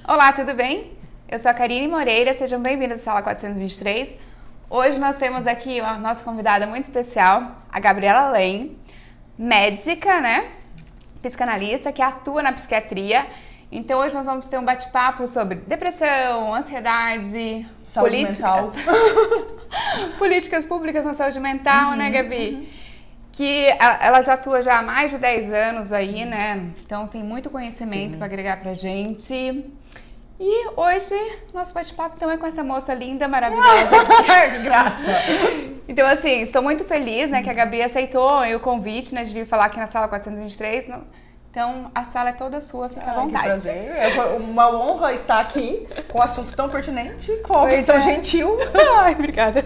Olá, tudo bem? Eu sou a Karine Moreira, sejam bem-vindos à Sala 423. Hoje nós temos aqui a nossa convidada muito especial, a Gabriela Lane, médica, né? Psicanalista, que atua na psiquiatria. Então hoje nós vamos ter um bate-papo sobre depressão, ansiedade, saúde mental. Políticas públicas na saúde mental, né, Gabi? Que ela já atua já há mais de 10 anos aí, né? Então tem muito conhecimento para agregar pra gente. E hoje, nosso bate-papo então é com essa moça linda, maravilhosa. Que graça! Então, assim, estou muito feliz, né, que a Gabi aceitou o convite, né, de vir falar aqui na Sala 423. Então, a sala é toda sua, fica à vontade. Que prazer. É uma honra estar aqui com um assunto tão pertinente, com alguém tão gentil. Ai, obrigada.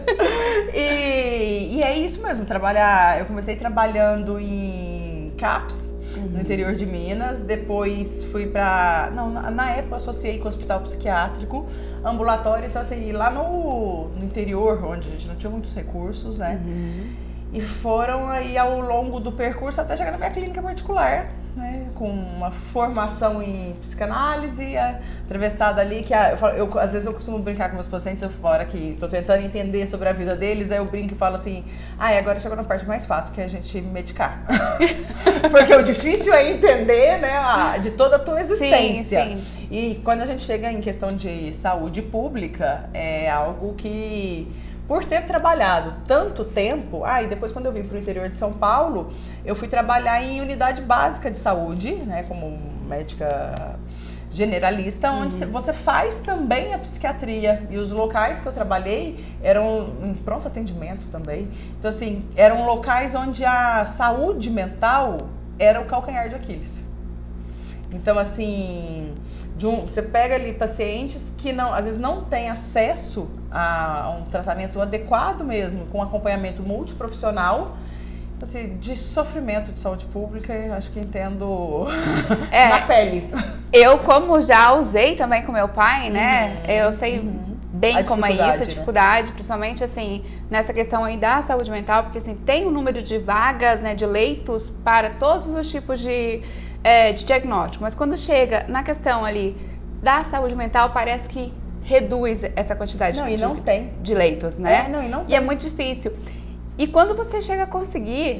E é isso mesmo, eu comecei trabalhando em CAPS, no interior de Minas, depois fui na época eu associei com o hospital psiquiátrico, ambulatório, então assim, lá no interior, onde a gente não tinha muitos recursos, né? E foram aí ao longo do percurso até chegar na minha clínica particular, né, com uma formação em psicanálise, atravessada ali, que às vezes eu costumo brincar com meus pacientes, eu fora que estou tentando entender sobre a vida deles, aí eu brinco e falo assim, agora chegou na parte mais fácil, que é a gente medicar. Porque o difícil é entender, né, de toda a tua existência. Sim, sim. E quando a gente chega em questão de saúde pública, é algo que... Por ter trabalhado tanto tempo, e depois quando eu vim para o interior de São Paulo, eu fui trabalhar em unidade básica de saúde, né, como médica generalista, onde você faz também a psiquiatria. E os locais que eu trabalhei eram em pronto atendimento também. Então, assim, eram locais onde a saúde mental era o calcanhar de Aquiles. Então, assim, você pega ali pacientes que às vezes não têm acesso a um tratamento adequado mesmo, com acompanhamento multiprofissional, assim, de sofrimento de saúde pública, acho que entendo na pele. Eu, como já usei também com meu pai, né, eu sei bem como é isso, a dificuldade, principalmente assim, nessa questão aí da saúde mental, porque assim, tem um número de vagas, né, de leitos para todos os tipos de diagnóstico, mas quando chega na questão ali da saúde mental, parece que reduz essa quantidade de leitos, né? E é muito difícil. E quando você chega a conseguir,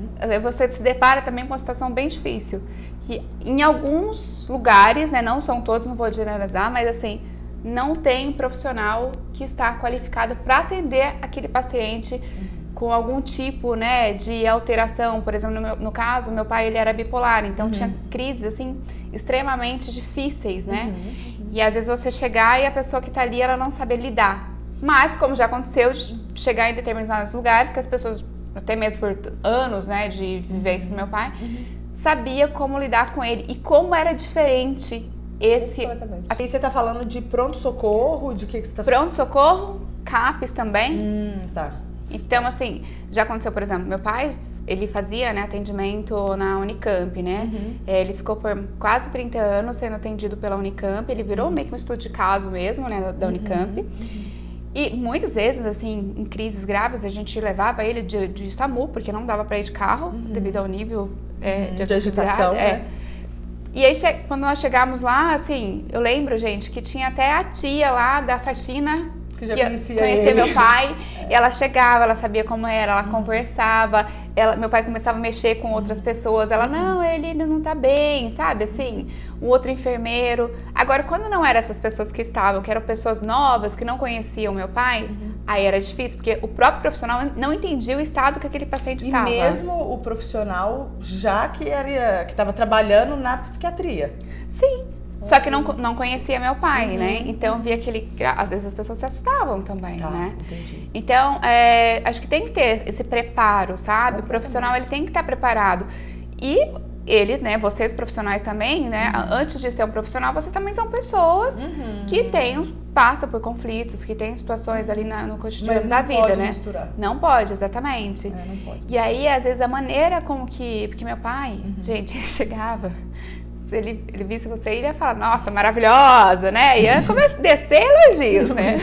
você se depara também com uma situação bem difícil. E em alguns lugares, né, não são todos, não vou generalizar, mas assim, não tem profissional que está qualificado para atender aquele paciente com algum tipo, né, de alteração. Por exemplo, no caso, meu pai, ele era bipolar, então tinha crises, assim, extremamente difíceis, né? E às vezes você chegar e a pessoa que tá ali, ela não sabe lidar. Mas, como já aconteceu, chegar em determinados lugares, que as pessoas, até mesmo por anos, né, de vivência do meu pai, sabia como lidar com ele e como era diferente esse... Aqui você tá falando de pronto-socorro, de que você tá falando? Pronto-socorro, CAPS também. Tá. Então, assim, já aconteceu, por exemplo, meu pai, ele fazia, né, atendimento na Unicamp, né? Ele ficou por quase 30 anos sendo atendido pela Unicamp, ele virou meio que um estudo de caso mesmo, né, da Unicamp. E muitas vezes, assim, em crises graves, a gente levava ele de SAMU, porque não dava pra ir de carro, devido ao nível de agitação, né? E aí, quando nós chegamos lá, assim, eu lembro, gente, que tinha até a tia lá da faxina, que já conhecia meu pai, e ela chegava, ela sabia como era, ela conversava, meu pai começava a mexer com outras pessoas, ela, não, ele não tá bem, sabe, assim, um outro enfermeiro. Agora, quando não eram essas pessoas que estavam, que eram pessoas novas, que não conheciam meu pai, aí era difícil, porque o próprio profissional não entendia o estado que aquele paciente estava. E mesmo o profissional, já que estava trabalhando na psiquiatria. Sim. Só que não conhecia meu pai, né? Então via que ele... Às vezes as pessoas se assustavam também, né? Entendi. Então, acho que tem que ter esse preparo, sabe? O profissional, ele tem que estar preparado. E ele, né? Vocês profissionais também, né? Antes de ser um profissional, vocês também são pessoas que passam por conflitos, que têm situações ali no cotidiano da vida, né? Misturar. Não pode, exatamente. Não pode. E aí, às vezes, a maneira como que... Porque meu pai, gente, ele chegava... Se ele visse você, ele ia falar, nossa, maravilhosa, né? Ia começar a descer elogios, né?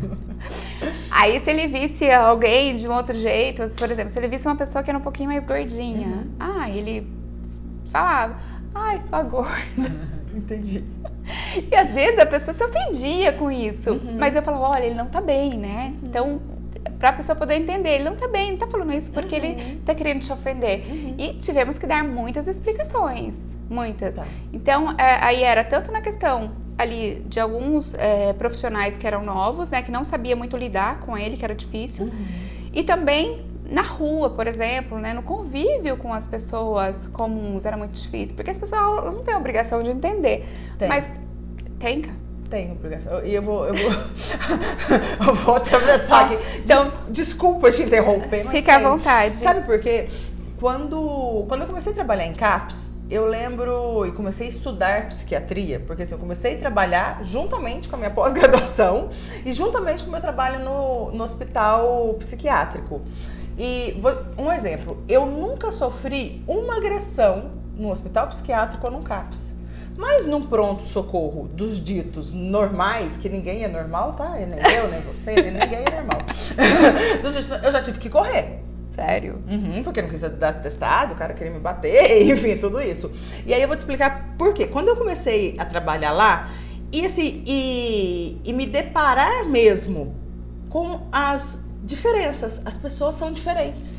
Aí, se ele visse alguém de um outro jeito, por exemplo, se ele visse uma pessoa que era um pouquinho mais gordinha, ele falava, ai, sua gorda. Entendi. E às vezes a pessoa se ofendia com isso. Mas eu falava, olha, ele não tá bem, né? Então, pra pessoa poder entender, ele não tá bem, não tá falando isso porque ele tá querendo te ofender. E tivemos que dar muitas explicações. Muitas. Tá. Então, aí era tanto na questão ali de alguns profissionais que eram novos, né? Que não sabia muito lidar com ele, que era difícil. E também na rua, por exemplo, né? No convívio com as pessoas comuns era muito difícil. Porque as pessoas não têm a obrigação de entender. Tem. Mas tem, cara. Tem obrigação. E eu vou eu vou atravessar aqui. Então, Desculpa te interromper, mas fica à vontade. Sabe por quê? Quando eu comecei a trabalhar em CAPS, eu lembro e comecei a estudar psiquiatria, porque assim, eu comecei a trabalhar juntamente com a minha pós-graduação e juntamente com o meu trabalho no hospital psiquiátrico. E um exemplo, eu nunca sofri uma agressão no hospital psiquiátrico ou no CAPS. Mas num pronto-socorro dos ditos normais, que ninguém é normal, tá? Nem eu, nem você, nem ninguém é normal. Eu já tive que correr. Sério? Porque eu não quis dar atestado, o cara queria me bater, enfim, tudo isso. E aí eu vou te explicar por quê. Quando eu comecei a trabalhar lá, e me deparar mesmo com as diferenças, as pessoas são diferentes.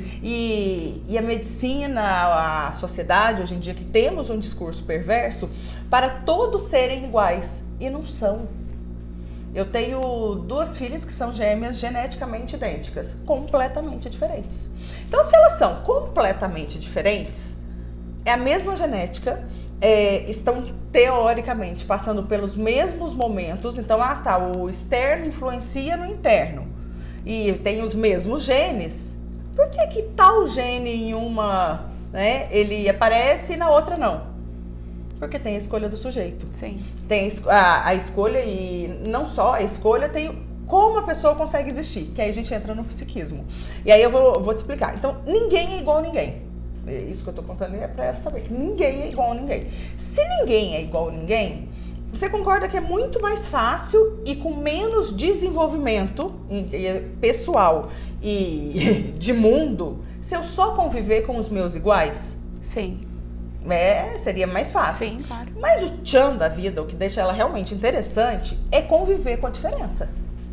E a medicina, a sociedade, hoje em dia, que temos um discurso perverso para todos serem iguais, e não são. Eu tenho 2 filhas que são gêmeas geneticamente idênticas, completamente diferentes. Então, se elas são completamente diferentes, é a mesma genética, estão teoricamente passando pelos mesmos momentos, então, o externo influencia no interno. E tem os mesmos genes, por que tal gene em uma, né, ele aparece e na outra não? Porque tem a escolha do sujeito. Sim. Tem a escolha e não só a escolha, tem como a pessoa consegue existir, que aí a gente entra no psiquismo. E aí eu vou te explicar. Então, ninguém é igual a ninguém. Isso que eu tô contando é pra ela saber que ninguém é igual a ninguém. Se ninguém é igual a ninguém, você concorda que é muito mais fácil e com menos desenvolvimento pessoal e de mundo se eu só conviver com os meus iguais? Sim. Seria mais fácil. Sim, claro. Mas o tchan da vida, o que deixa ela realmente interessante, é conviver com a diferença.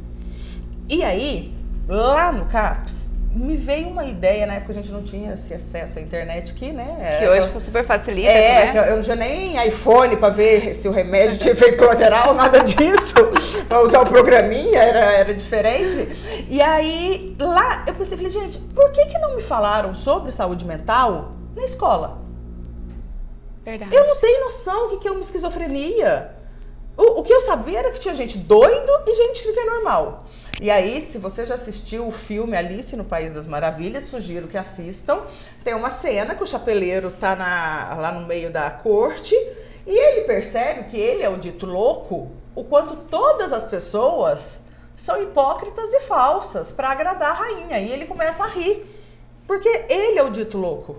E aí, lá no CAPS, me veio uma ideia, na época a gente não tinha esse acesso à internet aqui, né? Que hoje super facilita, né? Que eu não tinha nem iPhone pra ver se o remédio tinha efeito colateral, nada disso. Pra usar o programinha, era diferente. E aí, lá, eu pensei, falei, gente, por que não me falaram sobre saúde mental na escola? Verdade. Eu não tenho noção do que é uma esquizofrenia. O que eu sabia era que tinha gente doido e gente que é normal. E aí, se você já assistiu o filme Alice no País das Maravilhas, sugiro que assistam. Tem uma cena que o chapeleiro tá lá no meio da corte e ele percebe que ele é o dito louco, o quanto todas as pessoas são hipócritas e falsas para agradar a rainha. E ele começa a rir, porque ele é o dito louco.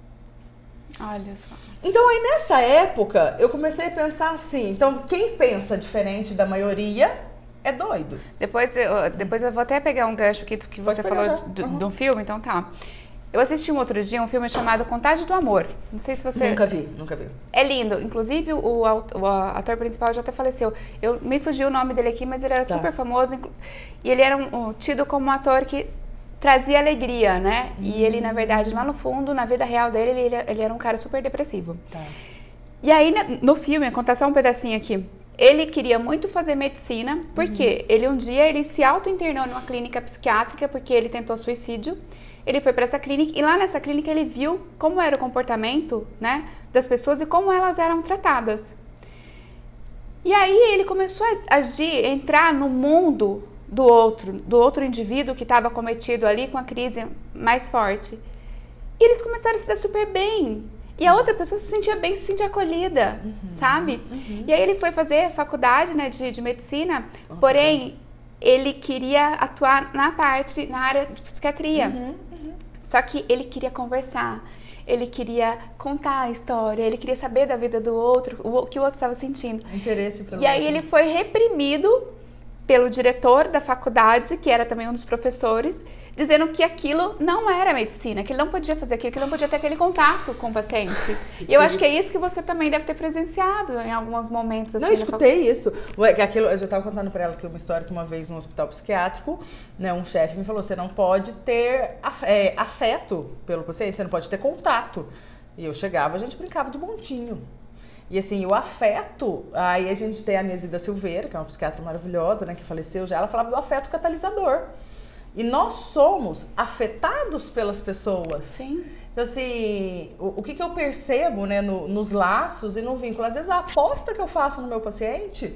Olha só. Então aí nessa época eu comecei a pensar assim, então quem pensa diferente da maioria é doido. Depois eu vou até pegar um gancho aqui que você falou de um filme, então tá. Eu assisti outro dia um filme chamado Contágio do Amor. Não sei se você... Nunca vi. É lindo. Inclusive o ator principal já até faleceu. Me fugiu o nome dele aqui, mas ele era super famoso. E ele era tido como um ator que trazia alegria, né? E ele, na verdade, lá no fundo, na vida real dele, ele era um cara super depressivo. Tá. E aí, no filme, vou contar só um pedacinho aqui. Ele queria muito fazer medicina, porque um dia ele se auto-internou numa clínica psiquiátrica, porque ele tentou suicídio. Ele foi para essa clínica e lá nessa clínica ele viu como era o comportamento, né, das pessoas e como elas eram tratadas. E aí ele começou a agir, entrar no mundo do outro indivíduo que estava cometido ali com a crise mais forte. E eles começaram a se dar super bem. E a outra pessoa se sentia bem, se sentia acolhida, sabe? E aí ele foi fazer faculdade, né, de medicina, porém ele queria atuar na área de psiquiatria. Só que ele queria conversar, ele queria contar a história, ele queria saber da vida do outro, o que o outro estava sentindo. Interesse pelo E aí ele foi reprimido pelo diretor da faculdade, que era também um dos professores, dizendo que aquilo não era medicina, que ele não podia fazer aquilo, que ele não podia ter aquele contato com o paciente. E eu acho que é isso que você também deve ter presenciado em alguns momentos. Assim, não, eu escutei isso. Aquilo, eu já estava contando para ela que uma história que uma vez no hospital psiquiátrico, né, um chefe me falou, você não pode ter afeto pelo paciente, você não pode ter contato. E eu chegava, a gente brincava de montinho. E assim, o afeto, aí a gente tem a Nesida Silveira, que é uma psiquiatra maravilhosa, né, que faleceu já, ela falava do afeto catalisador. E nós somos afetados pelas pessoas. Sim. Então, assim, o que eu percebo, né, nos laços e no vínculo? Às vezes a aposta que eu faço no meu paciente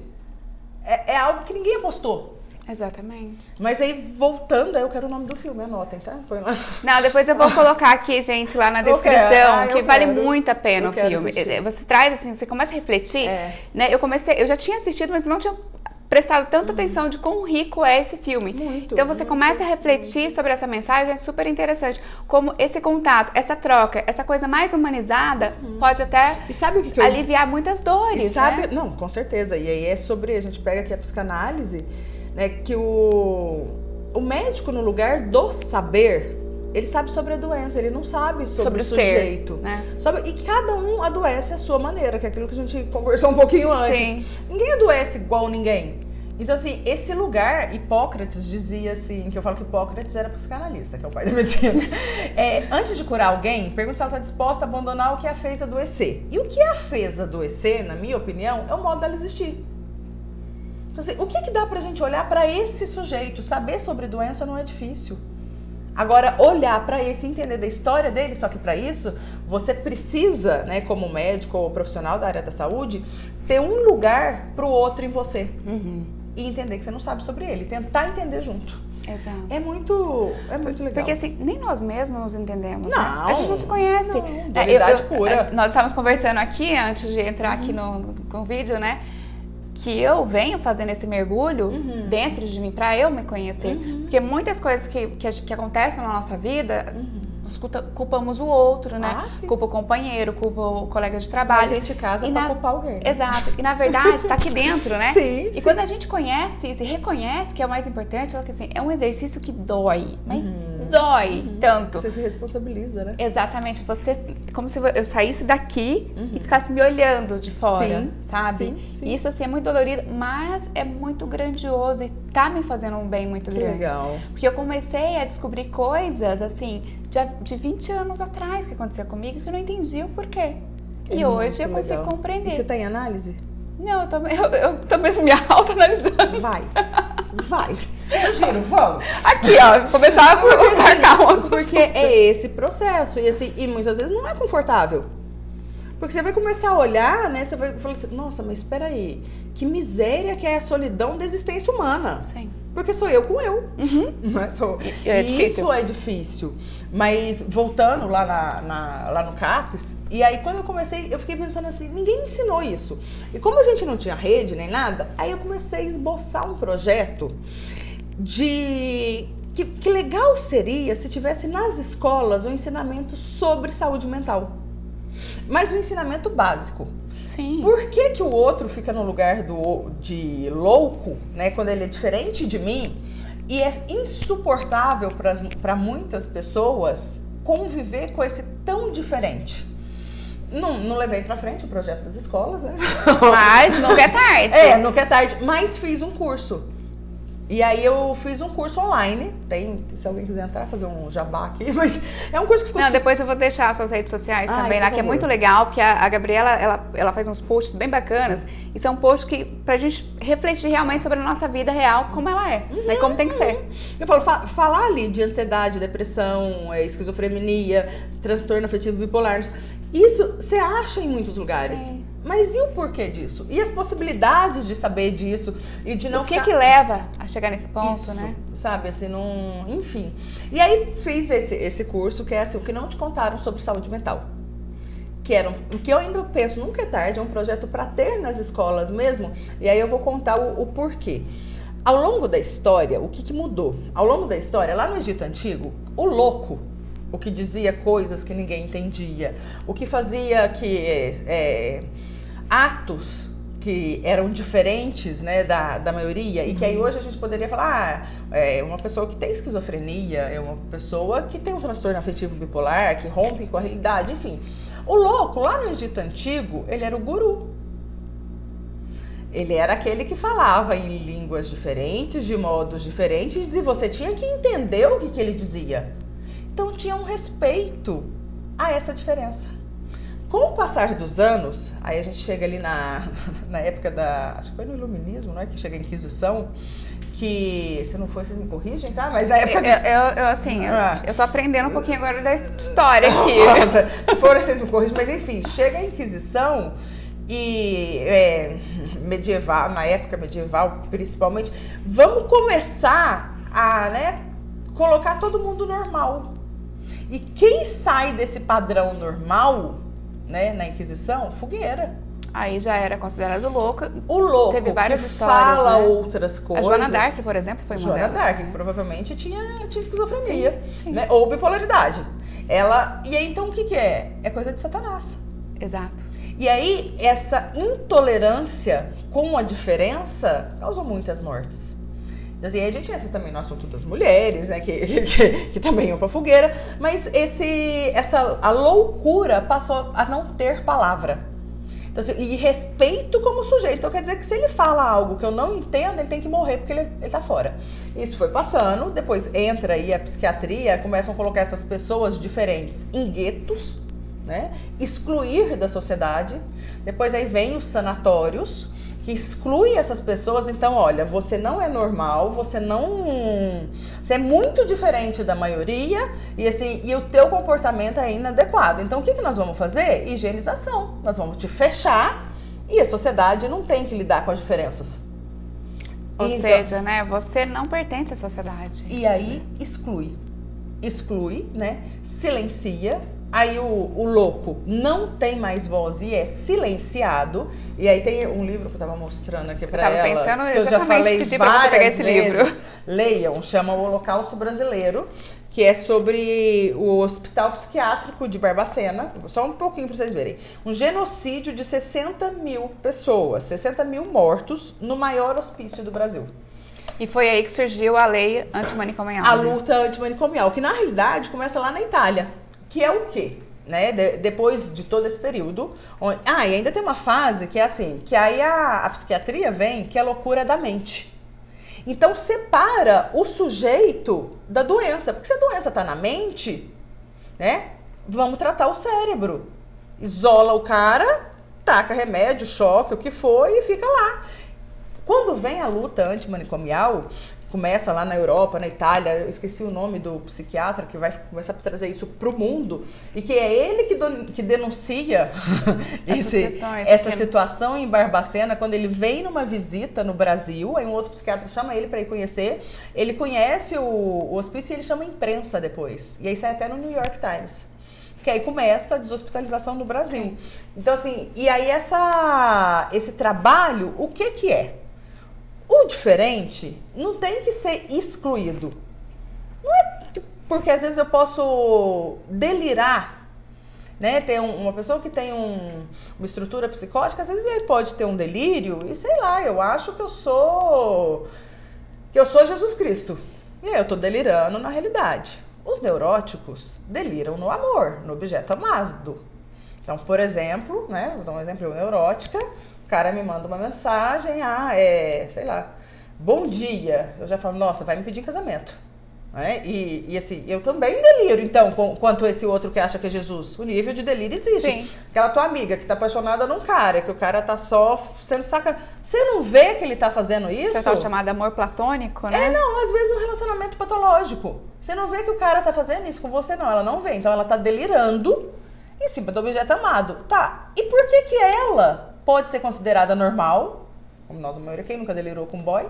é algo que ninguém apostou. Exatamente. Mas aí, voltando, aí eu quero o nome do filme, anotem, tá? Põe lá. Não, depois eu vou colocar aqui, gente, lá na descrição, que vale muito a pena o filme. Assistir. Você traz, assim, você começa a refletir, né? Eu já tinha assistido, mas não tinha prestado tanta atenção de quão rico é esse filme. Muito. Então você começa a refletir sobre essa mensagem, é super interessante. Como esse contato, essa troca, essa coisa mais humanizada pode até aliviar muitas dores, né? Não, com certeza. E aí é sobre, a gente pega aqui a psicanálise, né, que o médico, no lugar do saber, ele sabe sobre a doença, ele não sabe sobre o sujeito. Ser, né? E cada um adoece à sua maneira, que é aquilo que a gente conversou um pouquinho antes. Sim. Ninguém adoece igual ninguém. Então, assim, esse lugar, Hipócrates dizia assim, que eu falo que Hipócrates era psicanalista, que é o pai da medicina. Antes de curar alguém, pergunta se ela está disposta a abandonar o que a fez adoecer. E o que a fez adoecer, na minha opinião, é o modo dela existir. Então, assim, o que dá pra gente olhar para esse sujeito? Saber sobre doença não é difícil. Agora, olhar para esse e entender da história dele, só que para isso, você precisa, né, como médico ou profissional da área da saúde, ter um lugar pro outro em você. E entender que você não sabe sobre ele, tentar entender junto. Exato. É muito legal. Porque assim, nem nós mesmos nos entendemos, não, né? A gente não se conhece. Não, verdade pura. Nós estávamos conversando aqui, antes de entrar aqui com o vídeo, né? Que eu venho fazendo esse mergulho dentro de mim, pra eu me conhecer. Porque muitas coisas que acontecem na nossa vida, nós culpamos o outro, né? Culpa o companheiro, culpa o colega de trabalho. A gente casa pra culpar alguém. Né? Exato. E na verdade, tá aqui dentro, né? Sim, e quando a gente conhece isso e reconhece que é o mais importante, assim, é um exercício que dói, mas dói tanto. Você se responsabiliza, né? Exatamente. Como se eu saísse daqui e ficasse me olhando de fora, sabe? Sim. Isso, assim, é muito dolorido, mas é muito grandioso e tá me fazendo um bem muito grande. Legal. Porque eu comecei a descobrir coisas, assim, de 20 anos atrás que acontecia comigo que eu não entendia o porquiro. E hoje eu consigo compreender. E você tem análise? Não, eu tô mesmo me autoanalisando. Vai. Sugiro, vamos. Aqui, ó, começar a marcar uma coisa. Porque é esse processo. E, assim, e muitas vezes não é confortável. Porque você vai começar a olhar, né? Você vai falar assim, nossa, mas espera aí. Que miséria que é a solidão da existência humana. Sim. Porque sou eu com eu. Não é só... Isso é difícil. Mas voltando lá no CAPES, e aí quando eu comecei, eu fiquei pensando assim, ninguém me ensinou isso. E como a gente não tinha rede nem nada, aí eu comecei a esboçar um projeto de... Que legal seria se tivesse nas escolas um ensinamento sobre saúde mental. Mas um ensinamento básico. Sim. Por que o outro fica no lugar de louco, né, quando ele é diferente de mim? E é insuportável para muitas pessoas conviver com esse tão diferente. Não levei pra frente o projeto das escolas, né? Mas nunca é tarde. Nunca é tarde. Mas fiz um curso. E aí eu fiz um curso online, se alguém quiser entrar, fazer um jabá aqui, mas é um curso que ficou... Não, depois eu vou deixar as suas redes sociais também lá, que é muito legal, porque a Gabriela, ela faz uns posts bem bacanas, e são posts que, pra gente refletir realmente sobre a nossa vida real, como ela é, né, como tem que ser. Eu falo, falar ali de ansiedade, depressão, esquizofrenia, transtorno afetivo bipolar, isso você acha em muitos lugares. Sim. Mas e o porquê disso? E as possibilidades de saber disso e de não ficar... O que leva a chegar nesse ponto, isso, né? Sabe, assim, enfim. E aí fiz esse curso, que é assim, o que não te contaram sobre saúde mental. Que eu ainda penso, nunca é tarde, é um projeto para ter nas escolas mesmo. E aí eu vou contar o porquê. Ao longo da história, o que mudou? Ao longo da história, lá no Egito Antigo, o louco, o que dizia coisas que ninguém entendia, o que fazia atos que eram diferentes, né, da maioria, e que aí hoje a gente poderia falar, é uma pessoa que tem esquizofrenia, é uma pessoa que tem um transtorno afetivo bipolar, que rompe com a realidade, enfim. O louco, lá no Egito Antigo, ele era o guru. Ele era aquele que falava em línguas diferentes, de modos diferentes, e você tinha que entender o que ele dizia. Então tinha um respeito a essa diferença. Com o passar dos anos, aí a gente chega ali na época acho que foi no Iluminismo, não é? Que chega a Inquisição, que, se não for, vocês me corrigem, tá? Mas na época... Eu tô aprendendo um pouquinho agora da história aqui. Nossa, se for, vocês me corrigem, mas enfim, chega a Inquisição e medieval, na época medieval principalmente, vamos começar a, né, colocar todo mundo normal. E quem sai desse padrão normal, né, na Inquisição? Fogueira. Aí já era considerado louco. O louco teve várias que histórias, fala né? outras coisas. A Joana d'Arc, por exemplo, foi uma delas. Joana d'Arc, que provavelmente tinha esquizofrenia, sim. Né? Ou bipolaridade. E aí, então, o que é? É coisa de Satanás. Exato. E aí, essa intolerância com a diferença causou muitas mortes. Então, assim, aí a gente entra também no assunto das mulheres, né, que também iam pra fogueira, mas a loucura passou a não ter palavra. Então, assim, e respeito como sujeito. Então, quer dizer que se ele fala algo que eu não entendo, ele tem que morrer porque ele tá fora. Isso foi passando, depois entra aí a psiquiatria, começam a colocar essas pessoas diferentes em guetos, né? Excluir da sociedade. Depois aí vem os sanatórios, que exclui essas pessoas. Então, olha, você não é normal, você é muito diferente da maioria e assim, e o teu comportamento é inadequado. Então, o que nós vamos fazer? Higienização. Nós vamos te fechar e a sociedade não tem que lidar com as diferenças. Ou seja, né, você não pertence à sociedade. E aí, exclui, né, silencia. Aí o louco não tem mais voz e é silenciado. E aí tem um livro que eu tava mostrando aqui pra ela, que eu já falei várias vezes. Leiam, chama O Holocausto Brasileiro, que é sobre o Hospital Psiquiátrico de Barbacena. Só um pouquinho pra vocês verem. Um genocídio de 60 mil pessoas, 60 mil mortos no maior hospício do Brasil. E foi aí que surgiu a lei antimanicomial. A luta antimanicomial, que na realidade começa lá na Itália. Que é o quê? Né? Depois de todo esse período. E ainda tem uma fase que é assim, que aí a psiquiatria vem, que é a loucura da mente. Então separa o sujeito da doença. Porque se a doença está na mente, né? Vamos tratar o cérebro. Isola o cara, taca remédio, choque, o que for, e fica lá. Quando vem a luta antimanicomial, começa lá na Europa, na Itália, eu esqueci o nome do psiquiatra que vai começar a trazer isso para o mundo, e que é ele que denuncia essa situação em Barbacena, quando ele vem numa visita no Brasil, aí um outro psiquiatra chama ele para ir conhecer, ele conhece o hospício e ele chama a imprensa depois, e aí sai até no New York Times. Que aí começa a deshospitalização no Brasil. Sim. Então, assim, e aí esse trabalho, o que é? O diferente não tem que ser excluído. Não é porque às vezes eu posso delirar, né? Tem uma pessoa que tem uma estrutura psicótica, às vezes ele pode ter um delírio e sei lá, eu acho que eu sou Jesus Cristo. E aí eu tô delirando na realidade. Os neuróticos deliram no amor, no objeto amado. Então, por exemplo, né? Vou dar um exemplo, eu neurótica. O cara me manda uma mensagem, sei lá, bom dia. Eu já falo, nossa, vai me pedir em casamento. Né? E assim, eu também deliro, então, quanto esse outro que acha que é Jesus. O nível de delírio existe. Sim. Aquela tua amiga que tá apaixonada num cara, que o cara tá só sendo sacanagem. Você não vê que ele tá fazendo isso? Você tá chamado amor platônico, né? Não, às vezes um relacionamento patológico. Você não vê que o cara tá fazendo isso com você, não. Ela não vê. Então ela tá delirando em cima do objeto amado. Tá, e por que ela pode ser considerada normal, como nós, a maioria, quem nunca delirou com boy?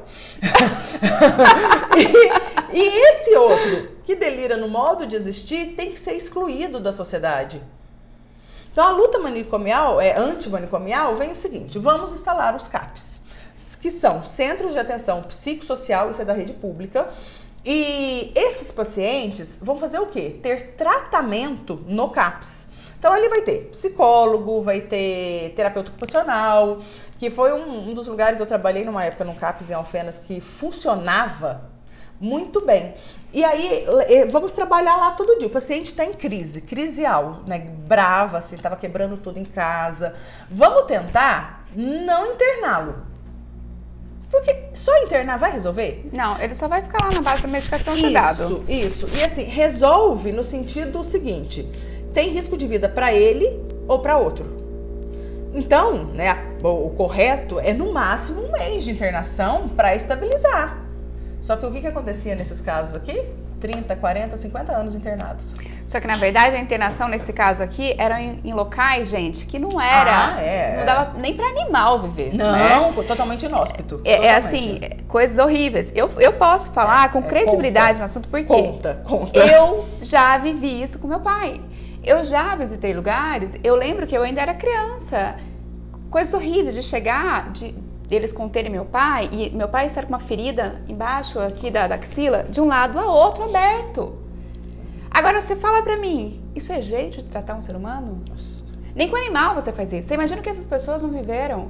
e esse outro, que delira no modo de existir, tem que ser excluído da sociedade. Então, a luta antimanicomial, vem o seguinte, vamos instalar os CAPs, que são Centros de Atenção Psicossocial, isso é da rede pública, e esses pacientes vão fazer o quê? Ter tratamento no CAPS. Então ali vai ter psicólogo, vai ter terapeuta ocupacional, que foi um dos lugares, eu trabalhei numa época num CAPS em Alfenas que funcionava muito bem. E aí, vamos trabalhar lá todo dia. O paciente está em crisial, né? Brava, assim, estava quebrando tudo em casa. Vamos tentar não interná-lo. Porque só internar vai resolver? Não, ele só vai ficar lá na base da medicação cuidado. Isso. E assim, resolve no sentido seguinte: tem risco de vida para ele ou para outro. Então, né, o correto é no máximo 1 mês de internação para estabilizar. Só que o que acontecia nesses casos aqui? 30, 40, 50 anos internados. Só que, na verdade, a internação nesse caso aqui era em locais, gente, que não era... Não dava nem para animal viver. Não, né? Totalmente inóspito. É assim, coisas horríveis. Eu posso falar com credibilidade no assunto, porque conta. Eu já vivi isso com meu pai. Eu já visitei lugares, eu lembro que eu ainda era criança. Coisas horríveis de chegar... Eles conterem meu pai, e meu pai estar com uma ferida embaixo aqui da axila, de um lado a outro aberto. Agora você fala pra mim, isso é jeito de tratar um ser humano? Nossa. Nem com animal você faz isso. Você imagina que essas pessoas não viveram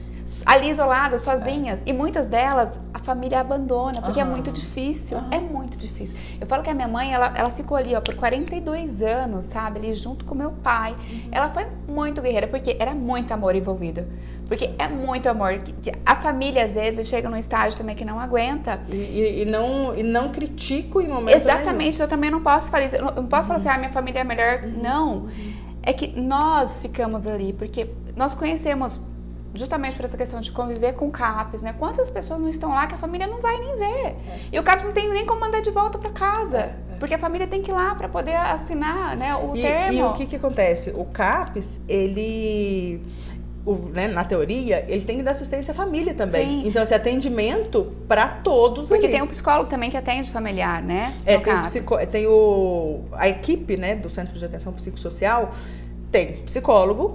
ali isoladas, sozinhas, e muitas delas a família abandona, porque é muito difícil, é muito difícil. Eu falo que a minha mãe, ela ficou ali, ó, por 42 anos, sabe, ali junto com meu pai. Ela foi muito guerreira, porque era muito amor envolvido. Porque é muito amor. A família, às vezes, chega num estágio também que não aguenta. E não critico em momento Exatamente, nenhum. Eu também não posso falar isso. Eu não posso falar assim, minha família é melhor. Não. É que nós ficamos ali, porque nós conhecemos, justamente por essa questão de conviver com o CAPS, né? Quantas pessoas não estão lá que a família não vai nem ver? E o CAPS não tem nem como mandar de volta para casa. Porque a família tem que ir lá para poder assinar, né, o termo. E o que acontece? O CAPS, ele... né, na teoria, ele tem que dar assistência à família também. Sim. Então, esse atendimento para todos. Porque ali. Tem um psicólogo também que atende familiar, né? Tem a equipe, né, do Centro de Atenção Psicossocial, tem psicólogo,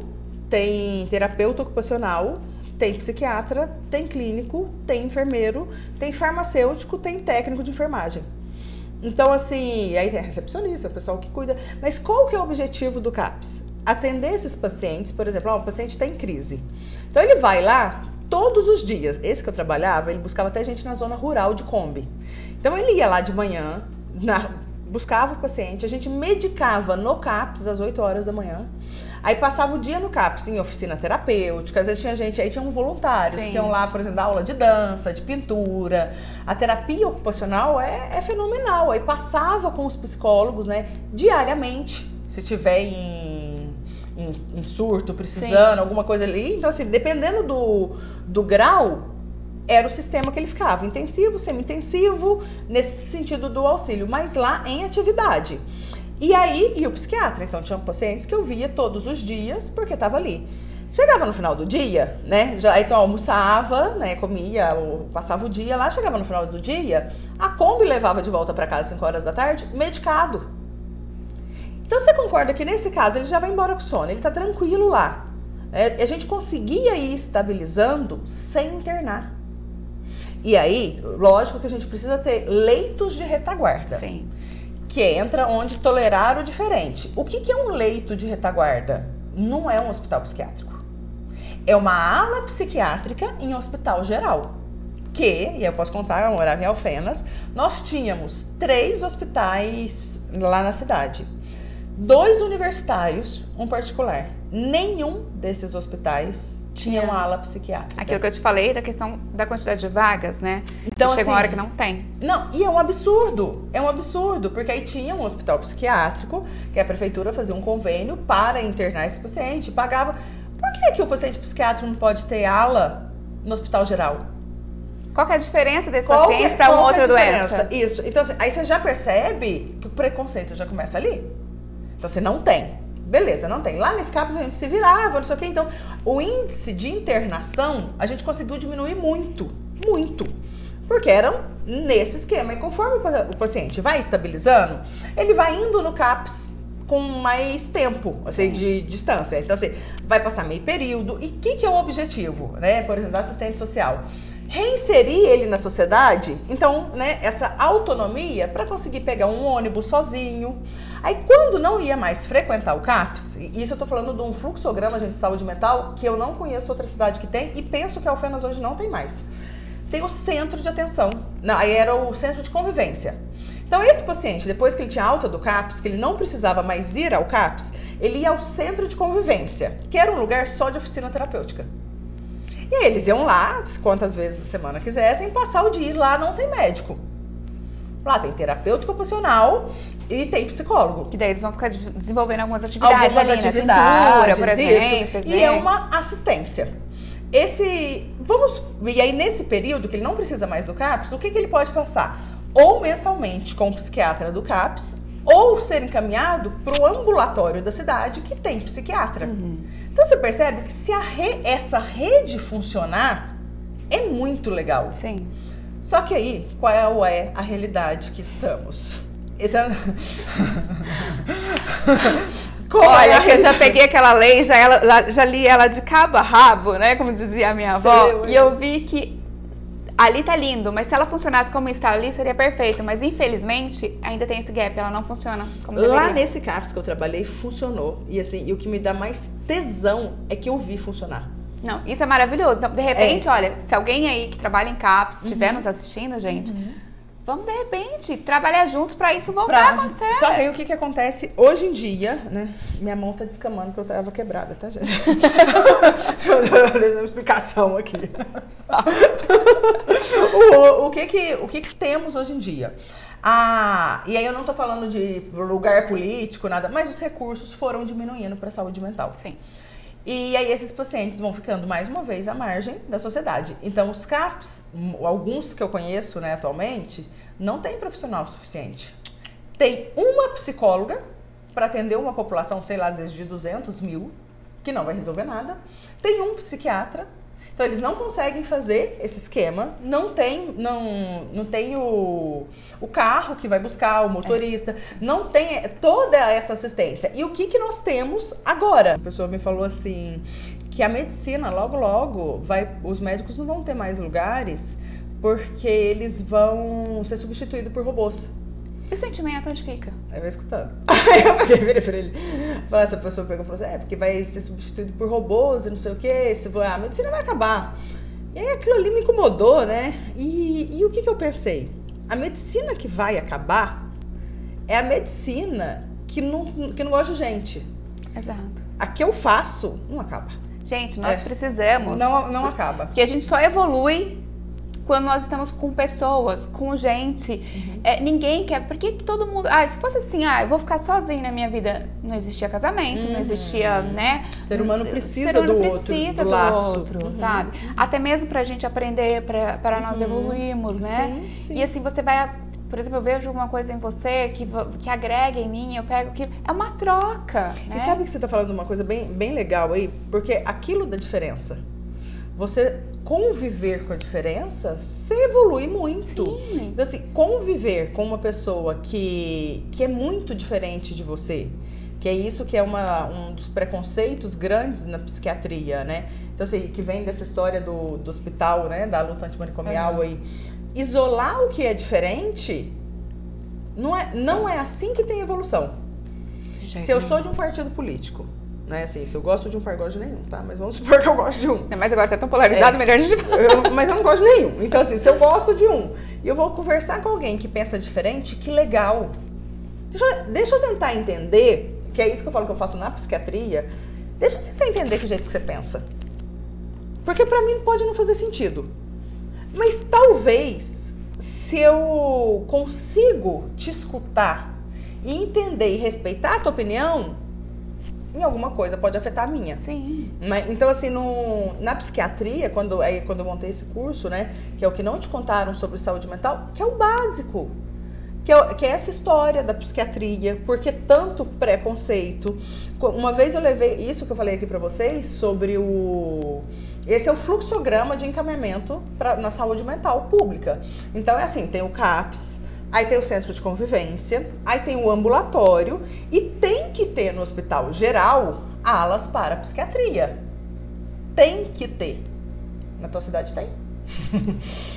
tem terapeuta ocupacional, tem psiquiatra, tem clínico, tem enfermeiro, tem farmacêutico, tem técnico de enfermagem. Então, assim, aí tem a recepcionista, o pessoal que cuida. Mas qual que é o objetivo do CAPS? Atender esses pacientes, por exemplo, o paciente está em crise. Então, ele vai lá todos os dias. Esse que eu trabalhava, ele buscava até gente na zona rural de Kombi. Então, ele ia lá de manhã, buscava o paciente, a gente medicava no CAPS às 8 horas da manhã. Aí passava o dia no CAPS, em oficina terapêutica, às vezes tinha gente, aí tinham voluntários que iam lá, por exemplo, dar aula de dança, de pintura. A terapia ocupacional é fenomenal, aí passava com os psicólogos, né, diariamente, se tiver em surto, precisando, alguma coisa ali. Então, assim, dependendo do grau, era o sistema que ele ficava, intensivo, semi-intensivo, nesse sentido do auxílio, mas lá em atividade. E aí, o psiquiatra, então tinha pacientes que eu via todos os dias, porque estava ali. Chegava no final do dia, né, então almoçava, né, comia, ou passava o dia lá, chegava no final do dia, a Kombi levava de volta para casa às 5 horas da tarde, medicado. Então você concorda que nesse caso ele já vai embora com sono, ele tá tranquilo lá. A gente conseguia ir estabilizando sem internar. E aí, lógico que a gente precisa ter leitos de retaguarda. Sim. Que entra onde tolerar o diferente. O que é um leito de retaguarda? Não é um hospital psiquiátrico. É uma ala psiquiátrica em hospital geral. E eu posso contar, eu morava em Alfenas, nós tínhamos 3 hospitais lá na cidade. 2 universitários, um particular. Nenhum desses hospitais tinha uma ala psiquiátrica. Aquilo que eu te falei da questão da quantidade de vagas, né? Então, chega assim, uma hora que não tem. Não, e é um absurdo, porque aí tinha um hospital psiquiátrico, que a prefeitura fazia um convênio para internar esse paciente, pagava. Por que o paciente psiquiátrico não pode ter ala no hospital geral? Qual que é a diferença desse paciente para uma outra doença? Isso, então assim, aí você já percebe que o preconceito já começa ali. Então você não tem. Beleza, não tem. Lá nesse CAPS a gente se virava, não sei o quê. Então, o índice de internação, a gente conseguiu diminuir muito. Porque eram nesse esquema. E conforme o paciente vai estabilizando, ele vai indo no CAPS com mais tempo, assim, de distância. Então, assim, vai passar meio período. E o que é o objetivo, né? Por exemplo, da assistente social? Reinserir ele na sociedade, então, né, essa autonomia para conseguir pegar um ônibus sozinho. Aí quando não ia mais frequentar o CAPS, e isso eu tô falando de um fluxograma, gente, de saúde mental, que eu não conheço outra cidade que tem, e penso que a Alfenas hoje não tem mais. Tem o centro de atenção, não, aí era o centro de convivência. Então esse paciente, depois que ele tinha alta do CAPS, que ele não precisava mais ir ao CAPS, ele ia ao centro de convivência, que era um lugar só de oficina terapêutica. E aí eles iam lá, quantas vezes a semana quisessem, passar o dia, lá não tem médico. Lá tem terapeuta ocupacional e tem psicólogo. Que daí eles vão ficar desenvolvendo algumas atividades. Algumas ali, atividades, né? Pintura, por exemplo. E é uma assistência. E aí nesse período que ele não precisa mais do CAPS, o que ele pode passar? Ou mensalmente com o psiquiatra do CAPS, ou ser encaminhado para o ambulatório da cidade que tem psiquiatra. Então você percebe que se essa rede funcionar, é muito legal. Sim. Só que aí, qual é a realidade que estamos? Então... Olha, que eu já peguei aquela lei, já li ela de cabo a rabo, né? Como dizia a minha avó. E eu vi que ali tá lindo, mas se ela funcionasse como está ali, seria perfeito. Mas infelizmente, ainda tem esse gap, ela não funciona como deveria. Lá nesse CAPS que eu trabalhei, funcionou. E assim, e o que me dá mais tesão é que eu vi funcionar. Não, isso é maravilhoso. Então, de repente, olha, se alguém aí que trabalha em CAPS estiver nos assistindo, gente, vamos, de repente, trabalhar juntos para isso voltar a acontecer. Só que aí o que acontece hoje em dia, né? Minha mão tá descamando porque eu tava quebrada, tá, gente? Deixa eu dar uma explicação aqui. O que temos hoje em dia? E aí eu não tô falando de lugar político, nada, mas os recursos foram diminuindo para a saúde mental. Sim. E aí esses pacientes vão ficando mais uma vez à margem da sociedade. Então os CAPS, alguns que eu conheço, né, atualmente, não tem profissional suficiente. Tem uma psicóloga para atender uma população, sei lá, às vezes de 200 mil, que não vai resolver nada. Tem um psiquiatra. Então eles não conseguem fazer esse esquema, não tem o carro que vai buscar, o motorista, não tem toda essa assistência. E o que nós temos agora? A pessoa me falou assim, que a medicina logo os médicos não vão ter mais lugares porque eles vão ser substituídos por robôs. E o sentimento onde fica? Aí vai escutando. Aí eu virei pra ele. Essa pessoa pegou e falou assim, porque vai ser substituído por robôs e não sei o quê. A medicina vai acabar. E aí aquilo ali me incomodou, né? E o que eu pensei? A medicina que vai acabar é a medicina que não gosta de gente. Exato. A que eu faço não acaba. Gente, nós precisamos. Não acaba. Porque a gente só evolui quando nós estamos com pessoas, com gente. Ninguém quer. Por que todo mundo. Se fosse assim, eu vou ficar sozinha na minha vida. Não existia casamento, não existia, né? O ser humano precisa do outro, sabe? Até mesmo pra gente aprender, para nós evoluirmos, né? Sim. E assim, você vai. Por exemplo, eu vejo alguma coisa em você que agrega em mim, eu pego aquilo. É uma troca, né? E sabe que você tá falando uma coisa bem legal aí? Porque aquilo da diferença. Você conviver com a diferença, você evolui muito. Sim. Então, assim, conviver com uma pessoa que é muito diferente de você, que é isso que é um dos preconceitos grandes na psiquiatria, né? Então, assim, que vem dessa história do hospital, né? Da luta antimanicomial aí. Isolar o que é diferente, não é assim que tem evolução. Se eu sou de um partido político, né, assim, se eu gosto de um par, gosto de nenhum, tá? Mas vamos supor que eu gosto de um. Mas agora tá tão polarizado, melhor a gente mas eu não gosto de nenhum. Então, assim, se eu gosto de um e eu vou conversar com alguém que pensa diferente, que legal. Deixa eu tentar entender, que é isso que eu falo que eu faço na psiquiatria, deixa eu tentar entender que jeito que você pensa. Porque pra mim pode não fazer sentido. Mas talvez, se eu consigo te escutar e entender e respeitar a tua opinião, em alguma coisa pode afetar a minha. Sim. Então, assim, na psiquiatria, quando eu montei esse curso, né, que é o que não te contaram sobre saúde mental, que é o básico, que é essa história da psiquiatria, porque tanto preconceito. Uma vez eu levei isso que eu falei aqui pra vocês sobre esse é o fluxograma de encaminhamento na saúde mental pública. Então, é assim, tem o CAPS, aí tem o centro de convivência, aí tem o ambulatório e tem que ter no hospital geral alas para psiquiatria. Tem que ter. Na tua cidade tem?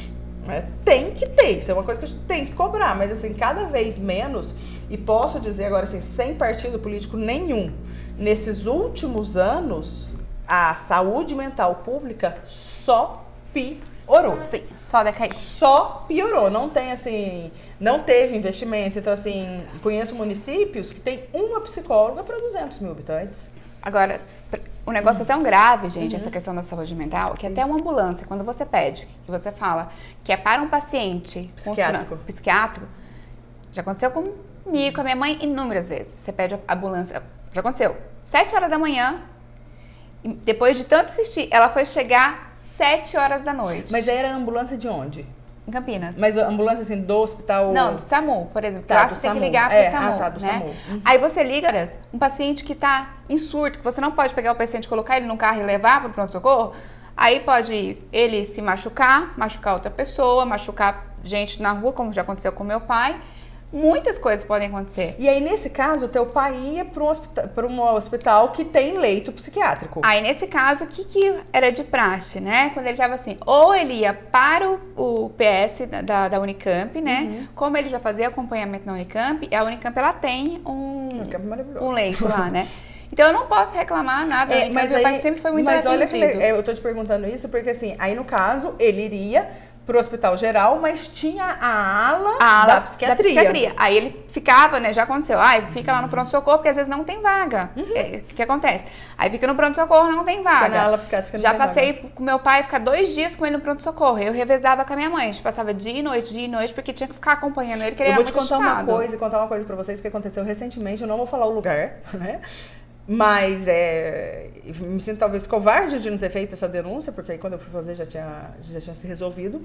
Tem que ter, isso é uma coisa que a gente tem que cobrar, mas assim, cada vez menos, e posso dizer agora assim, sem partido político nenhum, nesses últimos anos, a saúde mental pública só piorou. Sim, só decaiu. Só piorou, não tem assim, não teve investimento, então assim, conheço municípios que tem uma psicóloga para 200 mil habitantes. Agora, o negócio é tão grave, gente, essa questão da saúde mental, que até uma ambulância, quando você pede, que você fala que é para um paciente psiquiátrico, já aconteceu comigo, com a minha mãe, inúmeras vezes. Você pede a ambulância, já aconteceu, 7 horas da manhã, e depois de tanto insistir, ela foi chegar 7 horas da noite. Mas era ambulância de onde? Em Campinas. Mas a ambulância, assim, do hospital... Não, do SAMU, por exemplo. Tá, lá você tem que ligar pro SAMU, do né? SAMU. Aí você liga, um paciente que tá em surto, que você não pode pegar o paciente, colocar ele num carro e levar pro pronto-socorro, aí pode ele se machucar outra pessoa, machucar gente na rua, como já aconteceu com meu pai. Muitas coisas podem acontecer. E aí, nesse caso, o teu pai ia para um hospital que tem leito psiquiátrico. Aí, nesse caso, o que era de praxe, né? Quando ele estava assim, ou ele ia para o PS da Unicamp, né? Como ele já fazia acompanhamento na Unicamp, a Unicamp, ela tem um leito lá, né? Então, eu não posso reclamar nada, mas meu pai sempre foi muito atendido. Mas olha, eu tô te perguntando isso porque, assim, aí no caso, ele iria pro hospital geral, mas tinha a ala da psiquiatria. Aí ele ficava, né, já aconteceu, fica lá no pronto-socorro, porque às vezes não tem vaga. O que acontece? Aí fica no pronto-socorro, não tem vaga. Na ala psiquiátrica não já tem passei vaga. Com meu pai, ficar 2 dias com ele no pronto-socorro. Eu revezava com a minha mãe, a gente passava dia e noite, porque tinha que ficar acompanhando ele, que ele Eu era vou te contar agitado. contar uma coisa pra vocês que aconteceu recentemente, eu não vou falar o lugar, né? Mas me sinto talvez covarde de não ter feito essa denúncia, porque aí quando eu fui fazer já tinha se resolvido.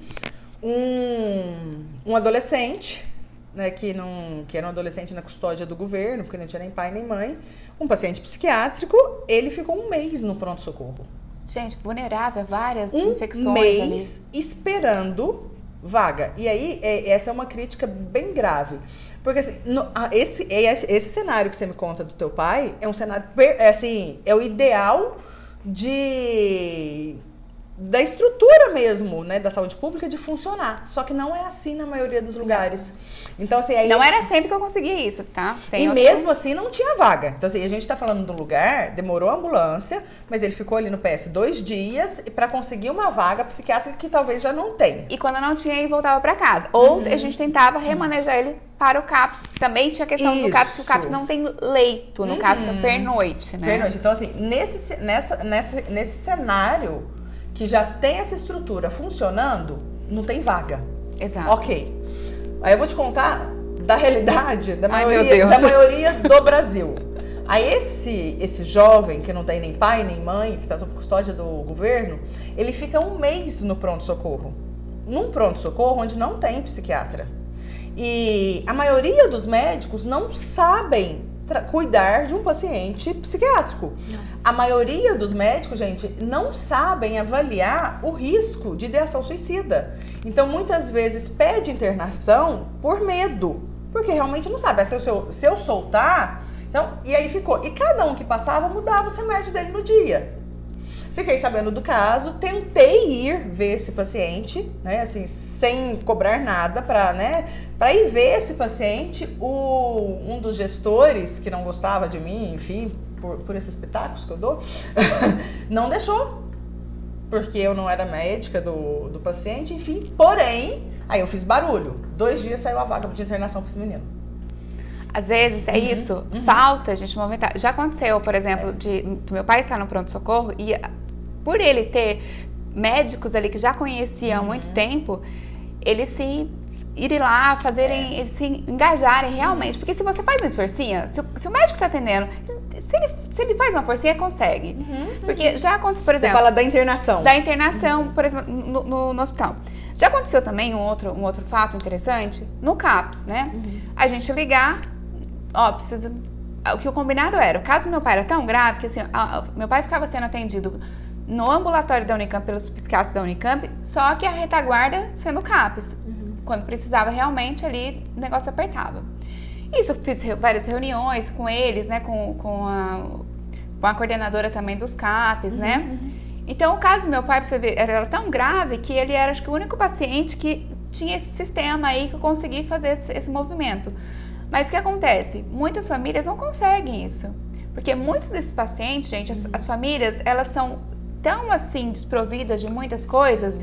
Um adolescente, né, que era um adolescente na custódia do governo, porque não tinha nem pai nem mãe, um paciente psiquiátrico, ele ficou 1 mês no pronto-socorro. Gente, vulnerável a várias infecções. 1 mês ali esperando vaga. E aí, essa é uma crítica bem grave. Porque assim, esse cenário que você me conta do teu pai é um cenário, assim, é o ideal da estrutura mesmo, né, da saúde pública de funcionar. Só que não é assim na maioria dos lugares. Então, assim... Aí não era sempre que eu conseguia isso, tá? Mesmo assim não tinha vaga. Então, assim, a gente tá falando do lugar, demorou a ambulância, mas ele ficou ali no PS 2 dias para conseguir uma vaga psiquiátrica que talvez já não tenha. E quando não tinha, ele voltava para casa. Ou a gente tentava remanejar ele para o CAPS. Também tinha a questão do CAPS, que o CAPS não tem leito, no CAPS é pernoite, né? Pernoite. Então, assim, nesse cenário que já tem essa estrutura funcionando, não tem vaga. Exato. Ok. Aí eu vou te contar da realidade da maioria do Brasil. Aí esse jovem que não tem nem pai nem mãe, que está sob custódia do governo, ele fica 1 mês no pronto-socorro. Num pronto-socorro onde não tem psiquiatra. E a maioria dos médicos não sabem cuidar de um paciente psiquiátrico. Não. A maioria dos médicos, gente, não sabem avaliar o risco de ideação suicida. Então, muitas vezes, pede internação por medo, porque realmente não sabe. Se eu soltar... Então, e aí ficou. E cada um que passava mudava o remédio dele no dia. Fiquei sabendo do caso, tentei ir ver esse paciente, né, assim, sem cobrar nada para ir ver esse paciente. Um dos gestores, que não gostava de mim, enfim, por esses pitacos que eu dou, não deixou, porque eu não era médica do paciente, enfim. Porém, aí eu fiz barulho. 2 dias saiu a vaga de internação para esse menino. Às vezes é isso, falta a gente movimentar. Já aconteceu, por exemplo, do meu pai estar no pronto-socorro e por ele ter médicos ali que já conheciam há muito tempo, eles se irem lá, eles se engajarem realmente. Porque se você faz uma esforcinha, se o médico está atendendo, se ele faz uma forcinha, consegue. Porque já aconteceu, por exemplo... Você fala da internação. Da internação, por exemplo, no hospital. Já aconteceu também um outro fato interessante no CAPS, né? A gente ligar, precisa... O que o combinado era, o caso do meu pai era tão grave que assim, meu pai ficava sendo atendido no ambulatório da Unicamp pelos psiquiatras da Unicamp, só que a retaguarda sendo CAPS. Quando precisava realmente ali, o negócio apertava. Isso, eu fiz várias reuniões com eles, né, com a coordenadora também dos CAPs, né? Então, o caso do meu pai, pra você ver, era tão grave que ele era, acho que, o único paciente que tinha esse sistema aí que eu consegui fazer esse movimento. Mas o que acontece? Muitas famílias não conseguem isso. Porque muitos desses pacientes, gente, as famílias, elas são tão assim desprovidas de muitas coisas,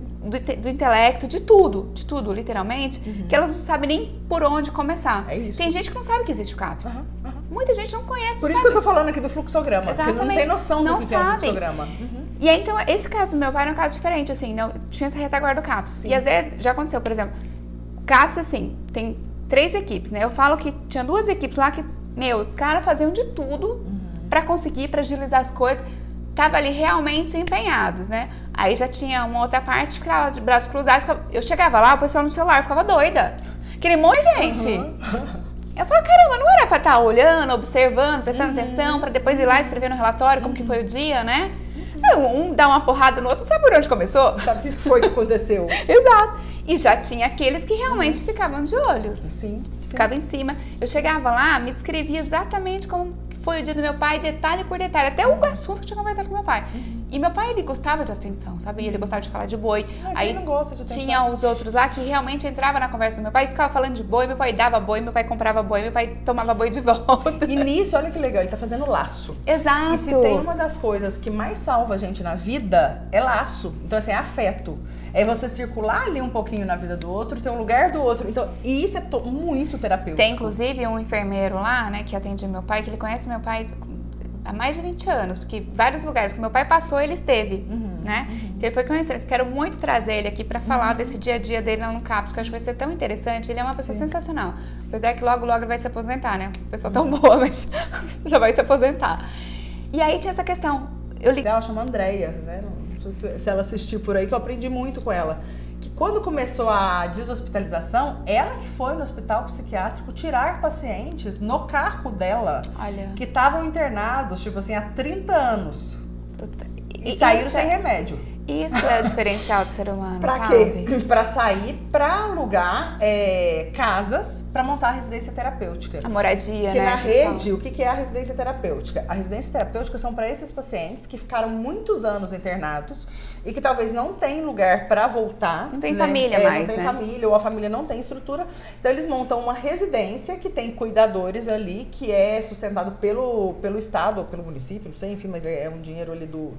do intelecto, de tudo, literalmente, que elas não sabem nem por onde começar. É isso. Tem gente que não sabe que existe o CAPS. Muita gente não conhece. Por isso que eu tô falando aqui do fluxograma, Exatamente. porque não tem noção do que é o fluxograma. E aí, então, esse caso do meu pai era um caso diferente, assim, não tinha essa retaguarda do CAPS. Sim. E às vezes, já aconteceu, por exemplo, CAPS, assim, tem 3 equipes, né? Eu falo que tinha 2 equipes lá que, os caras faziam de tudo pra conseguir, pra agilizar as coisas. Tava ali realmente empenhados, né? Aí já tinha uma outra parte que ficava de braços cruzados. Eu chegava lá, o pessoal no celular ficava doida. Aquele monte de gente. Eu falei, caramba, não era pra estar olhando, observando, prestando atenção, pra depois ir lá escrever no relatório como que foi o dia, né? Um dá uma porrada no outro, não sabe por onde começou. Não sabe o que foi que aconteceu. Exato. E já tinha aqueles que realmente ficavam de olhos. Sim. Ficavam em cima. Eu chegava lá, me descrevia exatamente como foi o dia do meu pai, detalhe por detalhe. Até o assunto que eu tinha conversado com meu pai. E meu pai, ele gostava de atenção, sabe? Ele gostava de falar de boi. Aí não gosta de atenção. Tinha os outros lá que realmente entravam na conversa do meu pai e ficava falando de boi. Meu pai dava boi, meu pai comprava boi, meu pai tomava boi de volta. E nisso, olha que legal, ele tá fazendo laço. Exato. E se tem uma das coisas que mais salva a gente na vida, é laço. Então, assim, é afeto. É você circular ali um pouquinho na vida do outro, ter um lugar do outro. Então, e isso é muito terapêutico. Tem, inclusive, um enfermeiro lá, né, que atendia meu pai, que ele conhece meu pai há mais de 20 anos, porque vários lugares que meu pai passou, ele esteve, né? Que ele foi conhecendo. Quero muito trazer ele aqui pra falar desse dia a dia dele lá no CAPS, que eu acho que vai ser tão interessante. Ele é uma pessoa sensacional. Apesar que logo ele vai se aposentar, né? Pessoa tão boa, mas já vai se aposentar. E aí tinha essa questão. Ela chama Andréia, né? Não sei se ela assistiu por aí, que eu aprendi muito com ela. Que quando começou a deshospitalização, ela que foi no hospital psiquiátrico tirar pacientes no carro dela, que estavam internados, tipo assim, há 30 anos. E saíram sem remédio. Isso é o diferencial do ser humano, pra sabe? quê? Pra sair, pra alugar casas pra montar a residência terapêutica. A moradia, que né? Na rede, o que é a residência terapêutica? A residência terapêutica são para esses pacientes que ficaram muitos anos internados e que talvez não tem lugar pra voltar. Não tem família mais, não tem né? família, ou a família não tem estrutura. Então eles montam uma residência que tem cuidadores ali, que é sustentado pelo Estado ou pelo município, não sei, enfim, mas é um dinheiro ali do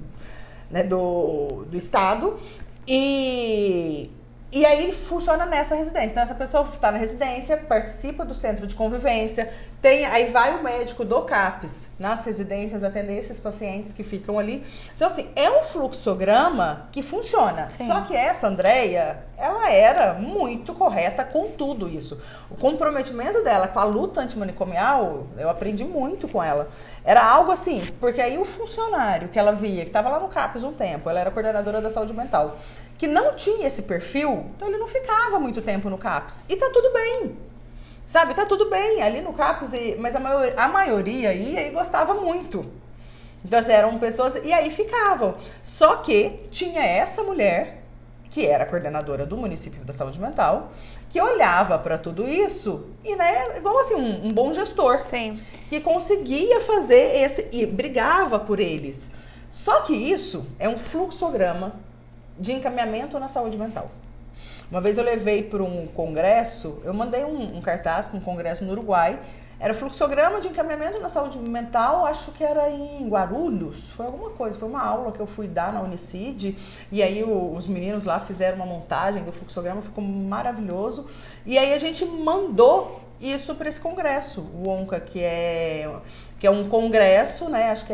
Estado, e aí funciona nessa residência. Então essa pessoa está na residência, participa do centro de convivência, aí vai o médico do CAPS nas residências atender esses pacientes que ficam ali. Então assim, é um fluxograma que funciona. Sim. Só que essa Andréia, ela era muito correta com tudo isso. O comprometimento dela com a luta antimanicomial, eu aprendi muito com ela. Era algo assim, porque aí o funcionário que ela via, que estava lá no CAPS um tempo, ela era coordenadora da saúde mental, que não tinha esse perfil, então ele não ficava muito tempo no CAPS. E tá tudo bem, sabe? Tá tudo bem ali no CAPS, mas a maioria ia e gostava muito. Então, assim, eram pessoas, e aí ficavam. Só que tinha essa mulher, que era coordenadora do município da saúde mental, que olhava para tudo isso e, né, igual assim, um bom gestor. Sim. Que conseguia fazer e brigava por eles. Só que isso é um fluxograma de encaminhamento na saúde mental. Uma vez eu levei para um congresso, eu mandei um cartaz para um congresso no Uruguai. Era fluxograma de encaminhamento na saúde mental, acho que era em Guarulhos, foi alguma coisa, foi uma aula que eu fui dar na Unicid, e aí os meninos lá fizeram uma montagem do fluxograma, ficou maravilhoso, e aí a gente mandou isso para esse congresso, o ONCA, que é um congresso, né, acho que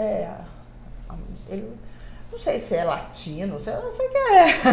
não sei se é latino, eu sei que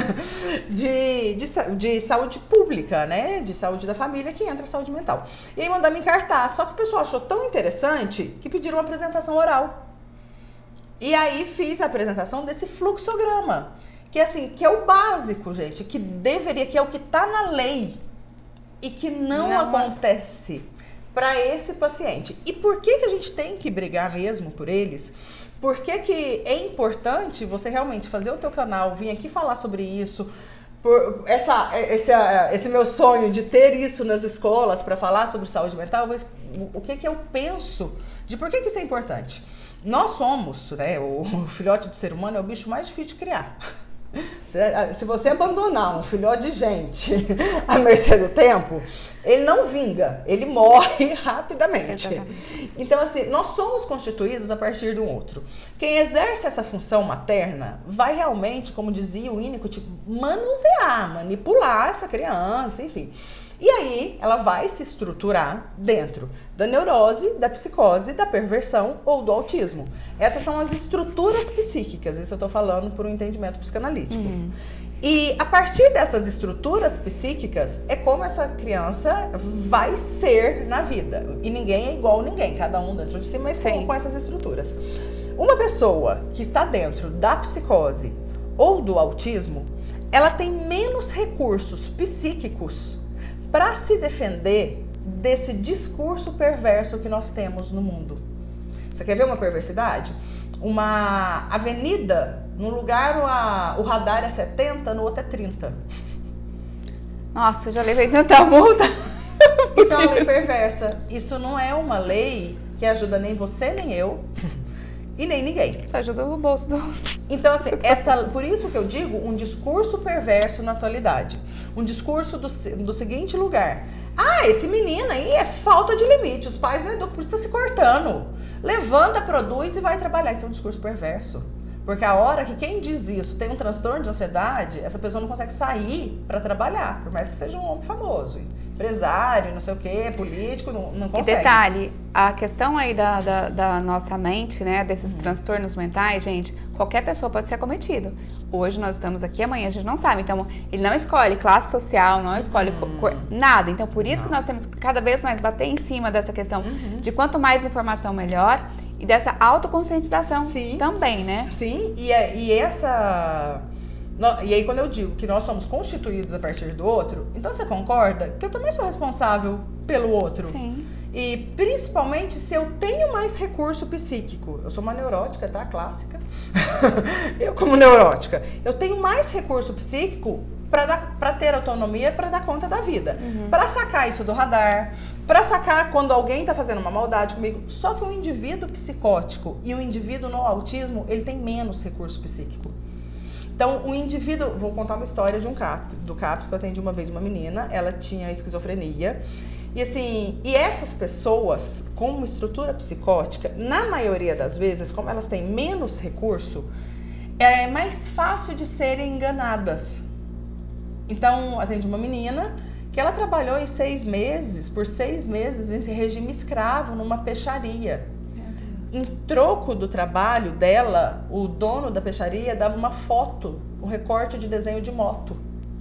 é de saúde pública, né? De saúde da família, que entra saúde mental. E aí mandaram me cartaz, só que o pessoal achou tão interessante que pediram uma apresentação oral. E aí fiz a apresentação desse fluxograma, que assim, que é o básico, gente, que é o que tá na lei e que não acontece para esse paciente. E por que a gente tem que brigar mesmo por eles? Por que é importante você realmente fazer o teu canal, vir aqui falar sobre isso, esse meu sonho de ter isso nas escolas para falar sobre saúde mental, o que eu penso de por que isso é importante. Nós somos, né, o filhote do ser humano é o bicho mais difícil de criar. Se você abandonar um filhote de gente à mercê do tempo, ele não vinga, ele morre rapidamente. Exatamente. Então, assim, nós somos constituídos a partir do outro. Quem exerce essa função materna vai realmente, como dizia o Winnicott, manusear, manipular essa criança, enfim. E aí, ela vai se estruturar dentro da neurose, da psicose, da perversão ou do autismo. Essas são as estruturas psíquicas, isso eu estou falando por um entendimento psicanalítico. E a partir dessas estruturas psíquicas é como essa criança vai ser na vida. E ninguém é igual a ninguém, cada um dentro de si, mas com essas estruturas. Uma pessoa que está dentro da psicose ou do autismo, ela tem menos recursos psíquicos para se defender desse discurso perverso que nós temos no mundo. Você quer ver uma perversidade? Uma avenida, num lugar o radar é 70, no outro é 30. Nossa, eu já levei tanta multa. Isso é uma lei perversa. Isso não é uma lei que ajuda nem você, nem eu, e nem ninguém. Isso ajuda o bolso do... Então, assim, por isso que eu digo um discurso perverso na atualidade. Um discurso do seguinte lugar. Ah, esse menino aí é falta de limite. Os pais não educam, por isso está se cortando. Levanta, produz e vai trabalhar. Isso é um discurso perverso. Porque a hora que quem diz isso tem um transtorno de ansiedade, essa pessoa não consegue sair para trabalhar, por mais que seja um homem famoso, empresário, não sei o quê, político, não consegue. E detalhe, a questão aí da nossa mente, né, desses transtornos mentais, gente, qualquer pessoa pode ser acometida. Hoje nós estamos aqui, amanhã a gente não sabe. Então, ele não escolhe classe social, não escolhe cor, nada. Então, por isso que nós temos que cada vez mais bater em cima dessa questão de quanto mais informação, melhor. E dessa autoconscientização também, né? Sim, e aí quando eu digo que nós somos constituídos a partir do outro, então você concorda que eu também sou responsável pelo outro? Sim. E principalmente se eu tenho mais recurso psíquico. Eu sou uma neurótica, tá? Clássica. Eu como neurótica. Eu tenho mais recurso psíquico para ter autonomia, para dar conta da vida. Para sacar isso do radar, para sacar quando alguém está fazendo uma maldade comigo. Só que o indivíduo psicótico e o indivíduo no autismo, ele tem menos recurso psíquico. Então, o indivíduo... Vou contar uma história do CAPS, que eu atendi uma vez uma menina, ela tinha esquizofrenia. E assim, essas pessoas com uma estrutura psicótica, na maioria das vezes, como elas têm menos recurso, é mais fácil de serem enganadas. Então, atendi uma menina que ela trabalhou por 6 meses, em regime escravo, numa peixaria. Em troco do trabalho dela, o dono da peixaria dava uma foto, um recorte de desenho de moto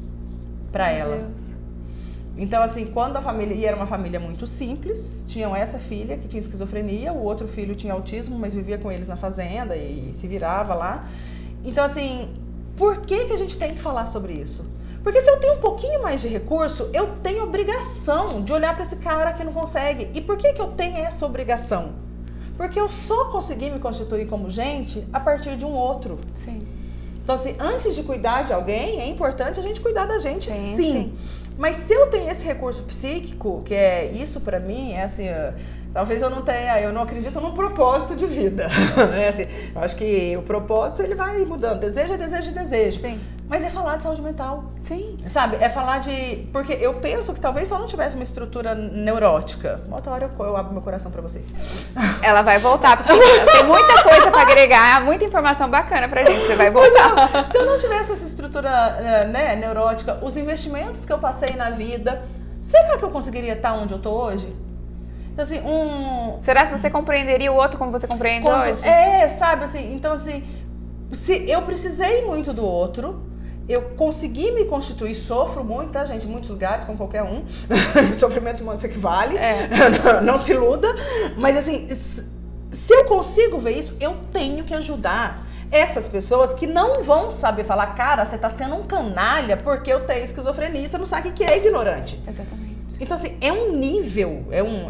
para ela. Deus. Então, assim, quando a família... E era uma família muito simples, tinham essa filha que tinha esquizofrenia, o outro filho tinha autismo, mas vivia com eles na fazenda e se virava lá. Então, assim, por que a gente tem que falar sobre isso? Porque se eu tenho um pouquinho mais de recurso, eu tenho obrigação de olhar para esse cara que não consegue. E por que eu tenho essa obrigação? Porque eu só consegui me constituir como gente a partir de um outro. Sim. Então, assim, antes de cuidar de alguém, é importante a gente cuidar da gente, sim. Mas se eu tenho esse recurso psíquico, que é isso pra mim, é assim... Talvez eu não acredito num propósito de vida, né? Assim, eu acho que o propósito, ele vai mudando. Desejo é desejo e desejo. Sim. Mas é falar de saúde mental. Sim. Sabe? É falar de... Porque eu penso que talvez se eu não tivesse uma estrutura neurótica... Uma outra hora eu abro meu coração pra vocês. Ela vai voltar, porque tem muita coisa pra agregar, muita informação bacana pra gente. Você vai voltar. Não, se eu não tivesse essa estrutura neurótica, os investimentos que eu passei na vida... Será que eu conseguiria estar onde eu tô hoje? Então, assim, Será que você compreenderia o outro como você compreende hoje? Sabe, assim, então, assim, se eu precisei muito do outro, eu consegui me constituir, sofro muito, tá, gente? Em muitos lugares, como qualquer um. Sofrimento humano se equivale. Não se iluda. Mas, assim, se eu consigo ver isso, eu tenho que ajudar essas pessoas que não vão saber falar, cara, você tá sendo um canalha porque eu tenho esquizofrenia, você não sabe o que é ignorante. Exatamente. Então, assim, é um nível,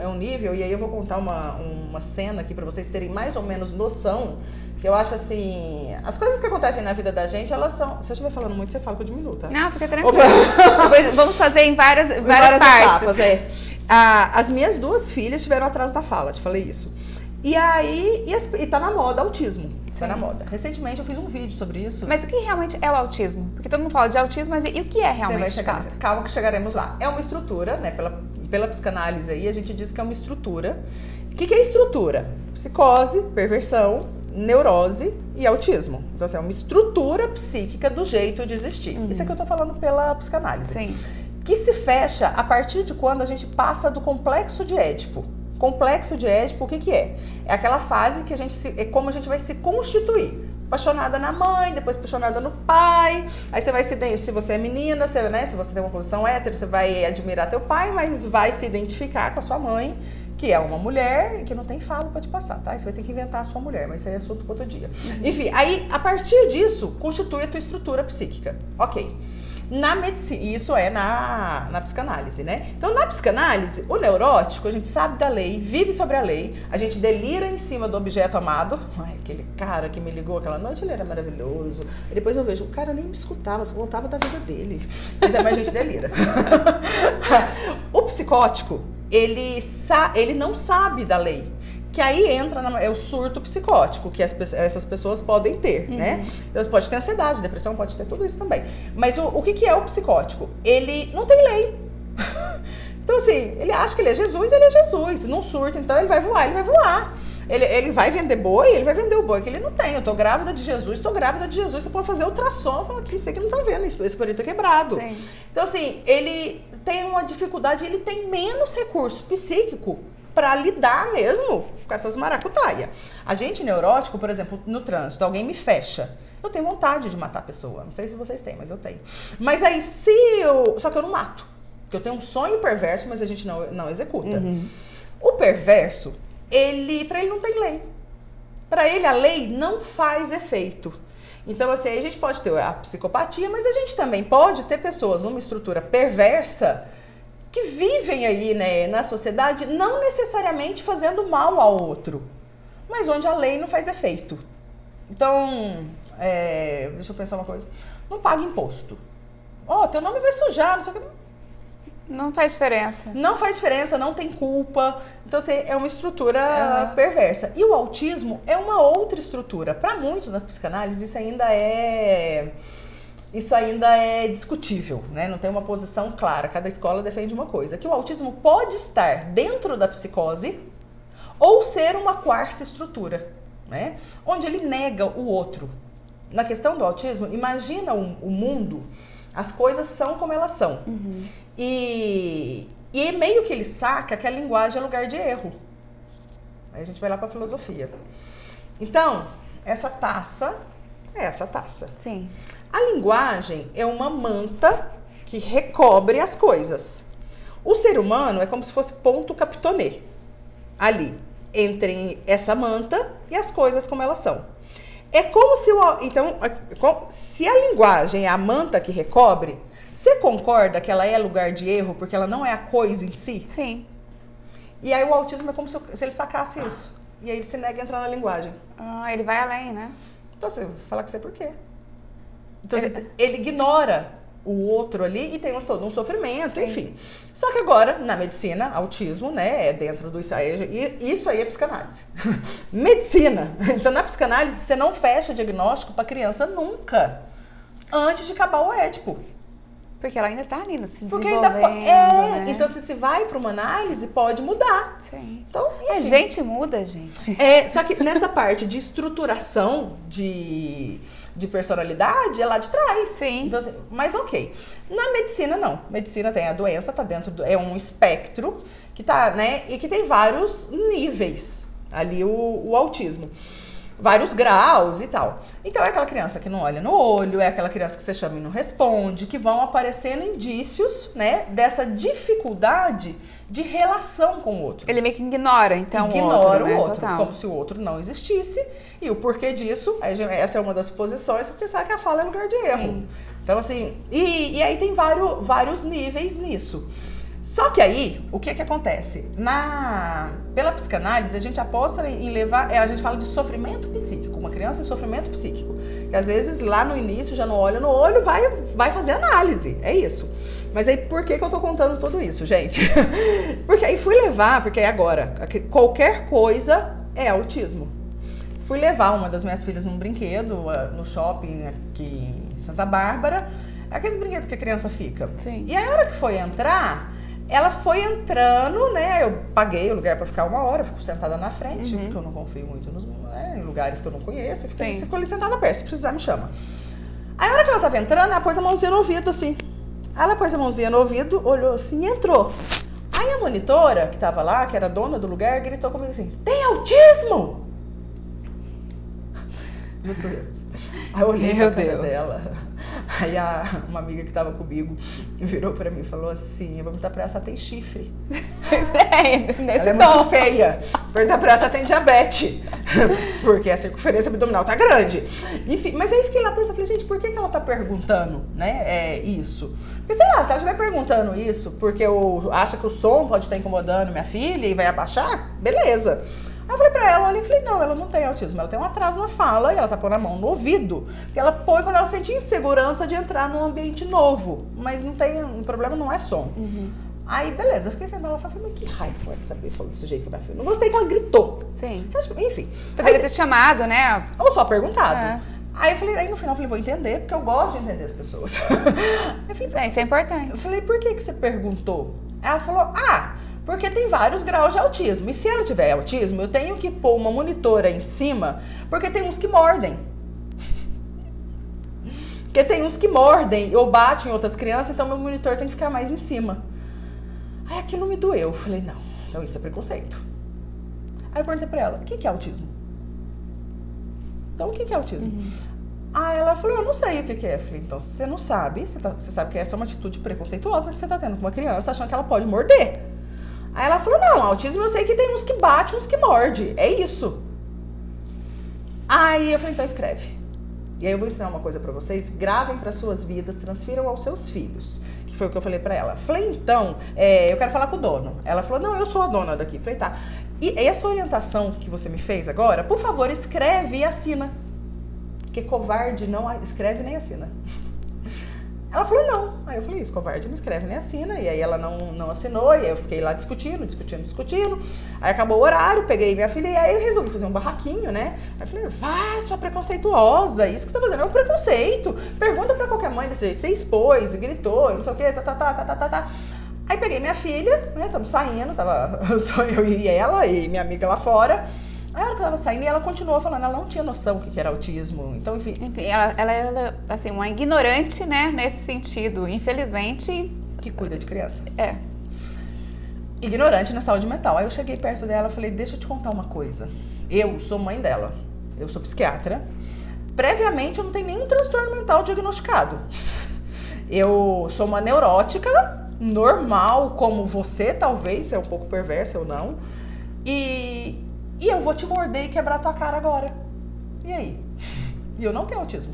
e aí eu vou contar uma cena aqui pra vocês terem mais ou menos noção, que eu acho assim, as coisas que acontecem na vida da gente, elas são... Se eu estiver falando muito, você fala que eu diminuo, tá? Não, fica tranquilo. Vamos fazer em várias partes. Etapas, As minhas 2 filhas tiveram atraso da fala, te falei isso. E aí, e tá na moda autismo. tá na moda. Recentemente eu fiz um vídeo sobre isso. Mas o que realmente é o autismo? Porque todo mundo fala de autismo, mas e o que é realmente? Você vai chegar, calma que chegaremos lá. É uma estrutura, né? Pela psicanálise aí, a gente diz que é uma estrutura. O que é estrutura? Psicose, perversão, neurose e autismo. Então, assim, é uma estrutura psíquica do jeito de existir. Isso é que eu tô falando pela psicanálise. Sim. Que se fecha a partir de quando a gente passa do complexo de Édipo. Complexo de Édipo, o que é? É aquela fase que é como a gente vai se constituir. Apaixonada na mãe, depois apaixonada no pai. Aí você vai se você é menina, né, se você tem uma posição hétero, você vai admirar teu pai, mas vai se identificar com a sua mãe, que é uma mulher que não tem falo pra te passar, tá? Você vai ter que inventar a sua mulher, mas isso aí é assunto para outro dia. Enfim, aí a partir disso, constitui a tua estrutura psíquica. Ok. Na medicina, isso é na psicanálise, né? Então, na psicanálise, o neurótico, a gente sabe da lei, vive sobre a lei, a gente delira em cima do objeto amado. Ai, aquele cara que me ligou aquela noite, ele era maravilhoso. E depois eu vejo, o cara nem me escutava, só contava da vida dele. Mas a gente delira. O psicótico, ele não sabe da lei. Que aí entra é o surto psicótico que essas pessoas podem ter, né? Pode ter ansiedade, depressão, pode ter tudo isso também. Mas o que é o psicótico? Ele não tem lei. Então, assim, ele acha que ele é Jesus. Não surta, então ele vai voar. Ele vai vender boi, ele vai vender o boi que ele não tem. Eu tô grávida de Jesus. Você pode fazer ultrassom, fala que isso aqui não tá vendo, esse período tá quebrado. Sim. Então, assim, ele tem uma dificuldade, ele tem menos recurso psíquico para lidar mesmo com essas maracutaia. A gente neurótico, por exemplo, no trânsito, alguém me fecha. Eu tenho vontade de matar a pessoa. Não sei se vocês têm, mas eu tenho. Mas aí só que eu não mato. Porque eu tenho um sonho perverso, mas a gente não executa. O perverso, para ele não tem lei. Para ele a lei não faz efeito. Então, assim, a gente pode ter a psicopatia, mas a gente também pode ter pessoas numa estrutura perversa que vivem aí, né, na sociedade, não necessariamente fazendo mal ao outro, mas onde a lei não faz efeito. Então, deixa eu pensar uma coisa. Não paga imposto. Teu nome vai sujar, não sei o que. Não faz diferença. Não faz diferença, não tem culpa. Então, assim, é uma estrutura perversa. E o autismo é uma outra estrutura. Para muitos na psicanálise, isso ainda é discutível, né? Não tem uma posição clara, cada escola defende uma coisa. Que o autismo pode estar dentro da psicose ou ser uma quarta estrutura, né? Onde ele nega o outro. Na questão do autismo, imagina o mundo, as coisas são como elas são. E meio que ele saca que a linguagem é lugar de erro. Aí a gente vai lá para a filosofia. Então, essa taça é essa taça. Sim. A linguagem é uma manta que recobre as coisas. O ser humano é como se fosse ponto capitonê ali, entre essa manta e as coisas como elas são. É como se se a linguagem é a manta que recobre, você concorda que ela é lugar de erro porque ela não é a coisa em si? Sim. E aí o autismo é como se ele sacasse isso. E aí ele se nega a entrar na linguagem. Ele vai além, né? Então você vai falar que você por quê? Então, ele ignora o outro ali e tem todo um sofrimento, sim, enfim. Só que agora, na medicina, autismo, né, é dentro do isso aí é psicanálise. Medicina. Então, na psicanálise, você não fecha diagnóstico para criança nunca, antes de acabar o Édipo. Porque ela ainda tá ali se desenvolvendo, porque ainda né? Então, se vai para uma análise, pode mudar. Sim. Então, enfim. A gente muda, gente. Só que nessa parte de estruturação de personalidade é lá de trás. Sim. Então, assim, mas ok. Na medicina, não. Medicina tem a doença, tá dentro é um espectro que tá, né? E que tem vários níveis ali o autismo. Vários graus e tal. Então, é aquela criança que não olha no olho, é aquela criança que você chama e não responde, que vão aparecendo indícios, né, dessa dificuldade de relação com o outro. Ele meio que ignora, então, ignora o outro, como se o outro não existisse. E o porquê disso, essa é uma das posições, é pensar que a fala é lugar de erro. Sim. Então, assim, e aí tem vários níveis nisso. Só que aí, o que acontece? Pela psicanálise, a gente aposta em levar, a gente fala de sofrimento psíquico, uma criança em sofrimento psíquico. Que às vezes lá no início já não olha no olho, vai fazer análise, é isso. Mas aí por que eu tô contando tudo isso, gente? Porque aí porque agora, qualquer coisa é autismo. fui levar uma das minhas filhas num brinquedo, no shopping aqui em Santa Bárbara. Aqueles brinquedos que a criança fica. Sim. E a hora que foi entrar, ela foi entrando, né? Eu paguei o lugar pra ficar 1 hora, fico sentada na frente, porque eu não confio muito em lugares que eu não conheço. Você ficou ali sentada perto, se precisar me chama. Aí a hora que ela tava entrando, ela pôs a mãozinha no ouvido, assim. Ela pôs a mãozinha no ouvido, olhou assim e entrou. Aí a monitora, que tava lá, que era dona do lugar, gritou comigo assim, tem autismo? Meu Deus. Aí eu olhei pra cara dela. Aí uma amiga que tava comigo virou pra mim e falou assim, eu vou perguntar pra ela se ela tem chifre. Ela é muito feia. Perguntar pra ela se ela tem diabetes. Porque a circunferência abdominal tá grande. Enfim, mas aí fiquei lá pensando, falei, gente, por que ela tá perguntando, né, isso? Porque, sei lá, se ela estiver perguntando isso porque acha que o som pode estar incomodando minha filha e vai abaixar, beleza. Aí eu falei pra ela, olha, e falei, não, ela não tem autismo, ela tem um atraso na fala e ela tá pondo a mão no ouvido, porque ela põe quando ela sente insegurança de entrar num ambiente novo, mas não tem, o problema não é som. Aí, beleza, eu fiquei sentada, ela falou, mas que raio você vai saber, falou desse jeito que minha filha. Não gostei que ela gritou. Sim. Enfim. Poderia ter chamado, né? Ou só perguntado. Aí eu falei, aí no final eu falei, vou entender, porque eu gosto de entender as pessoas. Eu falei, isso é importante. Eu falei, por que você perguntou? Ela falou, porque tem vários graus de autismo. E se ela tiver autismo, eu tenho que pôr uma monitora em cima, porque tem uns que mordem. Porque tem uns que mordem ou batem em outras crianças, então meu monitor tem que ficar mais em cima. Aí aquilo me doeu. Eu falei, não, então isso é preconceito. Aí eu perguntei pra ela, o que é autismo? Então, o que é autismo? Aí ela falou, eu não sei o que é. Eu falei, então, se você não sabe, você sabe que essa é uma atitude preconceituosa que você tá tendo com uma criança, achando que ela pode morder. Aí ela falou, não, autismo eu sei que tem uns que bate, uns que morde. É isso. Aí eu falei, então escreve. E aí eu vou ensinar uma coisa pra vocês, gravem para suas vidas, transfiram aos seus filhos. Que foi o que eu falei pra ela. Falei, então, eu quero falar com o dono. Ela falou, não, eu sou a dona daqui. Falei, tá. E essa orientação que você me fez agora, por favor, escreve e assina. Porque covarde não escreve nem assina. Ela falou, não. Aí eu falei, isso, covarde não escreve nem assina. E aí ela não assinou, e aí eu fiquei lá discutindo. Aí acabou o horário, peguei minha filha, e aí eu resolvi fazer um barraquinho, né? Aí eu falei, vai, sua preconceituosa, isso que você tá fazendo é um preconceito. Pergunta pra qualquer mãe desse jeito, você expôs, gritou, não sei o quê, tá. Aí peguei minha filha, né, estamos saindo, tava só eu e ela e minha amiga lá fora. Aí ela tava saindo e ela continuou falando, ela não tinha noção do que era autismo, então enfim. Ela é, assim, uma ignorante, né, nesse sentido, infelizmente. Que cuida de criança. É. Ignorante na saúde mental. Aí eu cheguei perto dela e falei, deixa eu te contar uma coisa. Eu sou mãe dela, eu sou psiquiatra. Previamente eu não tenho nenhum transtorno mental diagnosticado. Eu sou uma neurótica, normal, como você, talvez, você é um pouco perversa ou não. E eu vou te morder e quebrar tua cara agora. E aí? E eu não tenho autismo.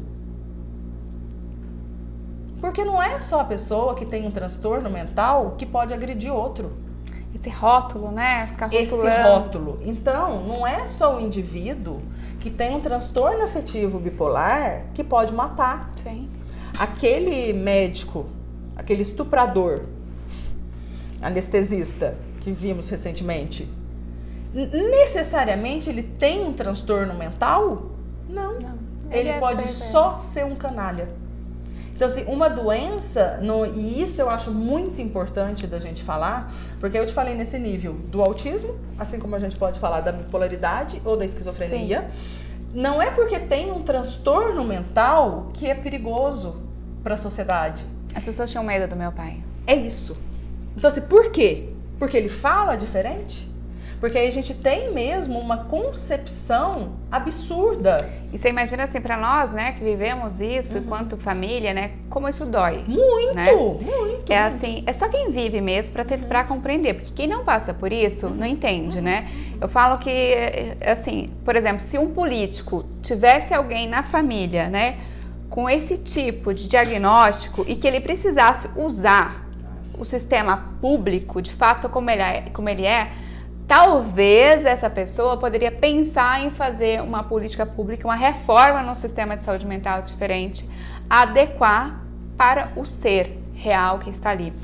Porque não é só a pessoa que tem um transtorno mental que pode agredir outro. Esse rótulo, né? Ficar rotulando. Esse rótulo. Então, não é só o indivíduo que tem um transtorno afetivo bipolar que pode matar. Sim. Aquele médico, aquele estuprador, anestesista que vimos recentemente, necessariamente ele tem um transtorno mental? Não. Ele pode só ser um canalha. Então, assim, uma doença, e isso eu acho muito importante da gente falar, porque eu te falei nesse nível do autismo, assim como a gente pode falar da bipolaridade ou da esquizofrenia. Sim. Não é porque tem um transtorno mental que é perigoso para a sociedade. As pessoas tinham medo do meu pai. É isso. Então, assim, por quê? Porque ele fala diferente? Porque aí a gente tem mesmo uma concepção absurda. E você imagina assim, pra nós, né, que vivemos isso, enquanto família, né, como isso dói. Muito, né? muito. É assim, é só quem vive mesmo pra compreender, porque quem não passa por isso não entende, né? Eu falo que, assim, por exemplo, se um político tivesse alguém na família, né, com esse tipo de diagnóstico e que ele precisasse usar o sistema público, de fato, como ele é, talvez essa pessoa poderia pensar em fazer uma política pública, uma reforma no sistema de saúde mental diferente, adequar para o ser real que está ali.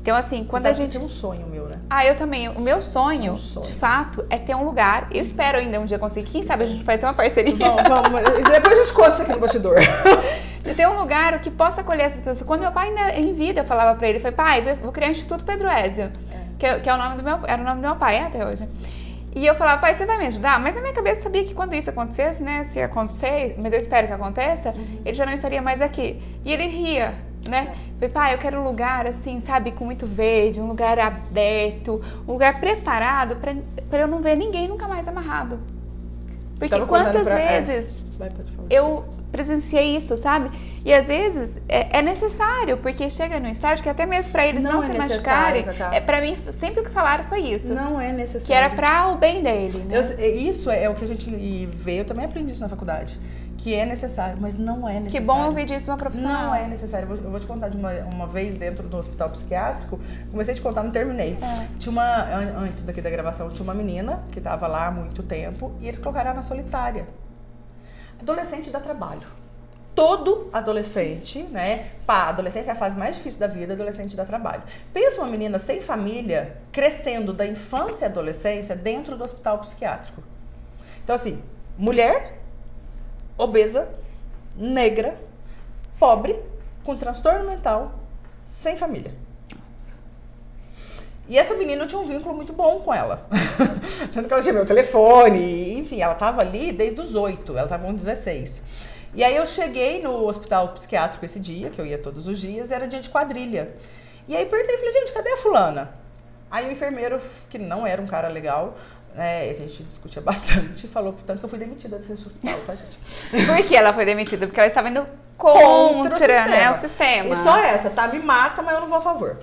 Então, assim, quando a gente... Isso é um sonho meu, né? Eu também. O meu sonho, de fato, é ter um lugar. Eu espero ainda um dia conseguir. Quem sabe a gente vai ter uma parceria. Vamos. Depois a gente conta isso aqui no bastidor. De ter um lugar que possa acolher essas pessoas. Quando meu pai ainda em vida, eu falava pra ele, pai, vou criar o Instituto Pedro Ezio, que é o nome do meu, era o nome do meu pai até hoje. E eu falava, pai, você vai me ajudar? Mas na minha cabeça eu sabia que quando isso acontecesse, né, se acontecer, mas eu espero que aconteça, ele já não estaria mais aqui. E ele ria, né? Falei, pai, eu quero um lugar assim, sabe, com muito verde, um lugar aberto, um lugar preparado pra eu não ver ninguém nunca mais amarrado. Porque quantas vezes eu presenciei isso, sabe? E às vezes é necessário, porque chega num estágio que até mesmo pra eles não se machucarem, pra mim sempre o que falaram foi isso. Não é necessário. Que era pra o bem dele, né? Isso é o que a gente vê, eu também aprendi isso na faculdade, que é necessário, mas não é necessário. Que bom ouvir disso de uma profissional. Não é necessário. Eu vou te contar de uma vez dentro do hospital psiquiátrico, comecei a te contar, não terminei. Tinha antes daqui da gravação, tinha uma menina que tava lá há muito tempo e eles colocaram ela na solitária. Adolescente dá trabalho. Todo adolescente, né? A adolescência é a fase mais difícil da vida, adolescente dá trabalho. Pensa uma menina sem família, crescendo da infância e adolescência dentro do hospital psiquiátrico. Então, assim, mulher, obesa, negra, pobre, com transtorno mental, sem família. E essa menina eu tinha um vínculo muito bom com ela. Tanto que ela tinha meu telefone, enfim, ela tava ali desde os 8, ela tava com 16. E aí eu cheguei no hospital psiquiátrico esse dia, que eu ia todos os dias, e era dia de quadrilha. E aí perguntei, falei, gente, cadê a fulana? Aí o enfermeiro, que não era um cara legal, né, que a gente discutia bastante, falou, portanto, que eu fui demitida desse hospital, tá, gente? Por que ela foi demitida? Porque ela estava indo contra o sistema. Né, o sistema. E só essa, tá? Me mata, mas eu não vou a favor.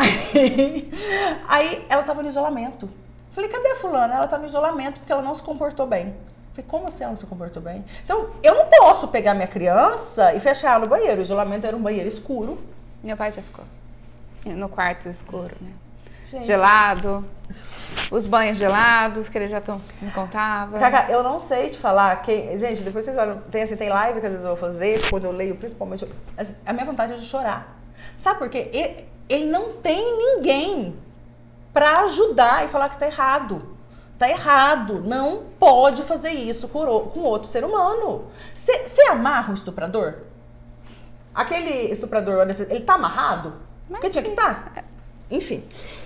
Aí ela tava no isolamento. Falei, cadê a fulana? Ela tá no isolamento porque ela não se comportou bem. Falei, como assim ela não se comportou bem? Então, eu não posso pegar minha criança e fechar ela no banheiro. O isolamento era um banheiro escuro. Meu pai já ficou no quarto escuro, né? Gente. Gelado. Os banhos gelados que ele já me contava. Cacá, eu não sei te falar. Gente, depois vocês olham, tem live que às vezes eu vou fazer, quando eu leio, principalmente, a minha vontade é de chorar. Sabe por quê? Ele não tem ninguém pra ajudar e falar que tá errado. Tá errado. Não pode fazer isso com outro ser humano. Você amarra um estuprador? Aquele estuprador, ele tá amarrado? Porque tinha que estar. Enfim.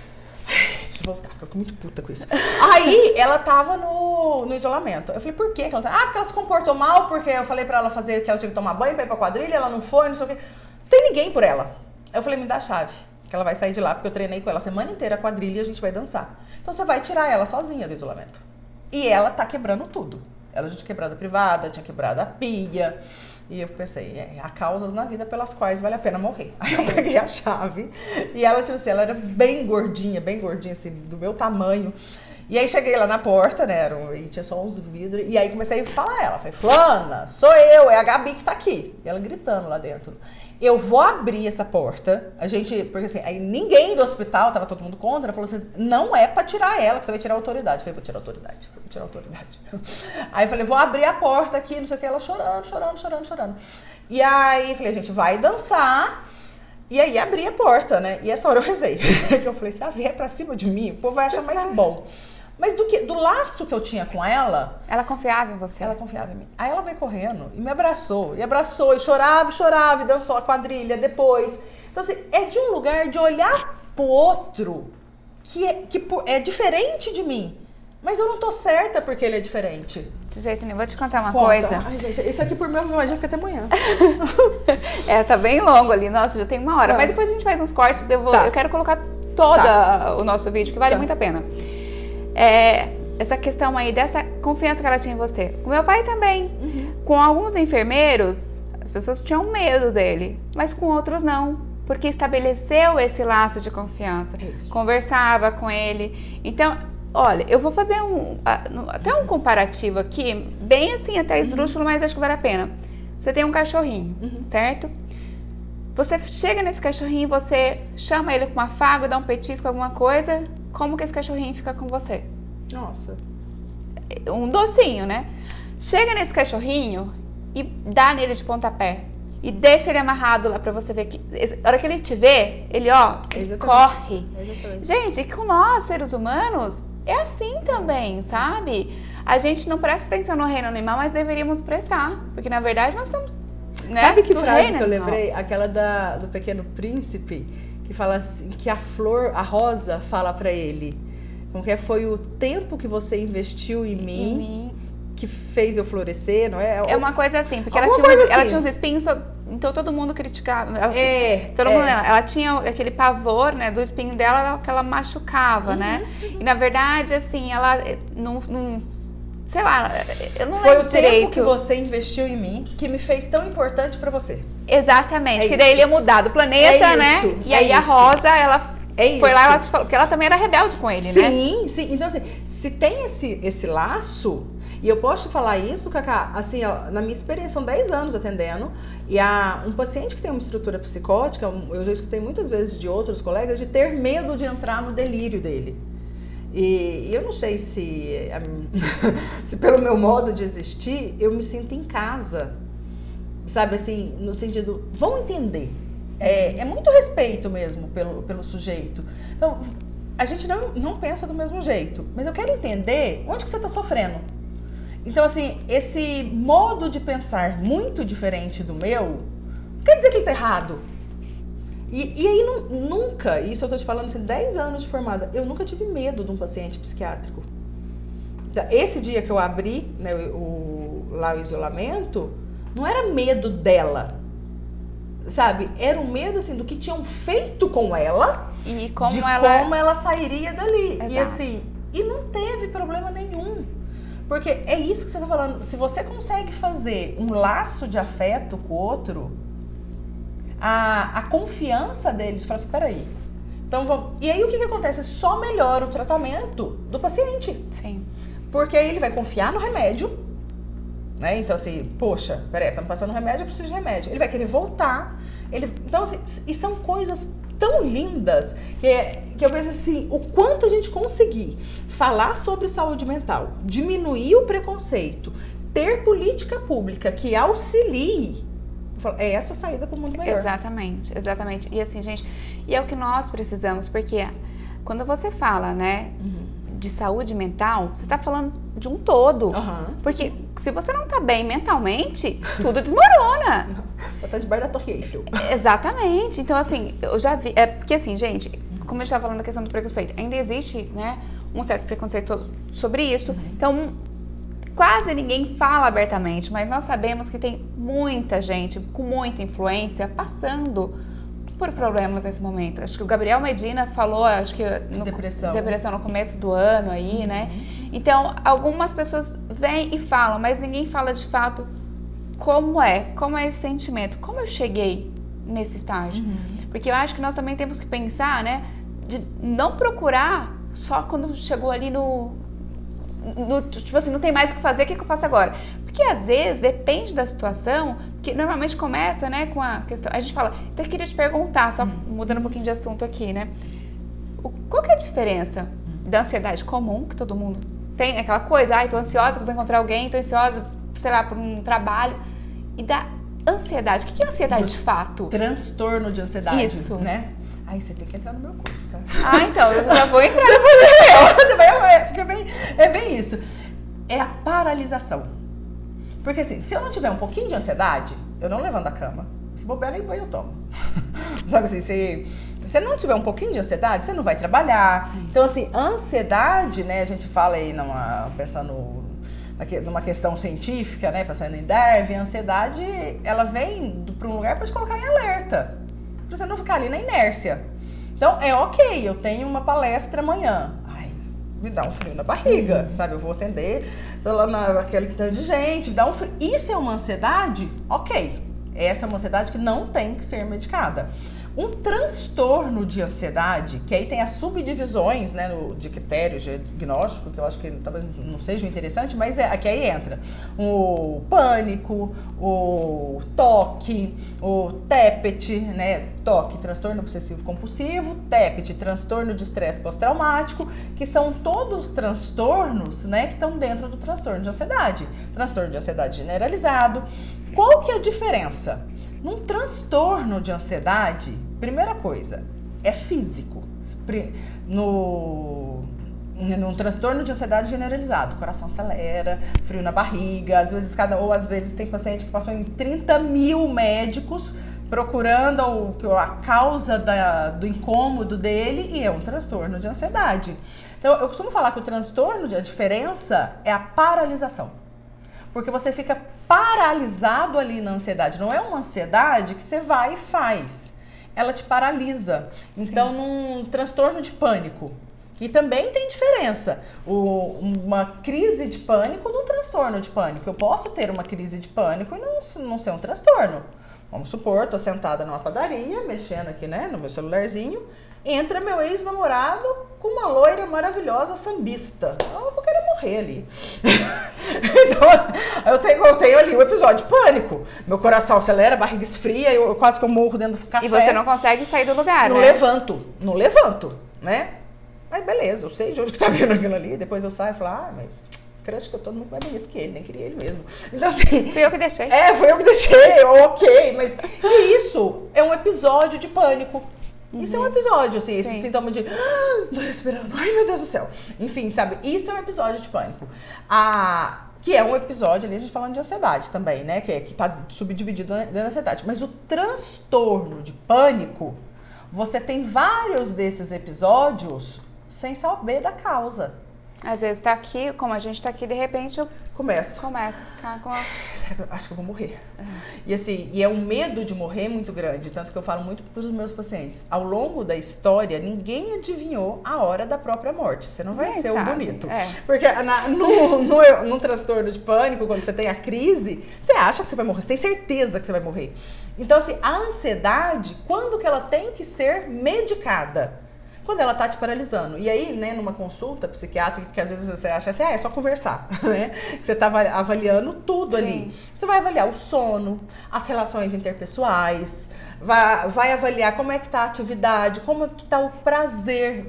Deixa eu voltar, porque eu fico muito puta com isso. Aí, ela tava no isolamento. Eu falei, por quê que ela tá? Porque ela se comportou mal, porque eu falei pra ela fazer que ela tinha que tomar banho pra ir pra quadrilha, ela não foi, não sei o quê. Não tem ninguém por ela. Eu falei, me dá a chave, que ela vai sair de lá, porque eu treinei com ela a semana inteira a quadrilha e a gente vai dançar. Então, você vai tirar ela sozinha do isolamento. E ela tá quebrando tudo. Ela já tinha quebrado a privada, tinha quebrado a pia. E eu pensei, há causas na vida pelas quais vale a pena morrer. Aí eu peguei a chave e ela, tipo assim, ela era bem gordinha, assim, do meu tamanho. E aí cheguei lá na porta, né, e tinha só uns vidros. E aí comecei a falar a ela, falei, fulana, sou eu, é a Gabi que tá aqui. E ela gritando lá dentro. Eu vou abrir essa porta, porque assim, aí ninguém do hospital, tava todo mundo contra, ela falou assim, não é pra tirar ela, que você vai tirar a autoridade. Eu falei, vou tirar a autoridade. Aí eu falei, vou abrir a porta aqui, não sei o que, ela chorando. E aí eu falei, a gente vai dançar, e aí abri a porta, né, e essa hora eu rezei. Eu falei, se ela vier pra cima de mim, o povo vai achar mais que bom. Mas do laço que eu tinha com ela... Ela confiava em você? Ela confiava em mim. Aí ela veio correndo e me abraçou. E chorava, e dançou a quadrilha depois. Então, assim, é de um lugar de olhar pro outro que é diferente de mim. Mas eu não tô certa porque ele é diferente. De jeito nenhum. Vou te contar uma coisa. Ai, gente, isso aqui por mim já fica até amanhã. Tá bem longo ali. Nossa, já tem 1 hora. Mas depois a gente faz uns cortes. Eu quero colocar o nosso vídeo, que vale muito a pena. Essa questão aí dessa confiança que ela tinha em você. O meu pai também. Com alguns enfermeiros, as pessoas tinham medo dele, mas com outros não, porque estabeleceu esse laço de confiança. Isso. Conversava com ele. Então, olha, eu vou fazer até um comparativo aqui, bem assim, até esdrúxulo, mas acho que vale a pena. Você tem um cachorrinho, certo? Você chega nesse cachorrinho, você chama ele com um afago, dá um petisco, alguma coisa. Como que esse cachorrinho fica com você? Nossa. Um docinho, né? Chega nesse cachorrinho e dá nele de pontapé. e deixa ele amarrado lá pra você ver que a hora que ele te vê, ele corre. Gente, e com nós, seres humanos, é assim também, sabe? A gente não presta atenção no reino animal, mas deveríamos prestar, porque na verdade nós estamos, né? Sabe que frase que eu lembrei? Aquela do Pequeno Príncipe, que fala assim, que a rosa fala pra ele, como que foi o tempo que você investiu em mim que fez eu florescer, não é? É uma coisa assim, porque ela tinha uns espinhos, então todo mundo criticava. Ela tinha aquele pavor, né, do espinho dela, que ela machucava, né? E na verdade, assim, ela não sei lá, eu não foi lembro o tempo direito. Que você investiu em mim que me fez tão importante pra você. Exatamente, que daí ele ia mudar do planeta, né? E aí a Rosa, ela foi lá, ela te falou, porque ela também era rebelde com ele, né? Sim. Então, assim, se tem esse laço, e eu posso te falar isso, Cacá, assim, ó, na minha experiência, são 10 anos atendendo, e um paciente que tem uma estrutura psicótica, eu já escutei muitas vezes de outros colegas, de ter medo de entrar no delírio dele. E eu não sei se pelo meu modo de existir, eu me sinto em casa, sabe, assim, no sentido, vão entender. É muito respeito mesmo pelo sujeito. Então, a gente não pensa do mesmo jeito, mas eu quero entender onde que você está sofrendo. Então, assim, esse modo de pensar muito diferente do meu, não quer dizer que ele está errado. E aí, nunca, isso eu tô te falando assim, 10 anos de formada, eu nunca tive medo de um paciente psiquiátrico. Esse dia que eu abri, né, lá o isolamento, não era medo dela, sabe? Era um medo, assim, do que tinham feito com ela e como ela sairia dali. Exato. E assim, não teve problema nenhum. Porque é isso que você tá falando. Se você consegue fazer um laço de afeto com o outro, a confiança deles, fala assim, peraí. Então vamos. E aí o que acontece? Só melhora o tratamento do paciente. Sim. Porque aí ele vai confiar no remédio, né? Então assim, poxa, peraí, estamos passando remédio, eu preciso de remédio. Ele vai querer voltar. Então assim, e são coisas tão lindas que eu penso assim, o quanto a gente conseguir falar sobre saúde mental, diminuir o preconceito, ter política pública que auxilie, é essa saída para o mundo melhor. Exatamente. E assim, gente, e é o que nós precisamos, porque quando você fala, né, de saúde mental, você está falando de um todo. Porque se você não está bem mentalmente, tudo desmorona. Tá debaixo da Torre Eiffel. Exatamente. Então, assim, eu já vi... porque assim, gente, como a gente estava falando da questão do preconceito, ainda existe, né, um certo preconceito sobre isso. Então, quase ninguém fala abertamente, mas nós sabemos que tem muita gente com muita influência passando por problemas nesse momento. Acho que o Gabriel Medina falou, acho que depressão no começo do ano aí, né? Então, algumas pessoas vêm e falam, mas ninguém fala de fato como é esse sentimento, como eu cheguei nesse estágio. Porque eu acho que nós também temos que pensar, né, de não procurar só quando chegou ali tipo assim, não tem mais o que fazer, o que eu faço agora? Porque às vezes, depende da situação, que normalmente começa, né, com a questão, a gente fala, então eu queria te perguntar, só mudando um pouquinho de assunto aqui, né, qual que é a diferença da ansiedade comum, que todo mundo tem, aquela coisa, tô ansiosa, vou encontrar alguém, tô ansiosa, sei lá, por um trabalho, e da ansiedade, o que é ansiedade de fato? Transtorno de ansiedade, isso, né? Aí você tem que entrar no meu curso, tá? Então, eu já vou entrar nesse Você vai, é bem isso. É a paralisação. Porque assim, se eu não tiver um pouquinho de ansiedade, eu não levanto da cama. Se bobear, nem banho eu tomo. Sabe assim, se você não tiver um pouquinho de ansiedade, você não vai trabalhar. Então assim, ansiedade, né, a gente fala aí pensando numa questão científica, né, pensando em Darwin, a ansiedade, ela vem para um lugar para te colocar em alerta. Pra você não ficar ali na inércia. Então, ok, eu tenho uma palestra amanhã. Me dá um frio na barriga, sabe? Eu vou atender, tô lá naquele tanto de gente, me dá um frio. Isso é uma ansiedade? Ok. Essa é uma ansiedade que não tem que ser medicada. Um transtorno de ansiedade, que aí tem as subdivisões, né, de critérios diagnósticos, que eu acho que talvez não seja interessante, mas aqui aí entra o pânico, o TOC, o TEPT, né, TOC, transtorno obsessivo compulsivo, TEPT, transtorno de estresse pós-traumático, que são todos transtornos, né, que estão dentro do transtorno de ansiedade generalizado. Qual que é a diferença? Num transtorno de ansiedade, primeira coisa, é físico. Num transtorno de ansiedade generalizado, o coração acelera, frio na barriga, às vezes tem paciente que passou em 30 mil médicos procurando a causa do incômodo dele, e é um transtorno de ansiedade. Então, eu costumo falar que o transtorno, a diferença é a paralisação. Porque você fica paralisado ali na ansiedade. Não é uma ansiedade que você vai e faz. Ela te paralisa. Então, num transtorno de pânico, que também tem diferença. Uma crise de pânico de um transtorno de pânico. Eu posso ter uma crise de pânico e não ser um transtorno. Vamos supor, tô sentada numa padaria, mexendo aqui, né, no meu celularzinho, entra meu ex-namorado com uma loira maravilhosa sambista. Eu vou querer morrer ali. Então, eu tenho ali um episódio de pânico. Meu coração acelera, a barriga esfria, eu quase que eu morro dentro do café. E você não consegue sair do lugar, não né? Não levanto, né? Mas beleza, eu sei de onde que tá vindo aquilo ali. Depois eu saio e falo, mas creio que eu tô muito mais bonito que ele, nem queria ele mesmo. Então, assim... Fui eu que deixei. Foi eu que deixei, ok. Mas isso é um episódio de pânico. Isso é um episódio, assim, esse sintoma de... tô respirando, ai meu Deus do céu. Enfim, sabe, isso é um episódio de pânico. Que é um episódio ali, a gente falando de ansiedade também, né? Que tá subdividido dentro da ansiedade. Mas o transtorno de pânico, você tem vários desses episódios sem saber da causa. Às vezes tá aqui, como a gente tá aqui, de repente eu começo a ficar com acho que eu vou morrer. E assim, é um medo de morrer muito grande, tanto que eu falo muito para os meus pacientes. Ao longo da história, ninguém adivinhou a hora da própria morte. Você não vai ser o bonito. Porque no transtorno de pânico, quando você tem a crise, você acha que você vai morrer, você tem certeza que você vai morrer. Então assim, a ansiedade, quando que ela tem que ser medicada? Quando ela tá te paralisando. E aí, né, numa consulta psiquiátrica, que às vezes você acha assim, é só conversar, né? Que você tá avaliando tudo ali. Você vai avaliar o sono, as relações interpessoais, vai avaliar como é que tá a atividade, como é que tá o prazer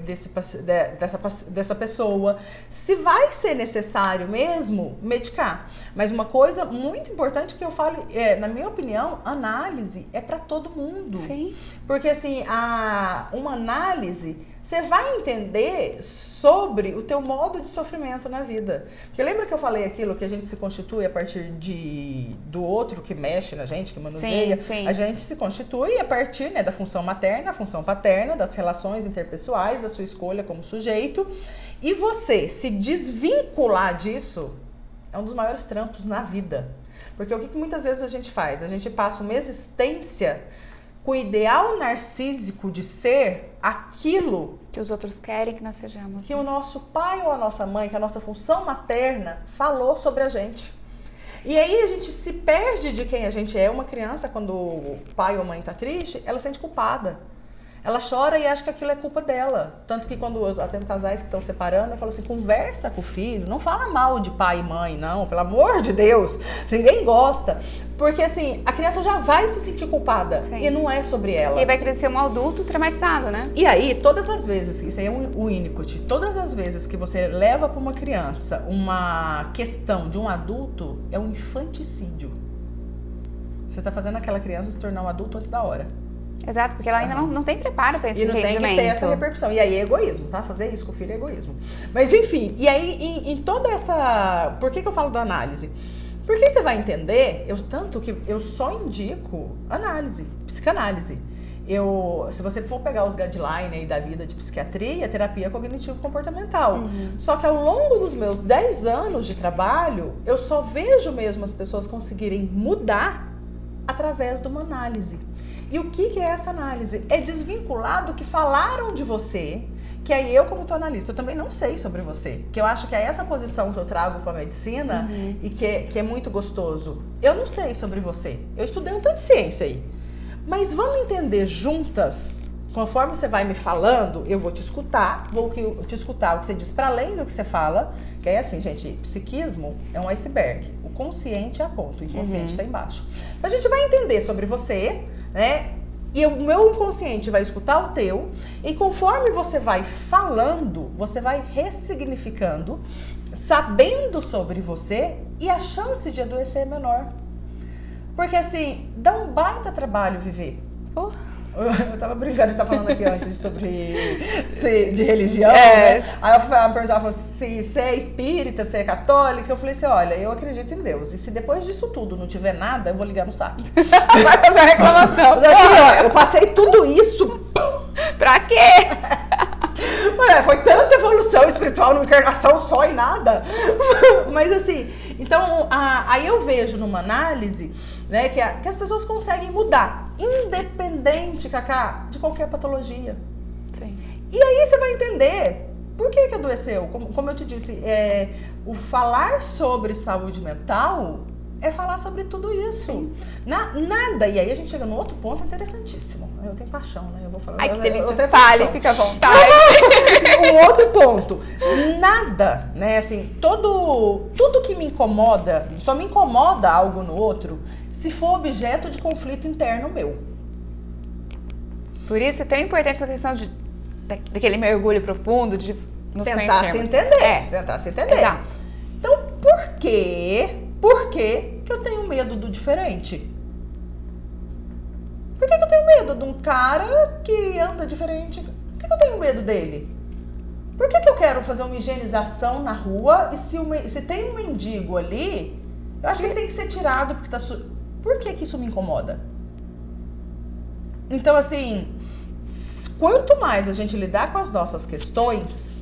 dessa pessoa, se vai ser necessário mesmo medicar. Mas uma coisa muito importante que eu falo, na minha opinião, análise é para todo mundo. Sim. Porque assim, uma análise, você vai entender sobre o teu modo de sofrimento na vida. Porque lembra que eu falei aquilo que a gente se constitui a partir do outro que mexe na gente, que manuseia? Sim. A gente se constitui a partir, né, da função materna, função paterna, das relações interpessoais, da sua escolha como sujeito. E você se desvincular disso é um dos maiores trampos na vida. Porque o que muitas vezes a gente faz? A gente passa uma existência com o ideal narcísico de ser aquilo que os outros querem que nós sejamos. Que o nosso pai ou a nossa mãe, que a nossa função materna falou sobre a gente. E aí a gente se perde de quem a gente é. Uma criança, quando o pai ou mãe tá triste, ela se sente culpada. Ela chora e acha que aquilo é culpa dela. Tanto que quando eu atendo casais que estão separando, eu falo assim, conversa com o filho, não fala mal de pai e mãe, não, pelo amor de Deus. Ninguém gosta. Porque assim, a criança já vai se sentir culpada. Sim. E não é sobre ela. E vai crescer um adulto traumatizado, né? E aí, todas as vezes, isso aí é um Winnicott, todas as vezes que você leva para uma criança uma questão de um adulto, é um infanticídio. Você tá fazendo aquela criança se tornar um adulto antes da hora. Exato, porque ela ainda não tem preparo para esse entendimento. E não tem que ter essa repercussão. E aí é egoísmo, tá? Fazer isso com o filho é egoísmo. Mas enfim, e aí em toda essa... Por que eu falo da análise? Porque você vai entender, tanto que eu só indico análise, psicanálise. Se você for pegar os guidelines aí da vida de psiquiatria, terapia cognitivo-comportamental. Só que ao longo dos meus 10 anos de trabalho, eu só vejo mesmo as pessoas conseguirem mudar através de uma análise. E o que é essa análise? É desvincular do que falaram de você, que aí eu, como tua analista, eu também não sei sobre você. Que eu acho que é essa posição que eu trago para a medicina e que é muito gostoso. Eu não sei sobre você. Eu estudei um tanto de ciência aí. Mas vamos entender juntas, conforme você vai me falando, eu vou te escutar, vou te escutar o que você diz para além do que você fala, que é assim, gente, psiquismo é um iceberg. O consciente é a ponta, o inconsciente está embaixo. Então a gente vai entender sobre você, né? E o meu inconsciente vai escutar o teu, e conforme você vai falando, você vai ressignificando, sabendo sobre você, e a chance de adoecer é menor. Porque assim, dá um baita trabalho viver. Eu tava brincando, eu tava falando aqui antes de religião, né? Aí ela perguntava se você é espírita, se é católica. Eu falei assim, olha, eu acredito em Deus. E se depois disso tudo não tiver nada, eu vou ligar no saque. Vai fazer a reclamação. Mas aqui, ó, eu passei tudo isso. Pra quê? Foi tanta evolução espiritual numa encarnação só e nada. Mas assim, então, aí eu vejo numa análise, né, que as pessoas conseguem mudar. Independente, Cacá, de qualquer patologia. Sim. E aí você vai entender por que adoeceu. Como eu te disse, o falar sobre saúde mental é falar sobre tudo isso. Nada. E aí a gente chega num outro ponto interessantíssimo. Eu tenho paixão, né? Eu vou falar. Ai, que delícia. Fale, fica à vontade. Um outro ponto. Nada, né? Assim, tudo que me incomoda, só me incomoda algo no outro se for objeto de conflito interno meu. Por isso é tão importante essa questão daquele mergulho profundo, de nos tentar se entender. Tentar se entender. Exato. Então, por que eu tenho medo do diferente? Por que eu tenho medo de um cara que anda diferente? Por que eu tenho medo dele? Por que eu quero fazer uma higienização na rua e se tem um mendigo ali, eu acho que ele tem que ser tirado porque tá Por que isso me incomoda? Então, assim, quanto mais a gente lidar com as nossas questões,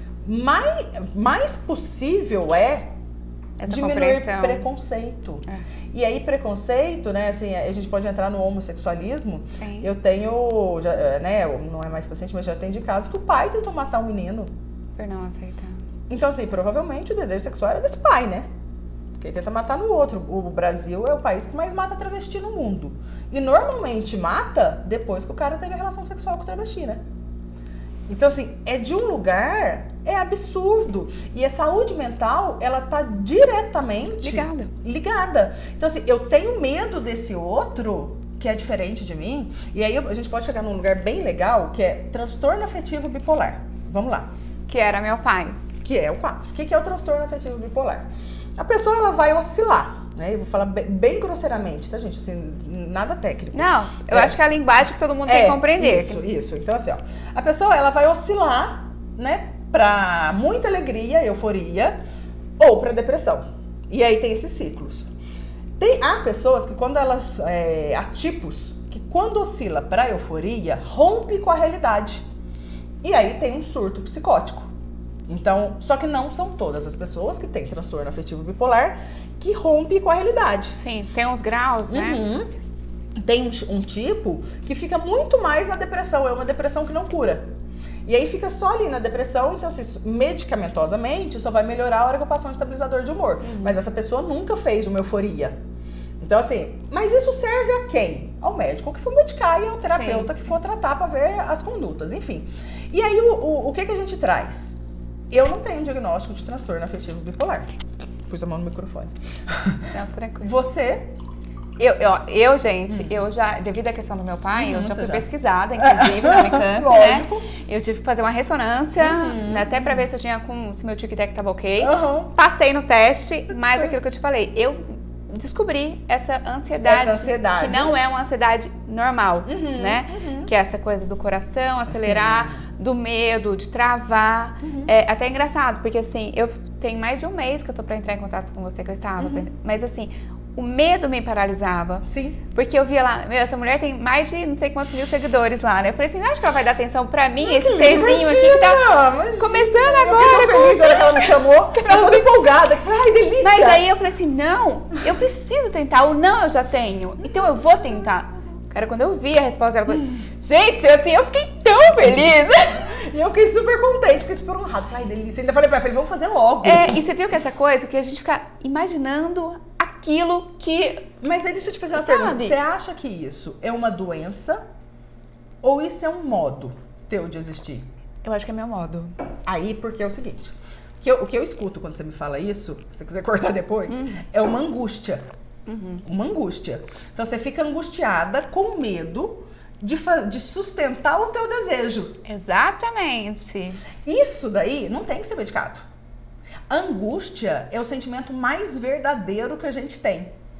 mais possível é essa diminuir preconceito. E aí, preconceito, né, assim, a gente pode entrar no homossexualismo. Sim. Eu tenho, né, não é mais paciente, mas já tem de casos que o pai tentou matar um menino. Por não aceitar. Então, assim, provavelmente o desejo sexual era desse pai, né? Porque ele tenta matar no outro. O Brasil é o país que mais mata travesti no mundo. E normalmente mata depois que o cara teve a relação sexual com o travesti, né? Então, assim, é de um lugar, é absurdo. E a saúde mental, ela tá diretamente ligada. Então, assim, eu tenho medo desse outro que é diferente de mim. E aí a gente pode chegar num lugar bem legal, que é transtorno afetivo bipolar. Vamos lá. Que era meu pai. Que é o 4. O que é o transtorno afetivo bipolar? A pessoa, ela vai oscilar, né? Eu vou falar bem grosseiramente, tá, gente? Assim, nada técnico. Não, eu acho que é a linguagem que todo mundo tem que compreender. Isso. Então, assim, ó, a pessoa, ela vai oscilar, né, pra muita alegria, euforia, ou pra depressão. E aí tem esses ciclos. Há pessoas que quando elas, há tipos, que quando oscila pra euforia, rompe com a realidade. E aí tem um surto psicótico. Então, só que não são todas as pessoas que têm transtorno afetivo bipolar que rompe com a realidade. Sim, tem uns graus, né? Uhum. Tem um tipo que fica muito mais na depressão, é uma depressão que não cura. E aí fica só ali na depressão, então assim, medicamentosamente só vai melhorar a hora que eu passar um estabilizador de humor. Mas essa pessoa nunca fez uma euforia. Então assim, mas isso serve a quem? Ao médico que for medicar e ao terapeuta que for tratar para ver as condutas, enfim. E aí o que a gente traz? Eu não tenho diagnóstico de transtorno afetivo bipolar. Pus a mão no microfone. Não, tranquilo. Você? Gente, eu já, devido à questão do meu pai, eu já fui pesquisada, inclusive, na Unicamp, né? Eu tive que fazer uma ressonância, até pra ver se meu tic-tac tava ok. Passei no teste, mas aquilo que eu te falei, eu descobri essa ansiedade. Que não é uma ansiedade normal, né? Que é essa coisa do coração acelerar, do medo, de travar. É até engraçado, porque assim, eu tenho mais de um mês que eu tô pra entrar em contato com você, que eu estava. Mas assim, o medo me paralisava. Sim. Porque eu via lá, essa mulher tem mais de não sei quantos mil seguidores lá, né? Eu falei assim, acho que ela vai dar atenção pra mim, esse serzinho aqui que tá começando agora. Eu fiquei tão feliz que ela me chamou. Eu tô empolgada. Eu falei, ai, delícia. Mas aí eu falei assim, não, eu preciso tentar. Ou não, eu já tenho. Então eu vou tentar. Cara, quando eu vi a resposta dela, gente, assim, eu fiquei tão feliz. E eu fiquei super contente, fiquei super honrada. Falei, ai, delícia. Ainda falei pra ela, vamos fazer logo. E você viu que essa coisa que a gente fica imaginando aquilo que... Mas aí deixa eu te fazer uma pergunta. Você acha que isso é uma doença ou isso é um modo teu de existir? Eu acho que é meu modo. Aí, porque é o seguinte, o que eu escuto quando você me fala isso, se você quiser cortar depois, é uma angústia. Uma angústia. Então você fica angustiada com medo de sustentar o teu desejo. Exatamente. Isso daí não tem que ser medicado. Angústia é o sentimento mais verdadeiro que a gente tem.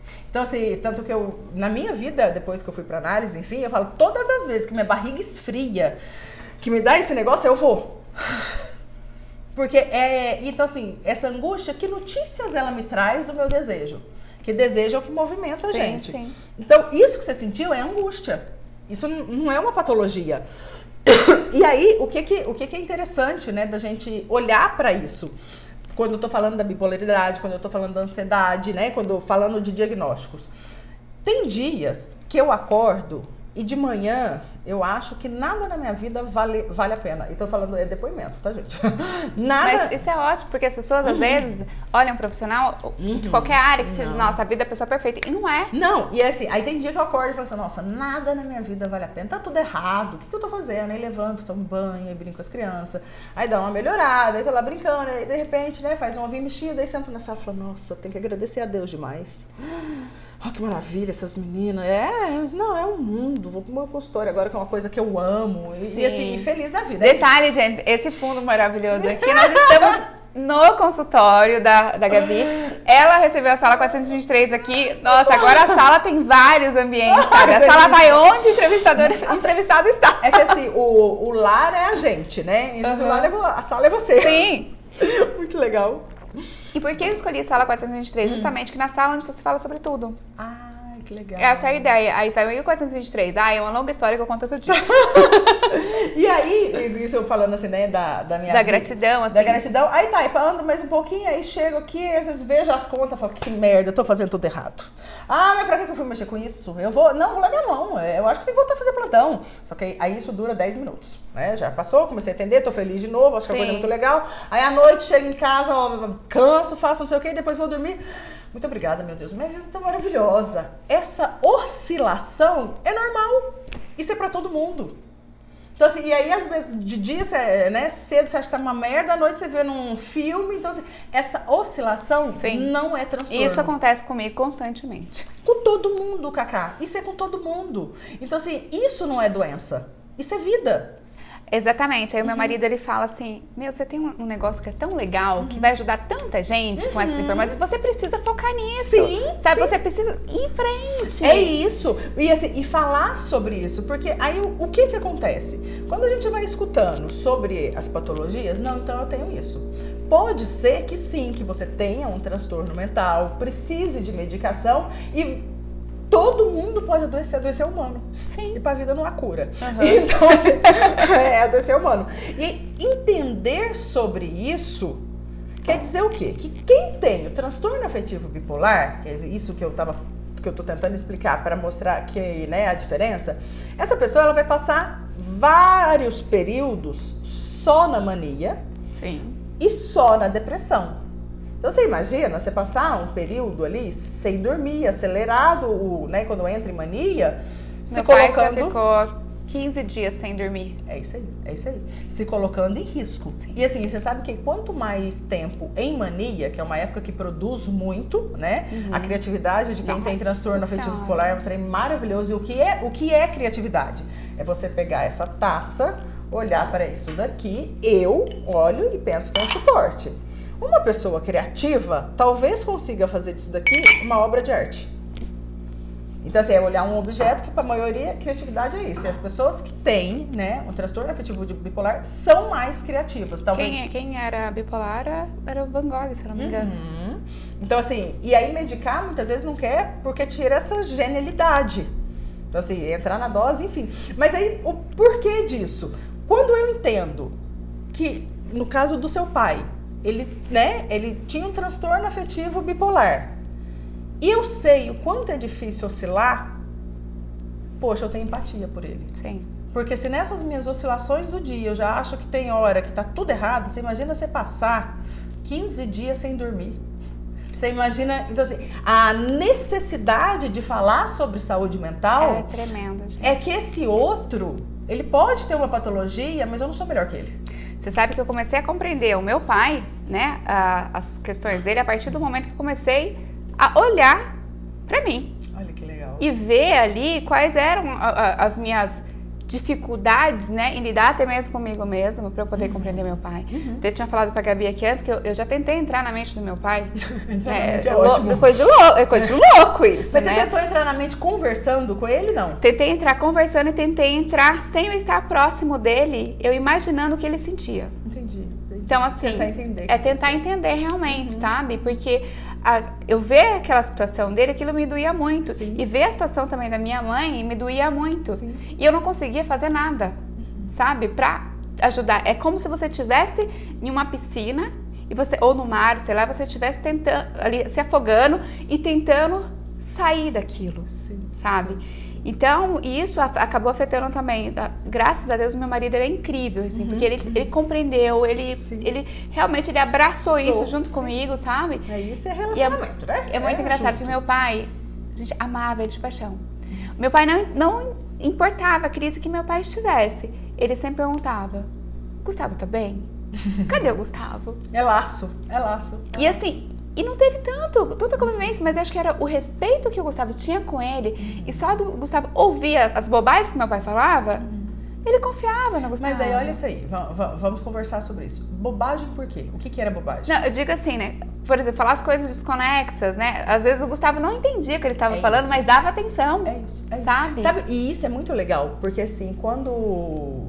Então, assim, tanto que eu, na minha vida, depois que eu fui pra análise, enfim, eu falo, todas as vezes que minha barriga esfria, que me dá esse negócio, eu vou. Porque então assim, essa angústia, que notícias ela me traz do meu desejo? Que desejo é o que movimenta a gente. Sim. Então, isso que você sentiu é angústia. Isso não é uma patologia. E aí, o que é interessante, né, da gente olhar para isso? Quando eu tô falando da bipolaridade, quando eu tô falando da ansiedade, né, quando eu falando de diagnósticos. Tem dias que eu acordo e de manhã eu acho que nada na minha vida vale a pena. E tô falando, é depoimento, tá, gente? Nada. Mas isso é ótimo, porque as pessoas, às vezes, olham um profissional de qualquer área que seja, nossa, a vida é a pessoa perfeita. E não é. Não, e é assim, aí tem dia que eu acordo e falo assim, nossa, nada na minha vida vale a pena. Tá tudo errado. O que eu tô fazendo? Aí levanto, tomo banho, aí brinco com as crianças. Aí dá uma melhorada, aí tô lá brincando. Aí, de repente, né, faz um ovinho mexido. Aí sento na sala e falo, nossa, tem que agradecer a Deus demais. Oh, que maravilha, essas meninas. Não, é um mundo. Vou pro meu consultório agora, que é uma coisa que eu amo. E assim, feliz da vida. Detalhe, gente, esse fundo maravilhoso aqui, nós estamos no consultório da Gabi. Ela recebeu a sala 423 aqui. Nossa, agora a sala tem vários ambientes, sabe? A sala vai onde o entrevistado está. É que assim, o lar é a gente, né? Então, o lar a sala é você. Sim. Muito legal. E por que eu escolhi sala 423? Justamente que na sala onde você se fala sobre tudo. Ai, que legal. Essa é a ideia. Aí saiu o 423. É uma longa história que eu conto outro dia. E aí, isso eu falando assim, né, da minha vida, gratidão, assim. Da gratidão. Aí tá, ando mais um pouquinho, aí chego aqui, às vezes vejo as contas e falo, que merda, eu tô fazendo tudo errado. Ah, mas pra que eu fui mexer com isso? Vou largar a mão. Eu acho que tem que voltar a fazer plantão. Só que aí isso dura 10 minutos. Né? Já passou, comecei a atender, tô feliz de novo, acho que é uma coisa muito legal. Aí à noite chego em casa, canso, faço não sei o que, e depois vou dormir. Muito obrigada, meu Deus, minha vida tá maravilhosa. Essa oscilação é normal. Isso é pra todo mundo. Então, assim, e aí, às vezes, de dia, né, cedo você acha que tá uma merda, à noite você vê num filme. Então, assim, essa oscilação não é transtorno. Isso acontece comigo constantemente. Com todo mundo, Cacá. Isso é com todo mundo. Então, assim, isso não é doença. Isso é vida. Exatamente. Aí o meu marido, ele fala assim, você tem um negócio que é tão legal, que vai ajudar tanta gente com essas informações, você precisa focar nisso. Sim, sabe? Você precisa ir em frente. É isso. E, assim, e falar sobre isso. Porque aí o que acontece? Quando a gente vai escutando sobre as patologias, não, então eu tenho isso. Pode ser que sim, que você tenha um transtorno mental, precise de medicação e todo mundo pode adoecer humano. Sim. E pra vida não há cura. Então, assim, adoecer humano. E entender sobre isso quer dizer o quê? Que quem tem o transtorno afetivo bipolar, que é isso que eu tô tentando explicar para mostrar que, né, a diferença, essa pessoa ela vai passar vários períodos só na mania. Sim. E só na depressão. Então, você imagina, você passar um período ali sem dormir, acelerado, né, quando entra em mania, Meu pai já ficou 15 dias sem dormir. É isso aí. Se colocando em risco. Sim. E assim, você sabe que quanto mais tempo em mania, que é uma época que produz muito, né? A criatividade de quem tem transtorno afetivo bipolar é um trem maravilhoso. E o que é criatividade? É você pegar essa taça, olhar para isso daqui, eu olho e penso que é um suporte. Uma pessoa criativa talvez consiga fazer disso daqui uma obra de arte. Então, assim, é olhar um objeto que, para a maioria, criatividade é isso. E as pessoas que têm, né, um transtorno afetivo bipolar são mais criativas. Talvez... Quem era bipolar era o Van Gogh, se não me engano. Então, assim, e aí medicar muitas vezes não quer porque tira essa genialidade. Então, assim, entrar na dose, enfim. Mas aí, o porquê disso? Quando eu entendo que, no caso do seu pai, ele tinha um transtorno afetivo bipolar. E eu sei o quanto é difícil oscilar, poxa, eu tenho empatia por ele. Sim. Porque se nessas minhas oscilações do dia eu já acho que tem hora que tá tudo errado, você imagina você passar 15 dias sem dormir. Você imagina, então assim, a necessidade de falar sobre saúde mental é tremenda, gente. É que esse outro, ele pode ter uma patologia, mas eu não sou melhor que ele. Você sabe que eu comecei a compreender o meu pai, né, as questões dele a partir do momento que eu comecei a olhar pra mim. Olha que legal. E ver ali quais eram as minhas dificuldades, né, em lidar até mesmo comigo mesma, pra eu poder compreender meu pai. Eu tinha falado pra Gabi aqui antes que eu já tentei entrar na mente do meu pai. Entrar na mente é ótimo. É coisa de louco isso, Mas né? você tentou entrar na mente conversando com ele, não? Tentei entrar conversando e tentei entrar sem eu estar próximo dele, eu imaginando o que ele sentia. Entendi. Então, assim, tentar entender. É tentar entender realmente, sabe? Porque eu ver aquela situação dele, aquilo me doía muito. Sim. E ver a situação também da minha mãe me doía muito. Sim. E eu não conseguia fazer nada, sabe? Pra ajudar. É como se você estivesse em uma piscina, e você, ou no mar, sei lá, você estivesse tentando, ali, se afogando e tentando sair daquilo, sabe? Sim. Então, isso acabou afetando também. Graças a Deus, meu marido ele é incrível, assim, porque ele compreendeu, ele realmente ele abraçou isso junto comigo, sabe? Isso é relacionamento, né? É muito engraçado, porque meu pai, a gente amava ele de paixão. Meu pai não importava a crise que meu pai estivesse. Ele sempre perguntava, Gustavo tá bem? Cadê o Gustavo? É laço. E assim... E não teve tanta convivência, mas acho que era o respeito que o Gustavo tinha com ele. E só do Gustavo ouvia as bobagens que meu pai falava, ele confiava no Gustavo. Mas aí, olha isso aí, vamos conversar sobre isso. Bobagem por quê? O que era bobagem? Não, eu digo assim, né? Por exemplo, falar as coisas desconexas, né? Às vezes o Gustavo não entendia o que ele estava falando, mas dava atenção. É isso. Sabe? E isso é muito legal, porque assim, quando...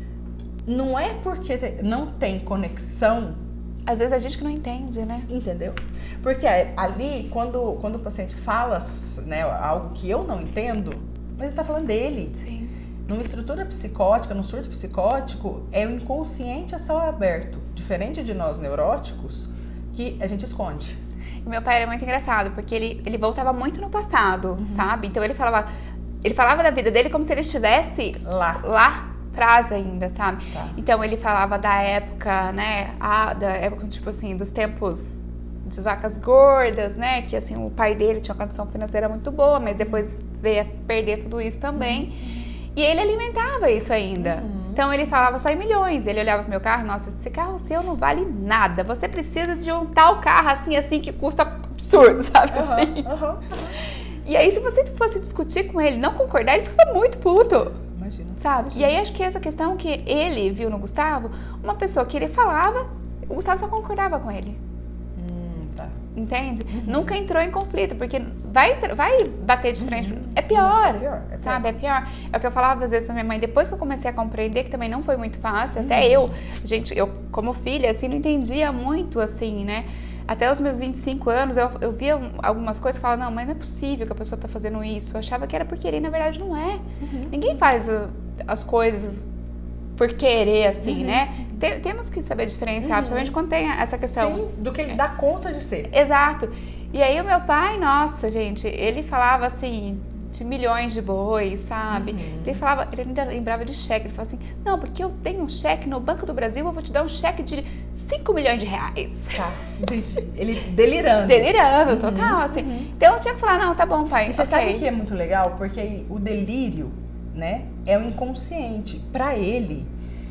Não é porque não tem conexão... Às vezes a gente que não entende, né? Entendeu? Porque ali, quando o paciente fala, né, algo que eu não entendo, mas ele tá falando dele. Sim. Numa estrutura psicótica, num surto psicótico, é o inconsciente a céu aberto. Diferente de nós neuróticos, que a gente esconde. E meu pai era muito engraçado, porque ele voltava muito no passado, sabe? Então ele falava da vida dele como se ele estivesse lá atrás ainda, sabe? Tá. Então ele falava da época, né? Da época, tipo assim, dos tempos de vacas gordas, né? Que assim, o pai dele tinha uma condição financeira muito boa, mas depois veio a perder tudo isso também. E ele alimentava isso ainda. Então ele falava só em milhões. Ele olhava pro meu carro, nossa, esse carro seu não vale nada. Você precisa de um tal carro assim que custa absurdo, sabe? E aí, se você fosse discutir com ele, não concordar, ele ficava muito puto. Imagina. Sabe? E aí acho que essa questão que ele viu no Gustavo, uma pessoa que ele falava, o Gustavo só concordava com ele. Tá. Entende? Nunca entrou em conflito, porque vai bater de frente. É pior, sabe? É pior. É o que eu falava às vezes pra minha mãe, depois que eu comecei a compreender, que também não foi muito fácil, até eu como filha, assim, não entendia muito, assim, né? Até os meus 25 anos, eu via algumas coisas e falava, não, mas não é possível que a pessoa tá fazendo isso. Eu achava que era por querer, na verdade não é. Ninguém faz as coisas por querer, assim, né? Temos que saber diferenciar, principalmente quando tem essa questão. Sim, do que ele dá conta de ser. Exato. E aí o meu pai, nossa, gente, ele falava assim... de milhões de bois, sabe? Ele ainda lembrava de cheque. Ele falava assim, não, porque eu tenho um cheque no Banco do Brasil, eu vou te dar um cheque de 5 milhões de reais. Tá, entendi. Ele delirando. Delirando, total, assim. Então eu tinha que falar, não, tá bom, pai. E você sabe que é muito legal? Porque o delírio, né, é o inconsciente. Pra ele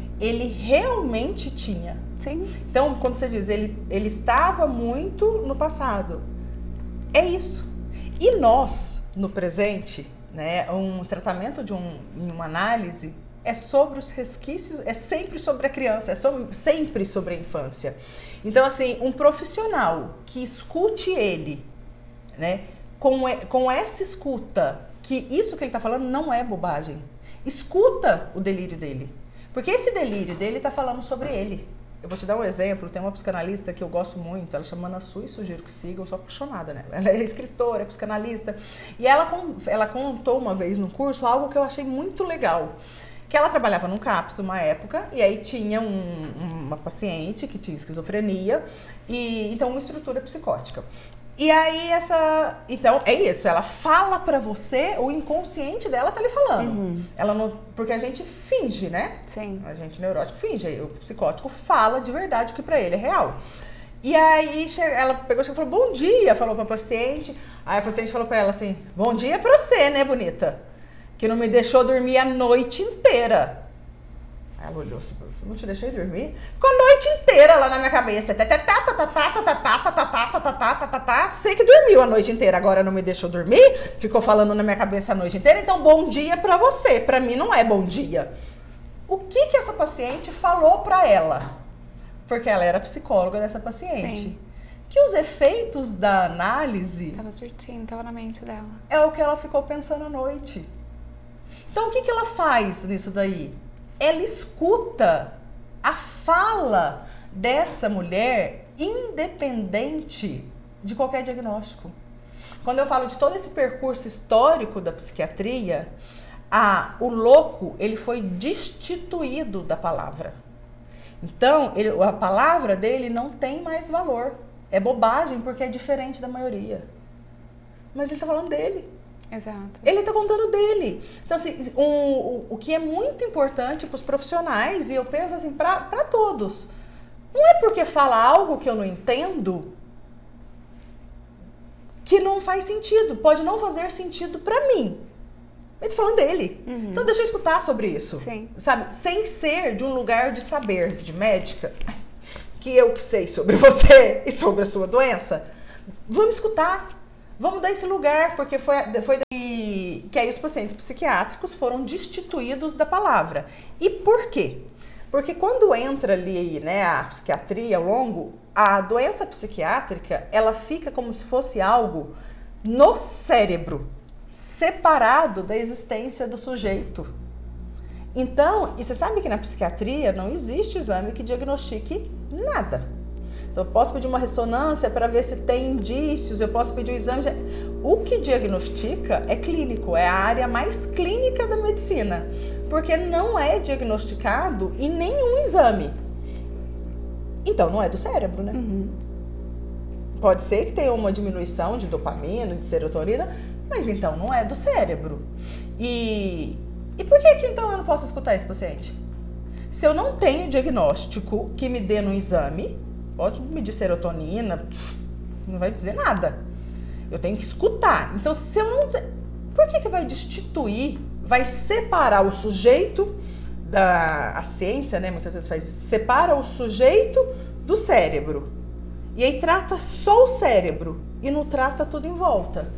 realmente tinha. Sim. Então, quando você diz, ele estava muito no passado. É isso. E nós, no presente, né, um tratamento em uma análise é sobre os resquícios, é sempre sobre a criança, sempre sobre a infância. Então, assim, um profissional que escute ele, né, com essa escuta, que isso que ele está falando não é bobagem. Escuta o delírio dele. Porque esse delírio dele está falando sobre ele. Eu vou te dar um exemplo, tem uma psicanalista que eu gosto muito, ela chama Ana Sui, sugiro que sigam, eu sou apaixonada nela. Ela é escritora, é psicanalista, e ela contou uma vez no curso algo que eu achei muito legal, que ela trabalhava num CAPS uma época, e aí tinha uma paciente que tinha esquizofrenia, e então uma estrutura psicótica. E aí então é isso, ela fala pra você, o inconsciente dela tá lhe falando. Ela não, porque a gente finge, né? Sim. A gente neurótico finge, o psicótico fala de verdade o que pra ele é real. E aí ela pegou e falou, bom dia, falou pra paciente. Aí a paciente falou pra ela assim, bom dia pra você, né, bonita? Que não me deixou dormir a noite inteira. Aí ela olhou assim, não te deixei dormir? Ficou a noite inteira lá na minha cabeça. Sei que dormiu a noite inteira, agora não me deixou dormir. Ficou falando na minha cabeça a noite inteira. Então, bom dia pra você. Pra mim não é bom dia. O que essa paciente falou pra ela? Porque ela era psicóloga dessa paciente. Sim. Que os efeitos da análise... Tava surtindo, tava na mente dela. É o que ela ficou pensando à noite. Então, o que ela faz nisso daí? Ela escuta a fala dessa mulher independente de qualquer diagnóstico. Quando eu falo de todo esse percurso histórico da psiquiatria, o louco, ele foi destituído da palavra. Então, a palavra dele não tem mais valor. É bobagem porque é diferente da maioria. Mas ele está falando dele. Exato. Ele está contando dele. Então, assim, o que é muito importante para os profissionais, e eu penso assim, para todos, não é porque fala algo que eu não entendo que não faz sentido. Pode não fazer sentido para mim. Ele está falando dele. Uhum. Então, deixa eu escutar sobre isso. Sim. Sabe? Sem ser de um lugar de saber, de médica, que eu que sei sobre você e sobre a sua doença. Vamos escutar. Vamos dar esse lugar, porque foi daí que aí os pacientes psiquiátricos foram destituídos da palavra. E por quê? Porque quando entra ali, né, a psiquiatria ao longo, a doença psiquiátrica, ela fica como se fosse algo no cérebro, separado da existência do sujeito. Então, e você sabe que na psiquiatria não existe exame que diagnostique nada. Então, eu posso pedir uma ressonância para ver se tem indícios, eu posso pedir um exame. O que diagnostica é clínico, é a área mais clínica da medicina, porque não é diagnosticado em nenhum exame. Então, não é do cérebro, né? Uhum. Pode ser que tenha uma diminuição de dopamina, de serotonina, mas então não é do cérebro. E por que então eu não posso escutar esse paciente? Se eu não tenho diagnóstico que me dê no exame, pode medir serotonina, não vai dizer nada. Eu tenho que escutar. Então, se eu não... Por que vai destituir, vai separar o sujeito a ciência, né, muitas vezes separa o sujeito do cérebro. E aí trata só o cérebro e não trata tudo em volta.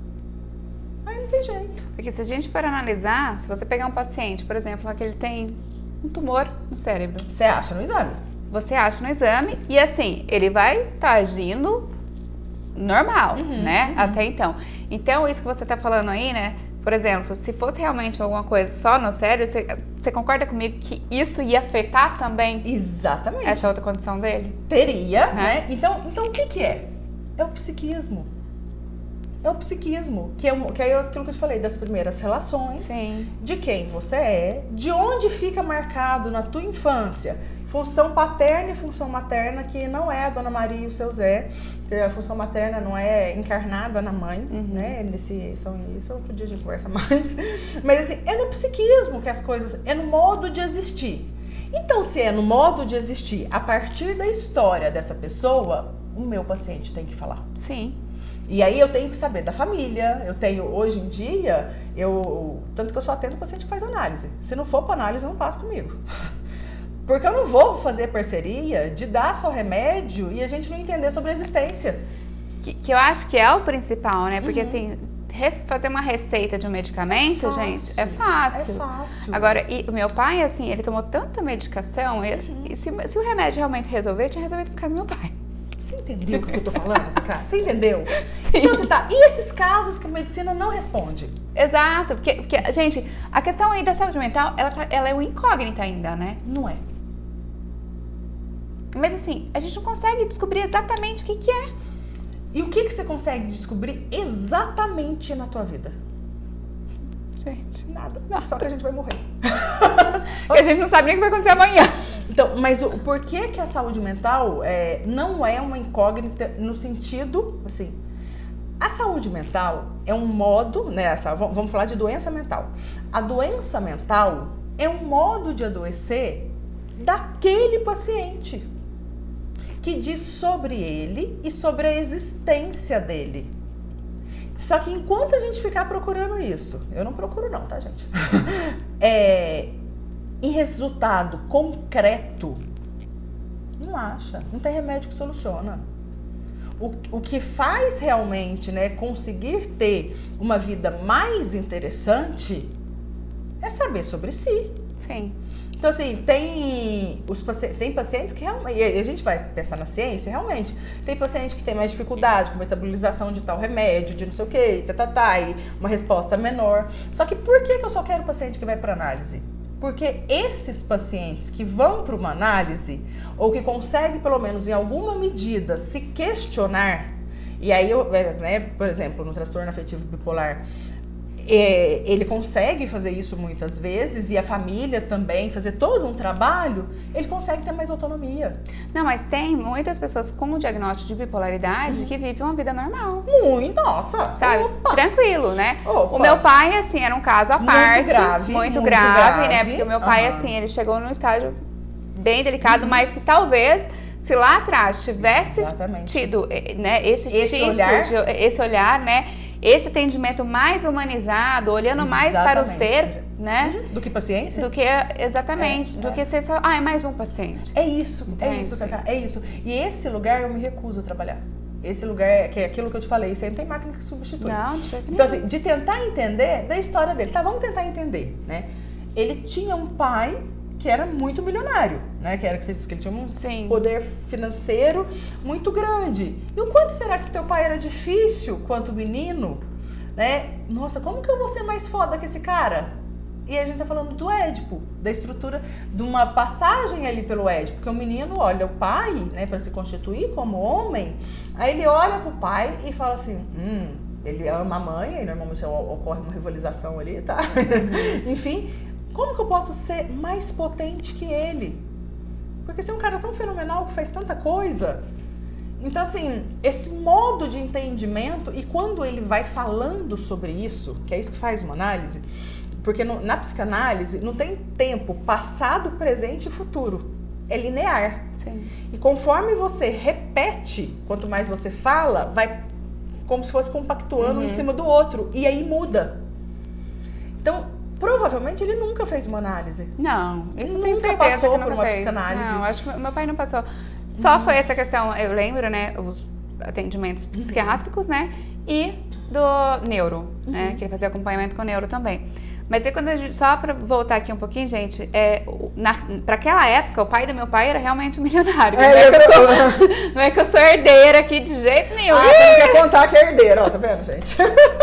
Aí não tem jeito. Porque se a gente for analisar, se você pegar um paciente, por exemplo, que ele tem um tumor no cérebro. Você acha no exame? Você acha no exame e assim, ele vai estar agindo normal, né? Até então. Então, isso que você está falando aí, né? Por exemplo, se fosse realmente alguma coisa só no cérebro, você concorda comigo que isso ia afetar também? Exatamente. Essa outra condição dele? Teria, né? Então o que é? É o psiquismo. É o psiquismo, que é aquilo que eu te falei, das primeiras relações, Sim. De quem você é, de onde fica marcado na tua infância, função paterna e função materna, que não é a Dona Maria e o seu Zé, porque a função materna não é encarnada na mãe, né? Isso outro dia a gente conversa mais. Mas assim, é no psiquismo que as coisas, é no modo de existir. Então, se é no modo de existir, a partir da história dessa pessoa, o meu paciente tem que falar. Sim. E aí eu tenho que saber da família, hoje em dia, tanto que eu só atendo o paciente que faz análise. Se não for para análise, não passa comigo. Porque eu não vou fazer parceria de dar só remédio e a gente não entender sobre a existência. Que eu acho que é o principal, né? Porque assim, fazer uma receita de um medicamento, gente, é fácil. É fácil. Agora, o meu pai, assim, ele tomou tanta medicação, e se o remédio realmente resolver, tinha resolvido por causa do meu pai. Você entendeu o que eu tô falando, cara? Você entendeu? Sim. Então, e esses casos que a medicina não responde? Exato, porque gente, a questão aí da saúde mental, ela é uma incógnita ainda, né? Não é. Mas assim, a gente não consegue descobrir exatamente o que é. E o que você consegue descobrir exatamente na tua vida? Gente, nada. Só que a gente vai morrer. Porque a gente não sabe nem o que vai acontecer amanhã. Então, mas por que a saúde mental não é uma incógnita no sentido, assim, a saúde mental é um modo, né, vamos falar de doença mental. A doença mental é um modo de adoecer daquele paciente que diz sobre ele e sobre a existência dele. Só que enquanto a gente ficar procurando isso, eu não procuro não, tá, gente? em resultado concreto, não acha. Não tem remédio que soluciona. O que faz realmente, né, conseguir ter uma vida mais interessante é saber sobre si. Sim. Então, assim, tem pacientes que realmente, e a gente vai pensar na ciência, realmente, tem paciente que tem mais dificuldade com metabolização de tal remédio, de não sei o quê, e uma resposta menor. Só que por que eu só quero paciente que vai para análise? Porque esses pacientes que vão para uma análise, ou que conseguem, pelo menos em alguma medida, se questionar, e aí, né, por exemplo, no transtorno afetivo bipolar, ele consegue fazer isso muitas vezes, e a família também, fazer todo um trabalho, ele consegue ter mais autonomia. Não, mas tem muitas pessoas com o diagnóstico de bipolaridade que vivem uma vida normal. Muito, nossa! Sabe? Opa. Tranquilo, né? Opa. O meu pai, assim, era um caso à parte. Muito grave, né? Porque o meu pai, assim, ele chegou num estágio bem delicado, mas que talvez, se lá atrás tivesse tido, né, esse olhar, né? Esse atendimento mais humanizado, olhando mais para o ser, né? Do que paciência? Do que, exatamente, do que ser só, é mais um paciente. É isso, Cacá, é isso. E esse lugar eu me recuso a trabalhar. Esse lugar, que é aquilo que eu te falei, isso aí não tem máquina que substitui. Não, então, assim, de tentar entender da história dele. Tá, vamos tentar entender, né? Ele tinha um pai que era muito milionário, né? Que era que você disse que ele tinha um poder financeiro muito grande. E o quanto será que teu pai era difícil quanto menino, né? Nossa, como que eu vou ser mais foda que esse cara? E a gente tá falando do Édipo, da estrutura, de uma passagem ali pelo Édipo, porque o menino olha o pai, né, para se constituir como homem, aí ele olha pro pai e fala assim, ele ama a mãe, aí normalmente ocorre uma rivalização ali, tá? Enfim, como que eu posso ser mais potente que ele? Porque se é um cara tão fenomenal que faz tanta coisa. Então, assim, esse modo de entendimento, e quando ele vai falando sobre isso, que é isso que faz uma análise, porque na psicanálise não tem tempo passado, presente e futuro. É linear. Sim. E conforme você repete, quanto mais você fala, vai como se fosse compactuando em cima do outro. E aí muda. Então, provavelmente ele nunca fez uma análise. Não, isso nunca tem certeza passou que por nunca uma fez. psicanálise. Não, acho que meu pai não passou. Só foi essa questão, eu lembro, né, os atendimentos psiquiátricos, né, e do neuro, né, que ele fazia acompanhamento com o neuro também. Mas aí quando a gente, só pra voltar aqui um pouquinho, gente, pra aquela época, o pai do meu pai era realmente um milionário. Não é que eu sou herdeira aqui de jeito nenhum. Ah, você não quer contar que é herdeira, ó, tá vendo, gente?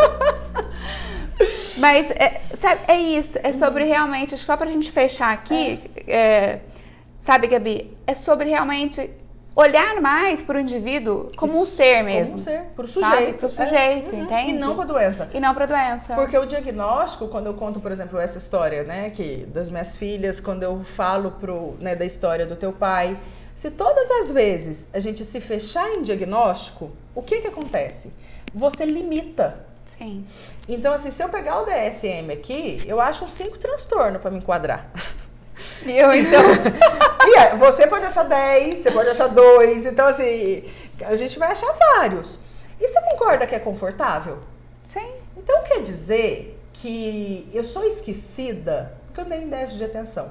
Mas, sabe, é isso, é sobre realmente, só pra gente fechar aqui, sabe, Gabi, é sobre realmente olhar mais para o indivíduo como um ser mesmo. Como um ser, para o sujeito. Para o sujeito, entende? E não para a doença. E não para a doença. Porque o diagnóstico, quando eu conto, por exemplo, essa história, né, que das minhas filhas, quando eu falo né, da história do teu pai, se todas as vezes a gente se fechar em diagnóstico, o que acontece? Você limita. Sim. Então, assim, se eu pegar o DSM aqui, eu acho uns 5 transtornos para me enquadrar. Então. Você pode achar 10, você pode achar 2. Então, assim, a gente vai achar vários. E você concorda que é confortável? Sim. Então, quer dizer que eu sou esquecida porque eu tenho déficit de atenção.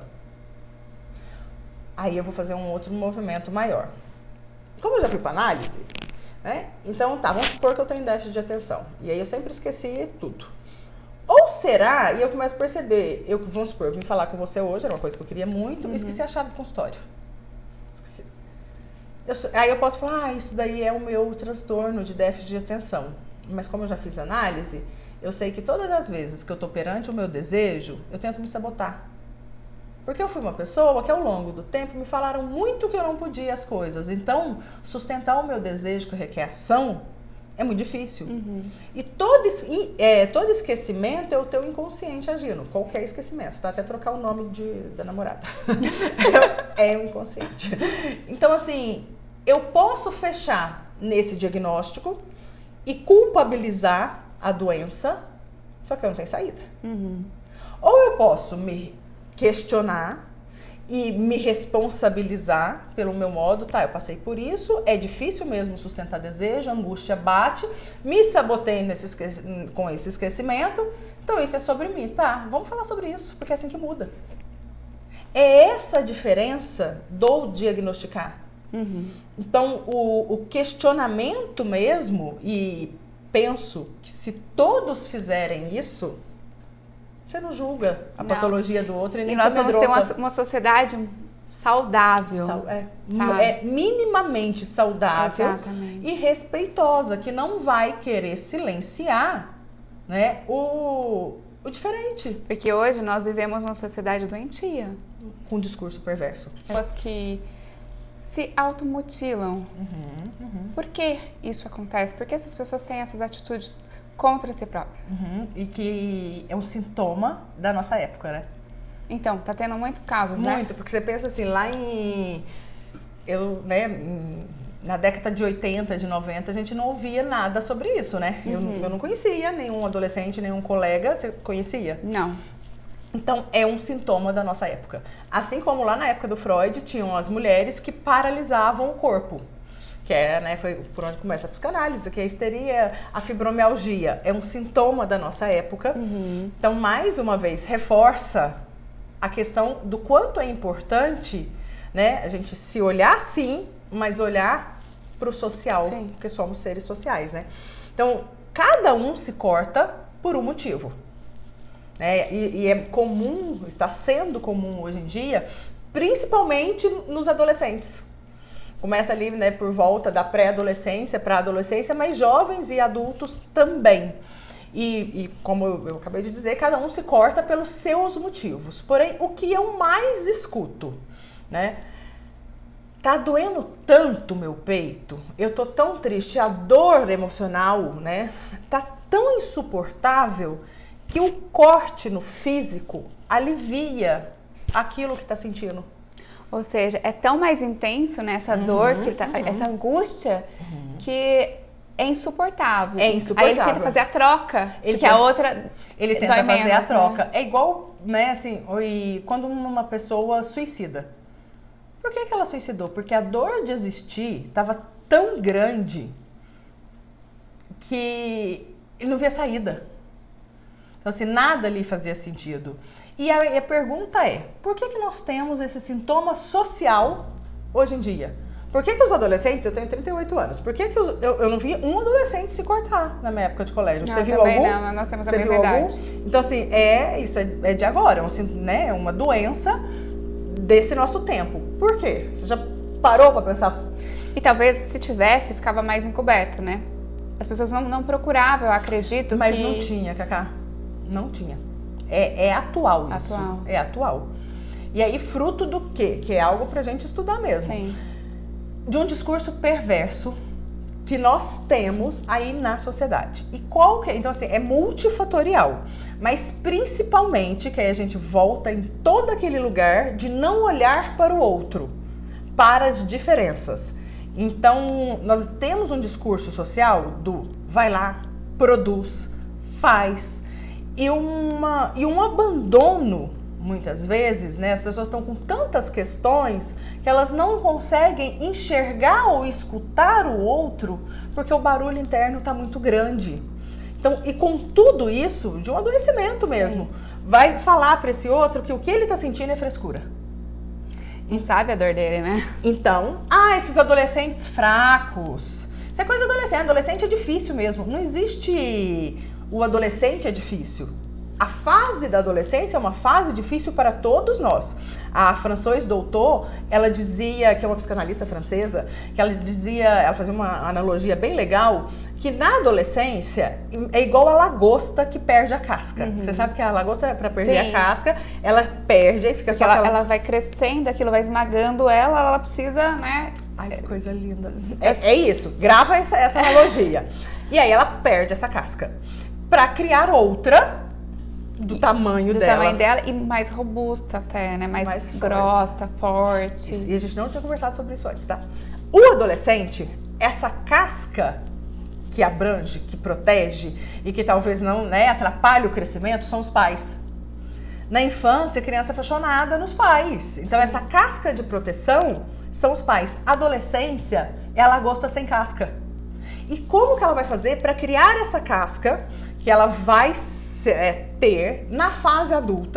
Aí eu vou fazer um outro movimento maior. Como eu já fui para análise, né? Então, tá, vamos supor que eu tenho déficit de atenção. E aí eu sempre esqueci tudo. Ou será, e eu começo a perceber, vamos supor, eu vim falar com você hoje, era uma coisa que eu queria muito, e esqueci a chave do consultório. Esqueci. Aí eu posso falar, isso daí é o meu transtorno de déficit de atenção. Mas como eu já fiz análise, eu sei que todas as vezes que eu tô perante o meu desejo, eu tento me sabotar. Porque eu fui uma pessoa que ao longo do tempo me falaram muito que eu não podia as coisas. Então, sustentar o meu desejo que requer ação é muito difícil. E todo esquecimento é o teu inconsciente agindo. Qualquer esquecimento, tá? Até trocar o nome da namorada. É o inconsciente. Então, assim, eu posso fechar nesse diagnóstico e culpabilizar a doença, só que eu não tenho saída. Ou eu posso me questionar e me responsabilizar pelo meu modo, tá, eu passei por isso, é difícil mesmo sustentar desejo, a angústia bate, me sabotei com esse esquecimento, então isso é sobre mim, tá, vamos falar sobre isso, porque é assim que muda. é essa a diferença do diagnosticar. Então, o questionamento mesmo, e penso que se todos fizerem isso, você não julga a patologia do outro e nem te amedronta. E nós vamos ter uma sociedade saudável. Minimamente saudável. Exatamente. E respeitosa, que não vai querer silenciar, né, o diferente. Porque hoje nós vivemos uma sociedade doentia. Com discurso perverso. Pessoas que se automutilam. Por que isso acontece? Por que essas pessoas têm essas atitudes contra si próprias? E que é um sintoma da nossa época, né? Então, tá tendo muitos casos, né? Muito, porque você pensa assim, lá na década de 80, de 90, a gente não ouvia nada sobre isso, né? Eu não conhecia nenhum adolescente, nenhum colega. Você conhecia? Não. Então, é um sintoma da nossa época. Assim como lá na época do Freud, tinham as mulheres que paralisavam o corpo. Que é, né, foi por onde começa a psicanálise, que é a histeria, a fibromialgia. É um sintoma da nossa época. Então, mais uma vez, reforça a questão do quanto é importante, né, a gente se olhar sim, mas olhar para o social, porque somos seres sociais, né? Então, cada um se corta por um motivo. E é comum, está sendo comum hoje em dia, principalmente nos adolescentes. Começa ali, né, por volta da pré-adolescência para a adolescência, mas jovens e adultos também. E como eu acabei de dizer, cada um se corta pelos seus motivos. Porém, o que eu mais escuto, né? Tá doendo tanto meu peito, eu tô tão triste, a dor emocional, né? Tá tão insuportável que o corte no físico alivia aquilo que tá sentindo. Ou seja, é tão mais intenso, né, essa dor, essa angústia, que é insuportável. É insuportável. Aí ele tenta fazer a troca, porque a outra ele tenta fazer a troca. Né? É igual, né, assim, quando uma pessoa suicida. Por que ela suicidou? Porque a dor de existir estava tão grande que ele não via saída. Então, assim, nada ali fazia sentido. E a pergunta é, por que nós temos esse sintoma social hoje em dia? Por que os adolescentes, eu tenho 38 anos, por que eu não vi um adolescente se cortar na minha época de colégio? Você viu algum? Não, nós temos a mesma idade. Então, assim, isso é de agora, né, uma doença desse nosso tempo. Por quê? Você já parou para pensar? E talvez, se tivesse, ficava mais encoberto, né? As pessoas não procuravam, eu acredito. Mas não tinha, Cacá. Não tinha. É atual isso. É atual. E aí, fruto do quê? Que é algo pra gente estudar mesmo. Sim. De um discurso perverso que nós temos aí na sociedade. E qual que é? Então, assim, é multifatorial. Mas principalmente, que aí a gente volta em todo aquele lugar de não olhar para o outro, para as diferenças. Então, nós temos um discurso social do vai lá, produz, faz, e um abandono, muitas vezes, né? As pessoas estão com tantas questões que elas não conseguem enxergar ou escutar o outro porque o barulho interno está muito grande. Então, e com tudo isso, de um adoecimento mesmo, vai falar para esse outro que o que ele está sentindo é frescura. Não sabe a dor dele, né? Então, esses adolescentes fracos. Isso é coisa de adolescente. Adolescente é difícil mesmo. Não existe o adolescente é difícil. A fase da adolescência é uma fase difícil para todos nós. A Françoise Doutor, ela dizia, que é uma psicanalista francesa, que ela fazia uma analogia bem legal, que na adolescência é igual a lagosta que perde a casca. Você sabe que a lagosta, para perder a casca, ela perde e fica só ela vai crescendo, aquilo vai esmagando ela precisa, né? Ai, que coisa linda. É isso, grava essa analogia. E aí ela perde essa casca para criar outra do tamanho dela e mais robusta até, né? Mais grossa, forte. Isso. E a gente não tinha conversado sobre isso antes, tá? O adolescente, essa casca que abrange, que protege e que talvez não, né, atrapalhe o crescimento, são os pais. Na infância, a criança é apaixonada nos pais. Então, essa casca de proteção são os pais. A adolescência é a lagosta sem casca. E como que ela vai fazer para criar essa casca que ela vai ter na fase adulta,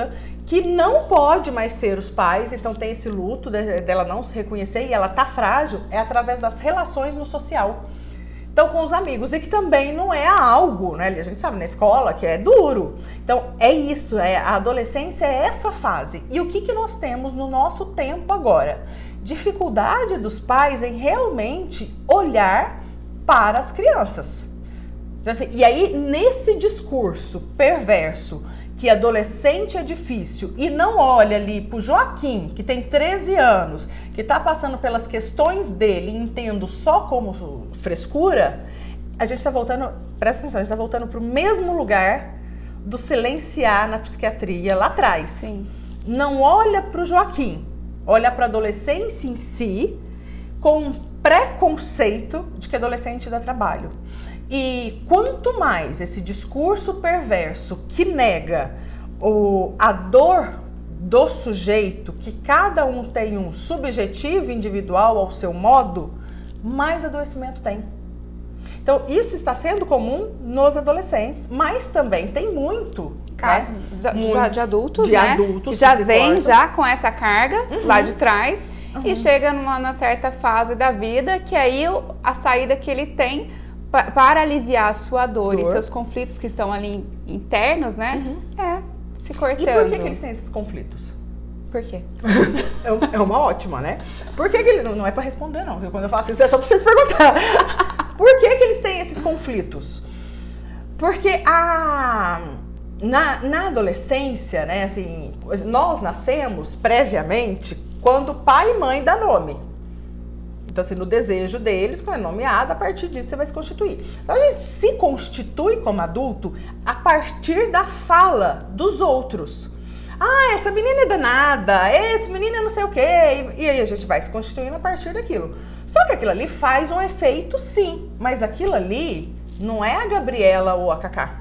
que não pode mais ser os pais, então tem esse luto dela não se reconhecer e ela tá frágil, é através das relações no social. Então, com os amigos, e que também não é algo, né? A gente sabe na escola que é duro. Então, é isso, a adolescência é essa fase. E o que nós temos no nosso tempo agora? Dificuldade dos pais em realmente olhar para as crianças. Então, assim, e aí, nesse discurso perverso, que adolescente é difícil, e não olha ali pro Joaquim, que tem 13 anos, que tá passando pelas questões dele, entendo só como frescura, a gente tá voltando, presta atenção, a gente tá voltando pro mesmo lugar do silenciar na psiquiatria lá atrás. Sim. Não olha pro Joaquim, olha pra adolescência em si, com um preconceito de que adolescente dá trabalho. E quanto mais esse discurso perverso que nega a dor do sujeito, que cada um tem um subjetivo individual ao seu modo, mais adoecimento tem. Então, isso está sendo comum nos adolescentes, mas também tem muito casos, né? de adultos, de né? adultos que já vem já com essa carga lá de trás e chega numa certa fase da vida que aí a saída que ele tem para aliviar a sua dor e seus conflitos que estão ali internos, né? Se cortando. E por que eles têm esses conflitos? Por quê? É uma ótima, né? Por que eles... Não é pra responder, não, viu? Quando eu faço isso, é só pra vocês perguntar. Por que eles têm esses conflitos? Porque na adolescência, né, assim, nós nascemos previamente quando pai e mãe dão nome. Então, assim, no desejo deles, quando é nomeado, a partir disso você vai se constituir. Então, a gente se constitui como adulto a partir da fala dos outros. Ah, essa menina é danada, esse menino é não sei o quê. E aí a gente vai se constituindo a partir daquilo. Só que aquilo ali faz um efeito, sim. Mas aquilo ali não é a Gabriela ou a Cacá.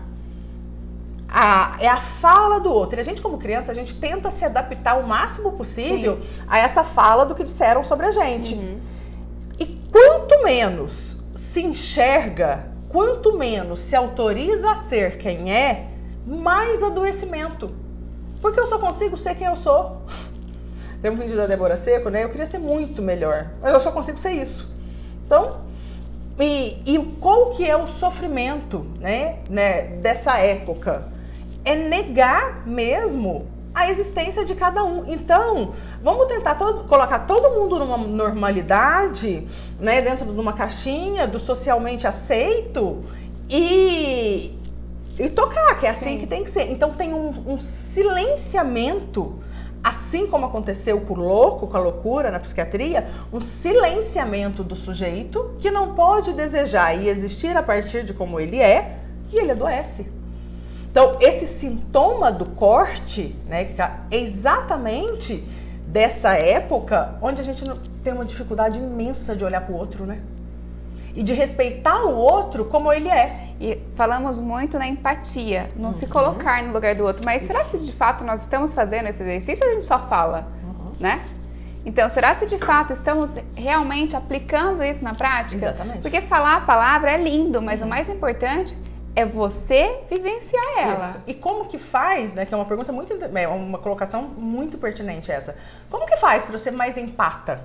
É a fala do outro. E a gente, como criança, a gente tenta se adaptar o máximo possível a essa fala do que disseram sobre a gente. E quanto menos se enxerga, quanto menos se autoriza a ser quem é, mais adoecimento. Porque eu só consigo ser quem eu sou. Tem um vídeo da Débora Seco, né? Eu queria ser muito melhor, mas eu só consigo ser isso. Então, e qual que é o sofrimento, né, dessa época? É negar mesmo a existência de cada um. Então, vamos tentar colocar todo mundo numa normalidade, né, dentro de uma caixinha do socialmente aceito e tocar, que é assim que tem que ser. Então tem um silenciamento, assim como aconteceu com o louco, com a loucura na psiquiatria, um silenciamento do sujeito que não pode desejar e existir a partir de como ele é, e ele adoece. Então, esse sintoma do corte, né, é exatamente dessa época onde a gente tem uma dificuldade imensa de olhar para o outro, né? E de respeitar o outro como ele é. E falamos muito na empatia, não se colocar no lugar do outro. Mas será se de fato nós estamos fazendo esse exercício ou a gente só fala, né? Então, será se de fato estamos realmente aplicando isso na prática? Exatamente. Porque falar a palavra é lindo, mas o mais importante é você vivenciar ela. Isso. E como que faz, né? Que é uma pergunta muito, uma colocação muito pertinente essa. Como que faz para eu ser mais empata?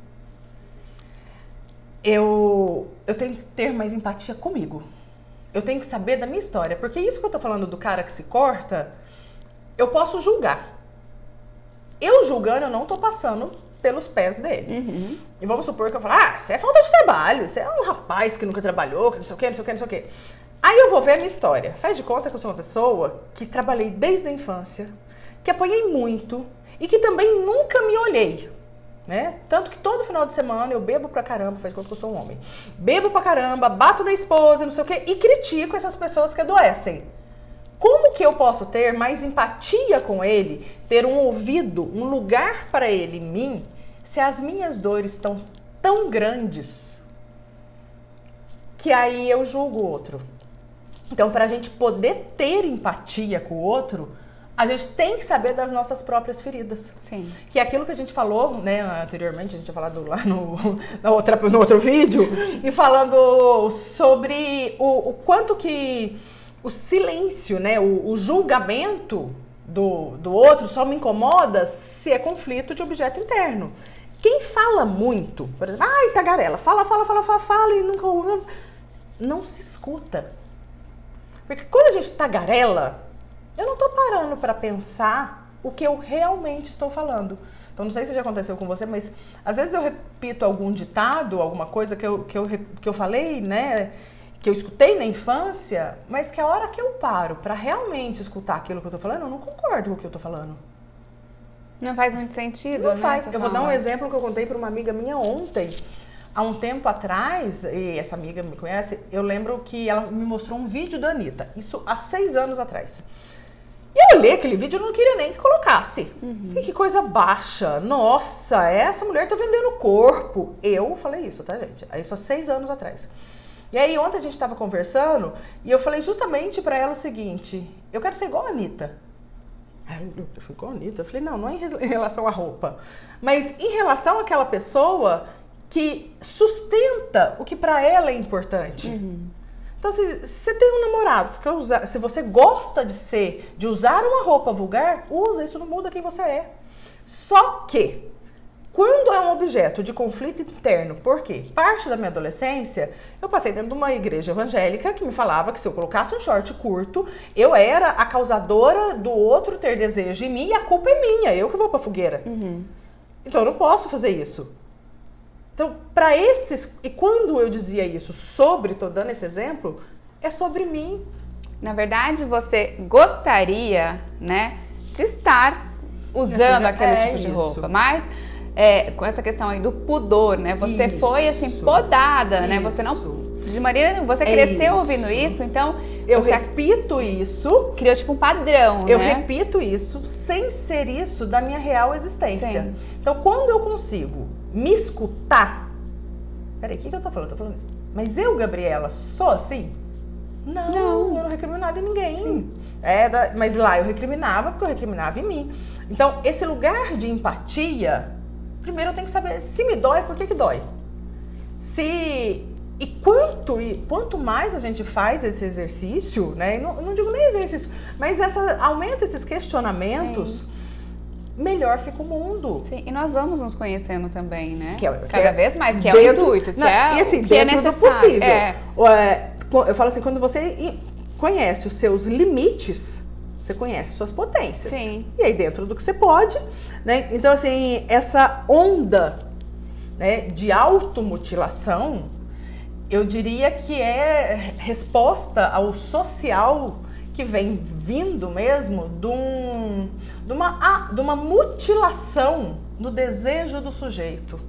Eu tenho que ter mais empatia comigo. Eu tenho que saber da minha história. Porque isso que eu tô falando do cara que se corta, eu posso julgar. Eu julgando, eu não tô passando pelos pés dele. E vamos supor que eu falo, isso é falta de trabalho, isso é um rapaz que nunca trabalhou, que não sei o quê, não sei o quê, não sei o quê. Aí eu vou ver a minha história. Faz de conta que eu sou uma pessoa que trabalhei desde a infância, que apanhei muito e que também nunca me olhei, né? Tanto que todo final de semana eu bebo pra caramba, faz de conta que eu sou um homem. Bebo pra caramba, bato na esposa, não sei o quê, e critico essas pessoas que adoecem. Como que eu posso ter mais empatia com ele, ter um ouvido, um lugar para ele em mim, se as minhas dores estão tão grandes que aí eu julgo o outro? Então, para a gente poder ter empatia com o outro, a gente tem que saber das nossas próprias feridas. Sim. Que é aquilo que a gente falou, né, anteriormente, a gente tinha falado lá no outro vídeo, e falando sobre o quanto que o silêncio, né, o julgamento do outro só me incomoda se é conflito de objeto interno. Quem fala muito, por exemplo, tagarela, fala e nunca... Não se escuta. Porque quando a gente tagarela, eu não tô parando para pensar o que eu realmente estou falando. Então, não sei se já aconteceu com você, mas às vezes eu repito algum ditado, alguma coisa que eu falei, né? Que eu escutei na infância, mas que a hora que eu paro para realmente escutar aquilo que eu tô falando, eu não concordo com o que eu tô falando. Não faz muito sentido, não né? faz. Eu vou dar um exemplo que eu contei para uma amiga minha ontem. Há um tempo atrás, e essa amiga me conhece, eu lembro que ela me mostrou um vídeo da Anitta. Isso há 6 anos atrás. E eu olhei aquele vídeo e não queria nem que colocasse. Que coisa baixa. Nossa, essa mulher tá vendendo corpo. Eu falei isso, tá, gente? Isso há 6 anos atrás. E aí ontem a gente tava conversando e eu falei justamente pra ela o seguinte: eu quero ser igual a Anitta. Eu fui igual a Anitta. Eu falei, não é em relação à roupa, mas em relação àquela pessoa que sustenta o que pra ela é importante. Então, se você tem um namorado, se você gosta de usar uma roupa vulgar, usa, isso não muda quem você é. Só que, quando é um objeto de conflito interno, por quê? Parte da minha adolescência, eu passei dentro de uma igreja evangélica que me falava que se eu colocasse um short curto, eu era a causadora do outro ter desejo em mim e a culpa é minha, eu que vou pra fogueira. Então, eu não posso fazer isso. Então, para esses... E quando eu dizia isso sobre... Tô dando esse exemplo, é sobre mim. Na verdade, você gostaria, né, de estar usando aquele tipo de roupa. Mas, com essa questão aí do pudor, né? Você foi, assim, podada, né? Você não... De maneira nenhuma. Você cresceu ouvindo isso, então... Eu repito isso... Criou, tipo, um padrão, eu né? repito isso sem ser isso da minha real existência. Sim. Então, quando eu consigo me escutar... Peraí, o que eu tô falando? Eu tô falando isso. Mas eu, Gabriela, sou assim? Não, eu não recrimino nada em ninguém. Mas lá eu recriminava porque eu recriminava em mim. Então, esse lugar de empatia, primeiro eu tenho que saber se me dói, por que dói? E quanto mais a gente faz esse exercício, né? Não digo nem exercício, mas aumenta esses questionamentos, melhor fica o mundo. Sim, e nós vamos nos conhecendo também, né? Cada vez mais, que é o intuito, que é dentro do possível. Eu falo assim, quando você conhece os seus limites, você conhece suas potências. Sim. E aí dentro do que você pode, né? Então, assim, essa onda, né, de automutilação, eu diria que é resposta ao social que vem vindo mesmo de uma mutilação no desejo do sujeito,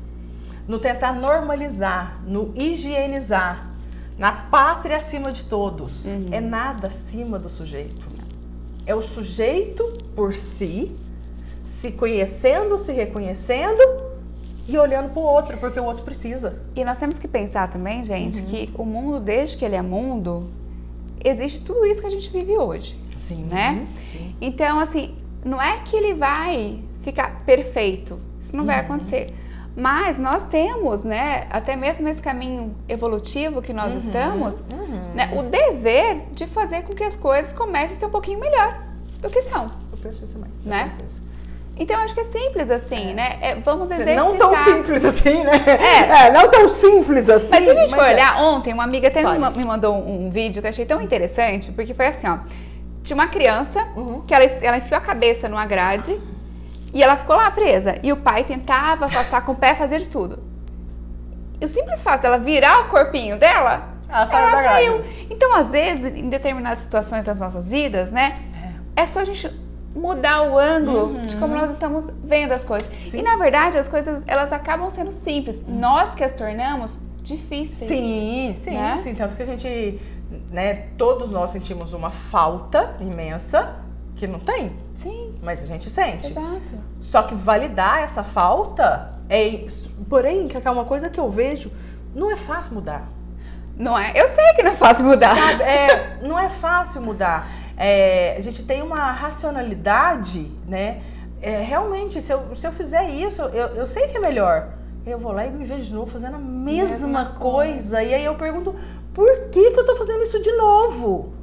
no tentar normalizar, no higienizar, na pátria acima de todos. É nada acima do sujeito. É o sujeito por si, se conhecendo, se reconhecendo e olhando para o outro, porque o outro precisa. E nós temos que pensar também, gente, que o mundo, desde que ele é mundo, existe tudo isso que a gente vive hoje. Sim. Né? Sim. Então, assim, não é que ele vai ficar perfeito. Isso não vai acontecer. Mas nós temos, né, até mesmo nesse caminho evolutivo que nós estamos, né, o dever de fazer com que as coisas comecem a ser um pouquinho melhor do que são. Eu penso isso também. Né? Então, acho que é simples assim, né? Vamos exercitar... Não tão simples assim, né? Não tão simples assim. Mas se a gente for olhar, ontem uma amiga até me mandou um vídeo que eu achei tão interessante, porque foi assim, ó. Tinha uma criança que ela enfiou a cabeça numa grade e ela ficou lá presa. E o pai tentava afastar com o pé, fazer de tudo. E o simples fato dela virar o corpinho dela, ela saiu. Então, às vezes, em determinadas situações das nossas vidas, né? É só a gente mudar o ângulo de como nós estamos vendo as coisas. Sim. E, na verdade, as coisas, elas acabam sendo simples. Nós que as tornamos difíceis. Sim, né? Sim. Tanto que a gente, né, todos nós sentimos uma falta imensa que não tem. Sim. Mas a gente sente. Exato. Só que validar essa falta porém, que é uma coisa que eu vejo, não é fácil mudar. Não é? Eu sei que não é fácil mudar. Sabe? Não é fácil mudar. A gente tem uma racionalidade, né? Realmente, se eu fizer isso, eu sei que é melhor. Eu vou lá e me vejo de novo fazendo a mesma coisa. E aí eu pergunto, por que eu tô fazendo isso de novo?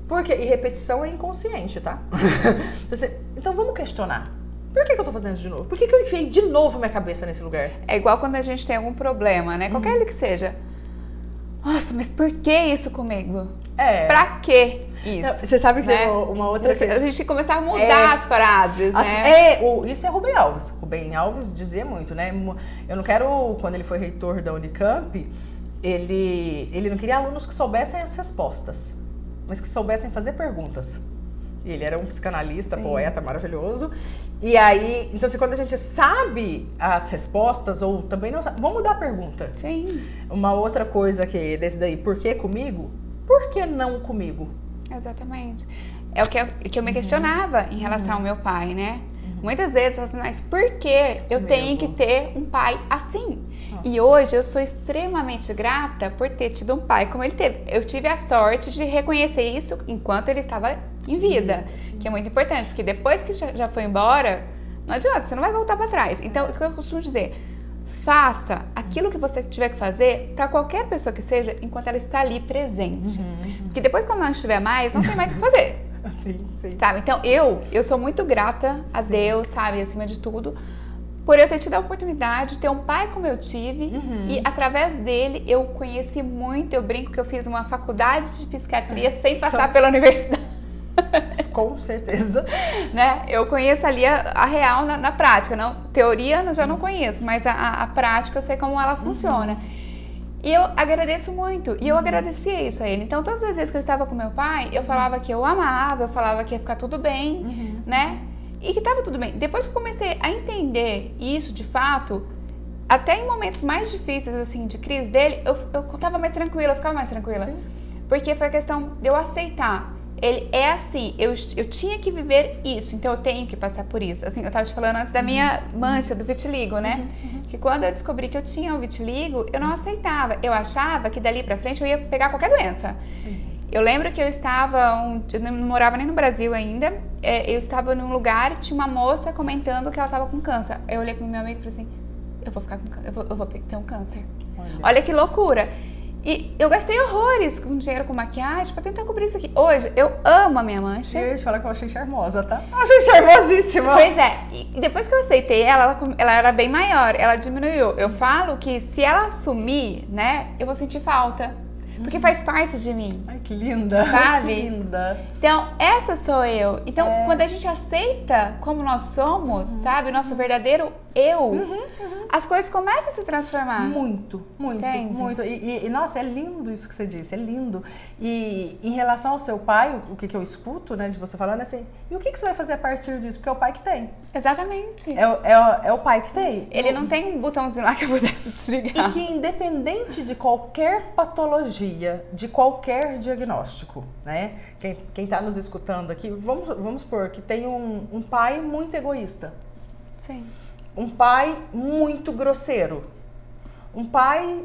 Porque, e repetição é inconsciente, tá? Então vamos questionar. Por que eu tô fazendo isso de novo? Por que eu enfiei de novo minha cabeça nesse lugar? É igual quando a gente tem algum problema, né? Qualquer ele que seja. Nossa, mas por que isso comigo? Pra que isso? Você sabe que tem uma outra... A gente começar a mudar as frases, né? Isso é Rubem Alves. Rubem Alves dizia muito, né? Eu não quero... Quando ele foi reitor da Unicamp, ele não queria alunos que soubessem as respostas, mas que soubessem fazer perguntas. E ele era um psicanalista, poeta maravilhoso. E aí, então assim, quando a gente sabe as respostas, ou também não sabe, vamos mudar a pergunta. Sim. Uma outra coisa que desse daí, por que comigo? Por que não comigo? Exatamente. É o que eu me questionava em relação ao meu pai, né? Muitas vezes, assim, mas por que eu tenho que ter um pai assim? Nossa. E hoje eu sou extremamente grata por ter tido um pai como ele teve. Eu tive a sorte de reconhecer isso enquanto ele estava em vida, que é muito importante, porque depois que já foi embora, não adianta, você não vai voltar para trás. Então, o que eu costumo dizer, faça aquilo que você tiver que fazer para qualquer pessoa que seja, enquanto ela está ali presente. Porque depois, quando ela não estiver mais, não tem mais o que fazer. Sim. Sabe? Então, eu sou muito grata a Deus, sabe, acima de tudo, por eu ter tido a oportunidade de ter um pai como eu tive, e através dele eu conheci muito. Eu brinco que eu fiz uma faculdade de psiquiatria sem passar pela universidade. Com certeza. Né? Eu conheço ali a real na prática. Não, teoria eu já não conheço, mas a prática eu sei como ela funciona. E eu agradeço muito. E eu agradecia isso a ele. Então, todas as vezes que eu estava com meu pai, eu falava que eu amava, eu falava que ia ficar tudo bem, né? E que estava tudo bem. Depois que eu comecei a entender isso de fato, até em momentos mais difíceis, assim, de crise dele, eu estava mais tranquila, eu ficava mais tranquila. Sim. Porque foi a questão de eu aceitar. Ele é assim, eu tinha que viver isso, então eu tenho que passar por isso. Assim, eu estava te falando antes da minha mancha, do vitiligo, né? Que quando eu descobri que eu tinha o vitiligo, eu não aceitava. Eu achava que dali pra frente eu ia pegar qualquer doença. Eu lembro que eu não morava nem no Brasil ainda, eu estava num lugar e tinha uma moça comentando que ela estava com câncer. Eu olhei pro meu amigo e falei assim, eu vou ficar com câncer, eu vou ter um câncer. Olha que loucura. E eu gastei horrores com dinheiro com maquiagem pra tentar cobrir isso aqui. Hoje, eu amo a minha mancha. Eu ia te falar que eu achei charmosa, tá? Eu achei charmosíssima. Pois é. E depois que eu aceitei ela era bem maior. Ela diminuiu. Eu falo que se ela sumir, né, eu vou sentir falta. Porque faz parte de mim. Ai, que linda. Sabe? Que linda. Então, essa sou eu. Então, quando a gente aceita como nós somos, sabe? O nosso verdadeiro eu, as coisas começam a se transformar. Muito. Entende? Muito. E, nossa, é lindo isso que você disse. É lindo. E em relação ao seu pai, o que eu escuto, né, de você falando, é assim, e o que você vai fazer a partir disso? Porque é o pai que tem. Exatamente. É o pai que tem. Ele não tem um botãozinho lá que eu pudesse desligar. E que independente de qualquer patologia, de qualquer diagnóstico, né? Quem está nos escutando aqui, vamos supor que tem um pai muito egoísta. Sim. Um pai muito grosseiro. Um pai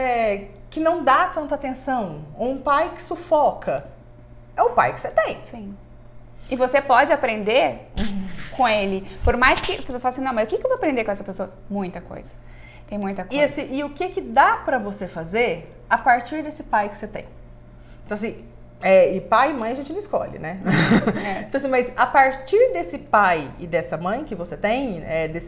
que não dá tanta atenção. Ou um pai que sufoca. É o pai que você tem. Sim. E você pode aprender com ele. Por mais que você fale assim, não, mas o que eu vou aprender com essa pessoa? Muita coisa. Tem muita coisa. E o que dá pra você fazer a partir desse pai que você tem? Então assim, e pai e mãe a gente não escolhe, né? Então assim, mas a partir desse pai e dessa mãe que você tem,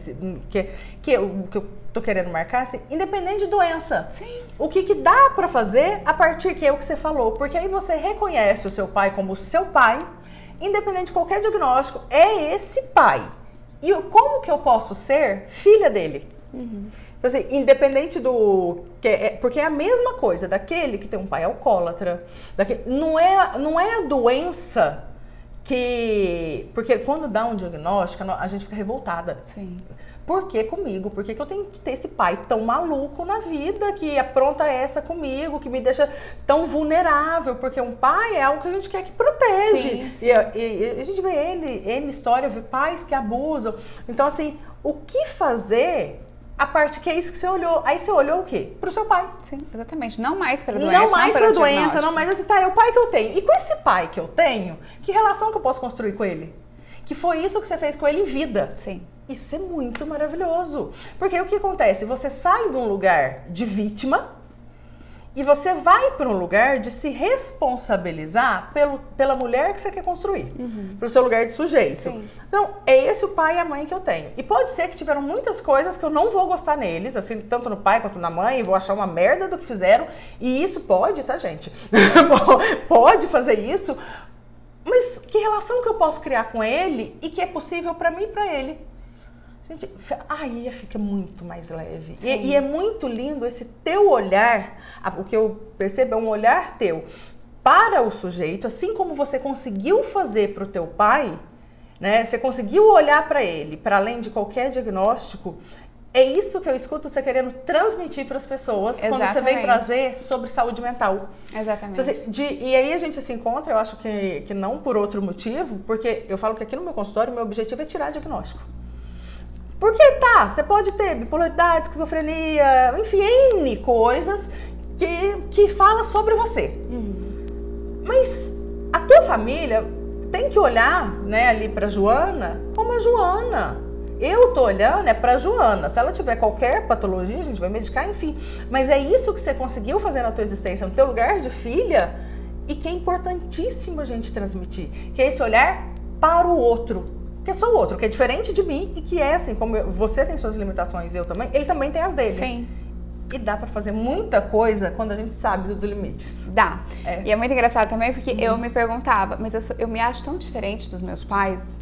que eu tô querendo marcar, assim, independente de doença. Sim. O que dá pra fazer a partir que é o que você falou? Porque aí você reconhece o seu pai como seu pai, independente de qualquer diagnóstico, é esse pai. E como que eu posso ser filha dele? Então, assim, independente porque é a mesma coisa daquele que tem um pai alcoólatra, não é a doença porque quando dá um diagnóstico, a gente fica revoltada. Sim. Por que comigo? Por que eu tenho que ter esse pai tão maluco na vida, que apronta essa comigo, que me deixa tão vulnerável? Porque um pai é algo que a gente quer que protege. Sim. E a gente vê N história, vê pais que abusam. Então, assim, o que fazer... A parte que é isso que você olhou. Aí você olhou o quê? Pro seu pai. Sim, exatamente. Não mais pela doença. Não mais pela doença, não mais assim, tá, é o pai que eu tenho. E com esse pai que eu tenho, que relação que eu posso construir com ele? Que foi isso que você fez com ele em vida. Sim. Isso é muito maravilhoso. Porque o que acontece? Você sai de um lugar de vítima E você vai para um lugar de se responsabilizar pela mulher que você quer construir, para o seu lugar de sujeito. Sim. Então, é esse o pai e a mãe que eu tenho. E pode ser que tiveram muitas coisas que eu não vou gostar neles, assim, tanto no pai quanto na mãe, vou achar uma merda do que fizeram. E isso pode, tá, gente? Pode fazer isso. Mas que relação que eu posso criar com ele e que é possível para mim e para ele? Gente, aí fica muito mais leve. E é muito lindo esse teu olhar, o que eu percebo é um olhar teu para o sujeito, assim como você conseguiu fazer para o teu pai, né? Você conseguiu olhar para ele, para além de qualquer diagnóstico. É isso que eu escuto você querendo transmitir para as pessoas. Exatamente. Quando você vem trazer sobre saúde mental. Exatamente. Então, e aí a gente se encontra, eu acho que não por outro motivo, porque eu falo que aqui no meu consultório, meu objetivo é tirar diagnóstico. Porque você pode ter bipolaridade, esquizofrenia, enfim, N coisas que fala sobre você. Mas a tua família tem que olhar, né, ali pra Joana como a Joana. Eu tô olhando pra Joana. Se ela tiver qualquer patologia, a gente vai medicar, enfim. Mas é isso que você conseguiu fazer na tua existência, no teu lugar de filha, e que é importantíssimo a gente transmitir. Que é esse olhar para o outro. Que é só o outro, que é diferente de mim e que é assim, como você tem suas limitações e eu também, ele também tem as dele. Sim. E dá pra fazer muita coisa quando a gente sabe dos limites. Dá. E é muito engraçado também porque eu me perguntava, mas eu me acho tão diferente dos meus pais.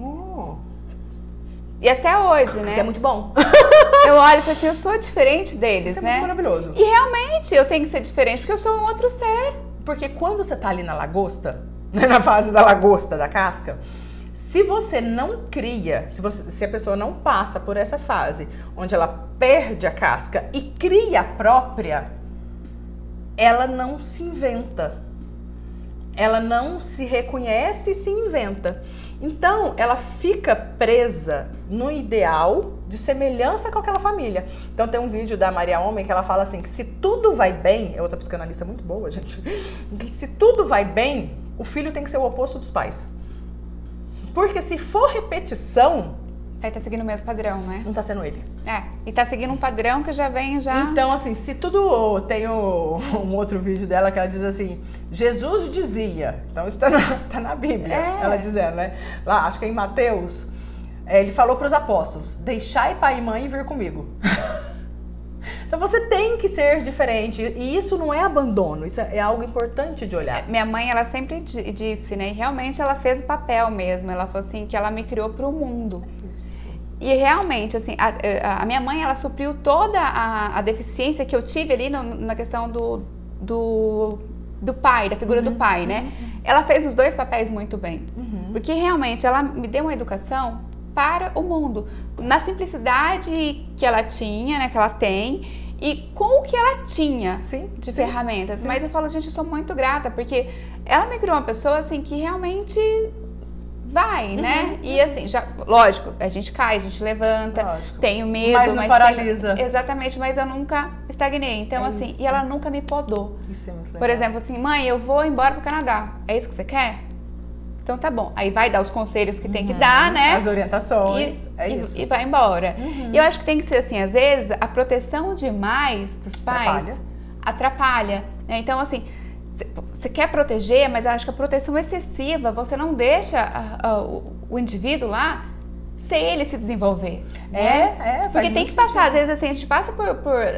E até hoje, né? Isso é muito bom. Eu olho e falo assim, eu sou diferente deles, Isso né? É muito maravilhoso. E realmente eu tenho que ser diferente porque eu sou um outro ser. Porque quando você tá ali na lagosta, né, na fase da lagosta, da casca, se você não cria, se a pessoa não passa por essa fase onde ela perde a casca e cria a própria, ela não se inventa. Ela não se reconhece e se inventa. Então, ela fica presa no ideal de semelhança com aquela família. Então, tem um vídeo da Maria Homem que ela fala assim, que se tudo vai bem, é outra psicanalista muito boa, gente, que se tudo vai bem, o filho tem que ser o oposto dos pais. Porque se for repetição... Aí tá seguindo o mesmo padrão, né? Não tá sendo ele. E tá seguindo um padrão que já vem já... Então, assim, se tudo... Tem um outro vídeo dela que ela diz assim, Jesus dizia, então isso tá na Bíblia, ela dizendo, né? Lá, acho que é em Mateus, ele falou pros apóstolos, deixai pai e mãe vir comigo. Então você tem que ser diferente e isso não é abandono, isso é algo importante de olhar. Minha mãe, ela sempre disse, né, e realmente ela fez o papel mesmo, ela falou assim, que ela me criou pro mundo. Isso. E realmente, assim, a minha mãe, ela supriu toda a deficiência que eu tive ali na questão do pai, da figura do pai, né? Ela fez os dois papéis muito bem, porque realmente ela me deu uma educação para o mundo, na simplicidade que ela tinha, né, que ela tem, e com o que ela tinha de ferramentas. Sim. Mas eu falo, gente, eu sou muito grata, porque ela me criou uma pessoa, assim, que realmente vai, né? E assim, já, lógico, a gente cai, a gente levanta, tenho medo, mas não paralisa. Exatamente, mas eu nunca estagnei. Então, assim, isso. E ela nunca me podou. Isso é muito legal. Por exemplo, assim, mãe, eu vou embora pro Canadá. É isso que você quer? Então tá bom. Aí vai dar os conselhos que tem que dar, né? As orientações. Isso. E vai embora. E eu acho que tem que ser assim, às vezes, a proteção demais dos pais atrapalha. Né? Então, assim, você quer proteger, mas eu acho que a proteção excessiva, você não deixa o indivíduo lá ser ele se desenvolver. Né? Porque tem que passar, às vezes assim, a gente passa por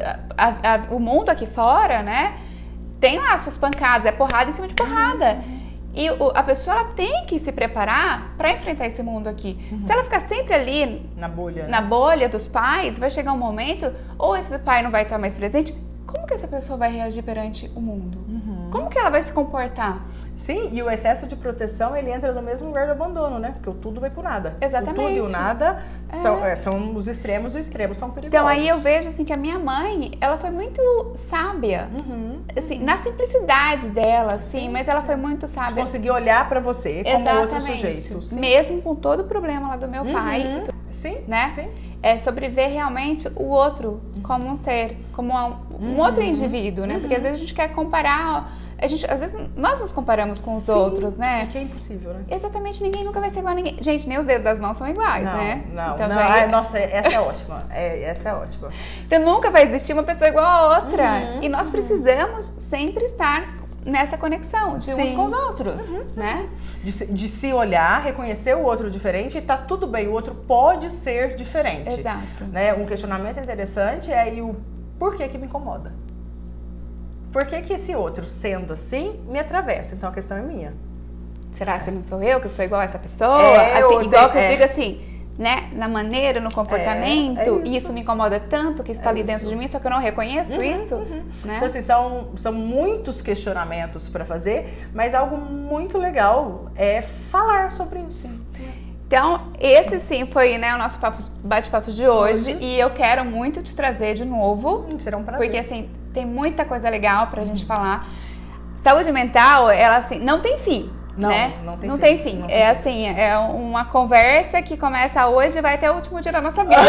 o mundo aqui fora, né? Tem lá as suas pancadas, é porrada em cima de porrada. E a pessoa, ela tem que se preparar para enfrentar esse mundo aqui. Se ela ficar sempre ali na bolha dos pais, vai chegar um momento, ou esse pai não vai estar mais presente, como que essa pessoa vai reagir perante o mundo? Como que ela vai se comportar? Sim, e o excesso de proteção, ele entra no mesmo lugar do abandono, né? Porque o tudo vai pro nada. Exatamente. O tudo e o nada são os extremos, e os extremos são perigosos. Então aí eu vejo assim que a minha mãe, ela foi muito sábia, assim, na simplicidade dela, assim, mas ela foi muito sábia. De conseguir olhar pra você como outro sujeito. Mesmo com todo o problema lá do meu pai. Sim, né? sim. é sobre ver realmente o outro como um ser, como um outro indivíduo, né? Porque às vezes a gente quer comparar, às vezes nós nos comparamos com os outros, né? Que é impossível, né? Exatamente, ninguém nunca vai ser igual a ninguém. Gente, nem os dedos das mãos são iguais, né? Então, nossa, essa é ótima. Essa é ótima. Então nunca vai existir uma pessoa igual a outra. E nós precisamos sempre estar nessa conexão de uns com os outros, né? De se olhar, reconhecer o outro diferente e tá tudo bem, o outro pode ser diferente. Exato. Né? Um questionamento interessante é aí o porquê que me incomoda. Por que esse outro, sendo assim, me atravessa? Então a questão é minha. Será que não sou eu que sou igual a essa pessoa? Assim, igual que eu digo assim, né? Na maneira, no comportamento, isso me incomoda tanto que está ali dentro de mim, só que eu não reconheço isso. Né? Então, assim, são muitos questionamentos para fazer, mas algo muito legal é falar sobre isso. Então, esse sim foi, né, o nosso bate-papo de hoje. E eu quero muito te trazer de novo. Será um prazer. Porque, assim, tem muita coisa legal pra gente falar. Saúde mental, ela, assim, não tem fim. Não, né? não tem fim. É assim, é uma conversa que começa hoje e vai até o último dia da nossa vida.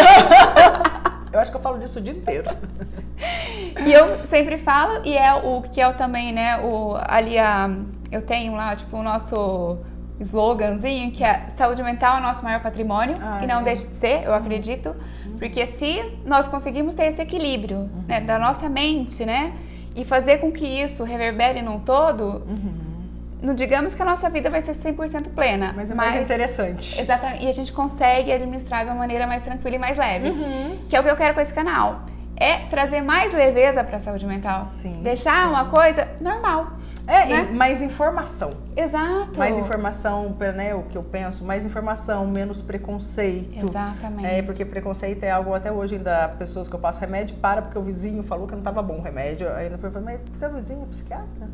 Eu acho que eu falo disso o dia inteiro. E eu sempre falo, e é o que é também, né, eu tenho lá, tipo, o nosso sloganzinho, que é saúde mental é o nosso maior patrimônio, e não deixa de ser, eu acredito, porque se nós conseguimos ter esse equilíbrio, né, da nossa mente, né, e fazer com que isso reverbere num todo, não digamos que a nossa vida vai ser 100% plena. Mas é mais interessante. Exatamente. E a gente consegue administrar de uma maneira mais tranquila e mais leve. Que é o que eu quero com esse canal. É trazer mais leveza para a saúde mental. Deixar uma coisa normal. Né? Mais informação. Exato. Mais informação, né, o que eu penso, mais informação, menos preconceito. Exatamente. Porque preconceito é algo até hoje ainda, pessoas que eu passo remédio, porque o vizinho falou que não estava bom o remédio. Aí eu falei, mas teu vizinho é psiquiatra?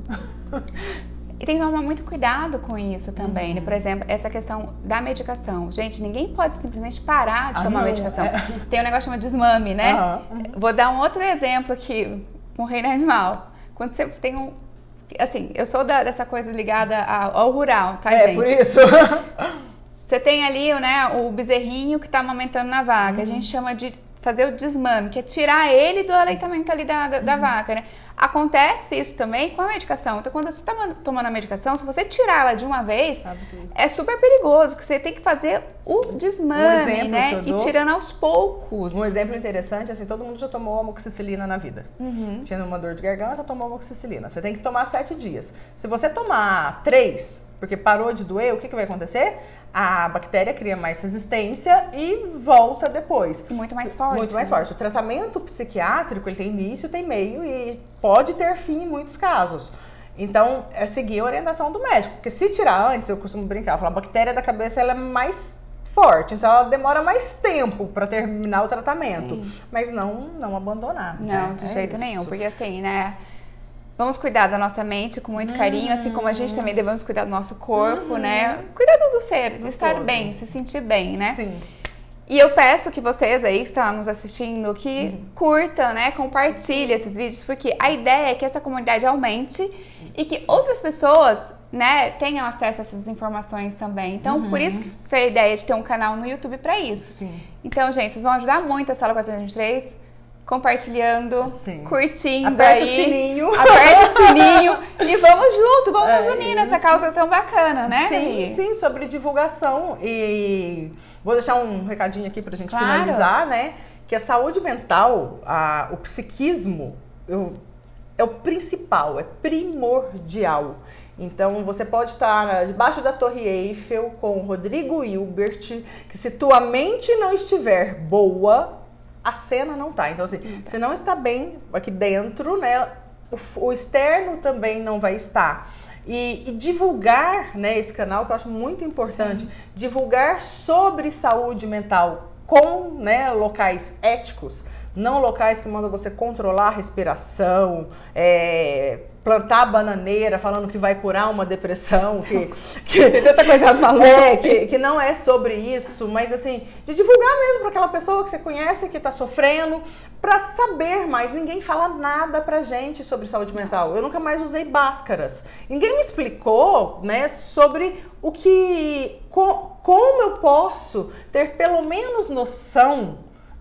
E tem que tomar muito cuidado com isso também, né? Por exemplo, essa questão da medicação. Gente, ninguém pode simplesmente parar de tomar medicação. Tem um negócio chamado desmame, né? Vou dar um outro exemplo aqui, com o reino animal. Quando você tem assim, eu sou dessa coisa ligada ao rural, tá, gente? Por isso. Você tem ali, né, o bezerrinho que tá amamentando na vaca. A gente chama de fazer o desmame, que é tirar ele do aleitamento ali da vaca, né? Acontece isso também com a medicação. Então, quando você está tomando a medicação, se você tirar ela de uma vez, é super perigoso, porque você tem que fazer o desmame, né? E tirando aos poucos. Um exemplo interessante, assim, todo mundo já tomou amoxicilina na vida. Tinha uma dor de garganta, tomou amoxicilina. Você tem que tomar 7 dias. Se você tomar 3, porque parou de doer, o que vai acontecer? A bactéria cria mais resistência e volta depois. Muito mais forte. Muito mais forte. O tratamento psiquiátrico, ele tem início, tem meio e pode ter fim em muitos casos. Então, é seguir a orientação do médico. Porque se tirar antes, eu costumo brincar, falar, a bactéria da cabeça ela é mais forte, então ela demora mais tempo para terminar o tratamento. Mas não abandonar. Não, né? de jeito nenhum. Porque assim, né... Vamos cuidar da nossa mente com muito carinho, assim como a gente também devemos cuidar do nosso corpo, né? Cuidar do ser, de estar bem, se sentir bem, né? Sim. E eu peço que vocês aí que estão nos assistindo, que curtam, né? Compartilhem esses vídeos, porque a ideia é que essa comunidade aumente e que outras pessoas, né, tenham acesso a essas informações também. Então, por isso que foi a ideia de ter um canal no YouTube para isso. Então, gente, vocês vão ajudar muito a Sala 423. Compartilhando, curtindo, aperta o sininho e vamos junto, vamos nos unir nessa causa tão bacana, né? Sim, sobre divulgação. E vou deixar um recadinho aqui pra gente finalizar, né? Que a saúde mental, o psiquismo, é o principal, é primordial. Então, você pode estar debaixo da Torre Eiffel com o Rodrigo Hilbert, que se tua mente não estiver boa, a cena não tá. Então, assim, se não está bem aqui dentro, né, o externo também não vai estar. E divulgar, né, esse canal, que eu acho muito importante, divulgar sobre saúde mental com, né, locais éticos, não locais que mandam você controlar a respiração, plantar a bananeira falando que vai curar uma depressão, Tem tanta coisa maluca. Que não é sobre isso, mas assim, de divulgar mesmo para aquela pessoa que você conhece, que está sofrendo, para saber mais. Ninguém fala nada pra gente sobre saúde mental. Eu nunca mais usei máscaras. Ninguém me explicou, né, sobre como eu posso ter pelo menos noção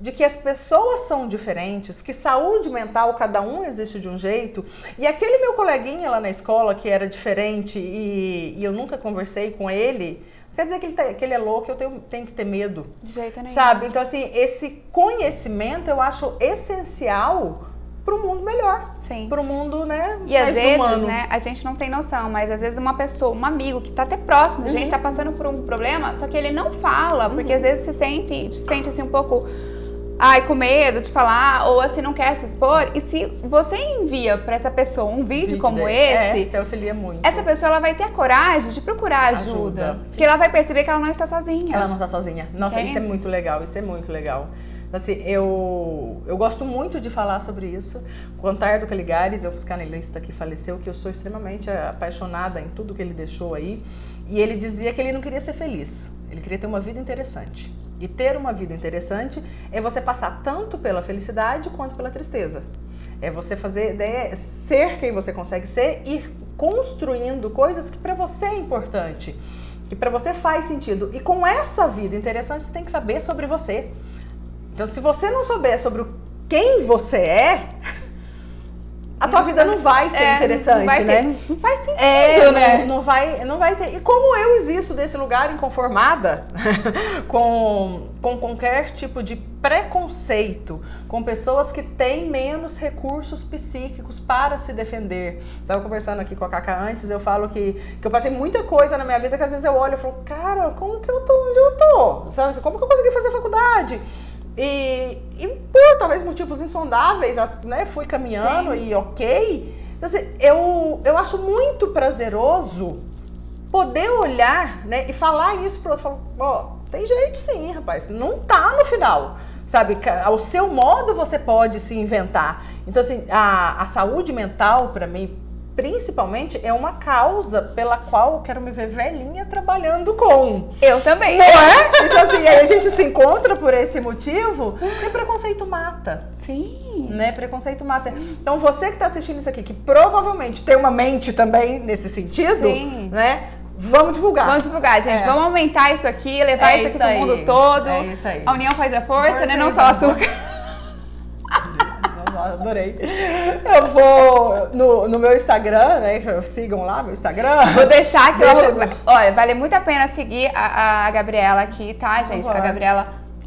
de que as pessoas são diferentes, que saúde mental, cada um existe de um jeito. E aquele meu coleguinha lá na escola que era diferente e eu nunca conversei com ele, quer dizer que ele é louco, eu tenho que ter medo. De jeito nenhum. Sabe? Então, assim, esse conhecimento eu acho essencial para o mundo melhor. Sim. Para o mundo, né, e às vezes, humano. né, a gente não tem noção, mas às vezes uma pessoa, um amigo que tá até próximo, a gente tá passando por um problema, só que ele não fala, porque às vezes se sente assim um pouco, com medo de falar, ou assim, não quer se expor. E se você envia pra essa pessoa um vídeo como esse, você auxilia muito. Essa pessoa, ela vai ter a coragem de procurar ajuda. Porque ela vai perceber que ela não está sozinha. Ela não está sozinha. Nossa, Entende? Isso é muito legal, isso é muito legal. Assim, eu gosto muito de falar sobre isso. Com o Antardo Caligares, é um psicanalista que faleceu, que eu sou extremamente apaixonada em tudo que ele deixou aí. E ele dizia que ele não queria ser feliz, ele queria ter uma vida interessante. E ter uma vida interessante é você passar tanto pela felicidade quanto pela tristeza. É você ser quem você consegue ser e ir construindo coisas que para você é importante, que para você faz sentido. E com essa vida interessante, você tem que saber sobre você. Então, se você não souber sobre quem você é, a tua vida não vai ser interessante, né? Não faz sentido, né? Não vai ter. E como eu existo desse lugar inconformada, com qualquer tipo de preconceito, com pessoas que têm menos recursos psíquicos para se defender. Estava conversando aqui com a Cacá antes, eu falo que eu passei muita coisa na minha vida que às vezes eu olho e falo, cara, como que eu tô onde eu tô? Sabe? Como que eu consegui fazer faculdade? E por talvez motivos insondáveis, né, fui caminhando. Sim. E ok. Então, assim, eu acho muito prazeroso poder olhar, né, e falar isso para o outro. Ó, tem jeito sim, rapaz, não tá no final, sabe? Ao seu modo você pode se inventar. Então, assim, a saúde mental, para mim, principalmente, é uma causa pela qual eu quero me ver velhinha trabalhando com. Eu também. Não é? Então, assim, aí a gente se encontra por esse motivo, porque preconceito mata. Sim. Né? Preconceito mata. Sim. Então, você que está assistindo isso aqui, que provavelmente tem uma mente também nesse sentido, sim, né? Vamos divulgar. Vamos divulgar, gente. Vamos aumentar isso aqui, levar isso aqui pro mundo todo. É isso aí. A união faz a força, né? Não só o açúcar. Adorei. Eu vou no meu Instagram, né? Sigam lá meu Instagram. Vou deixar aqui. Olha, vale muito a pena seguir a Gabriela aqui, tá, gente? A Gabriela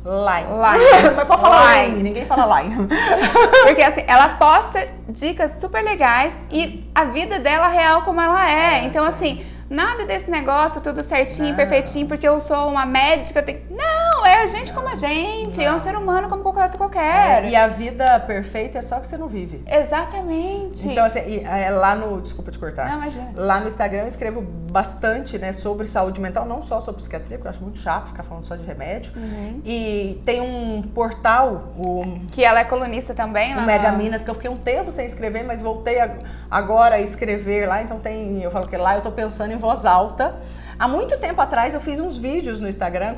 Line. Mas pode falar Line. Ninguém fala Line. Porque assim, ela posta dicas super legais e a vida dela real como ela é. Então, assim, nada desse negócio, tudo certinho, perfeitinho, porque eu sou uma médica, eu tenho... Não, é a gente como a gente, é um ser humano como qualquer outro qualquer. E a vida perfeita é só que você não vive. Exatamente. Então, assim, lá no... Desculpa te cortar. Não, imagina. Lá no Instagram eu escrevo bastante, né, sobre saúde mental, não só sobre psiquiatria, porque eu acho muito chato ficar falando só de remédio. Uhum. E tem um portal... Que ela é colunista também. O Mega Minas, que eu fiquei um tempo sem escrever, mas voltei agora a escrever lá. Então eu falo que lá eu tô pensando em voz alta. Há muito tempo atrás eu fiz uns vídeos no Instagram,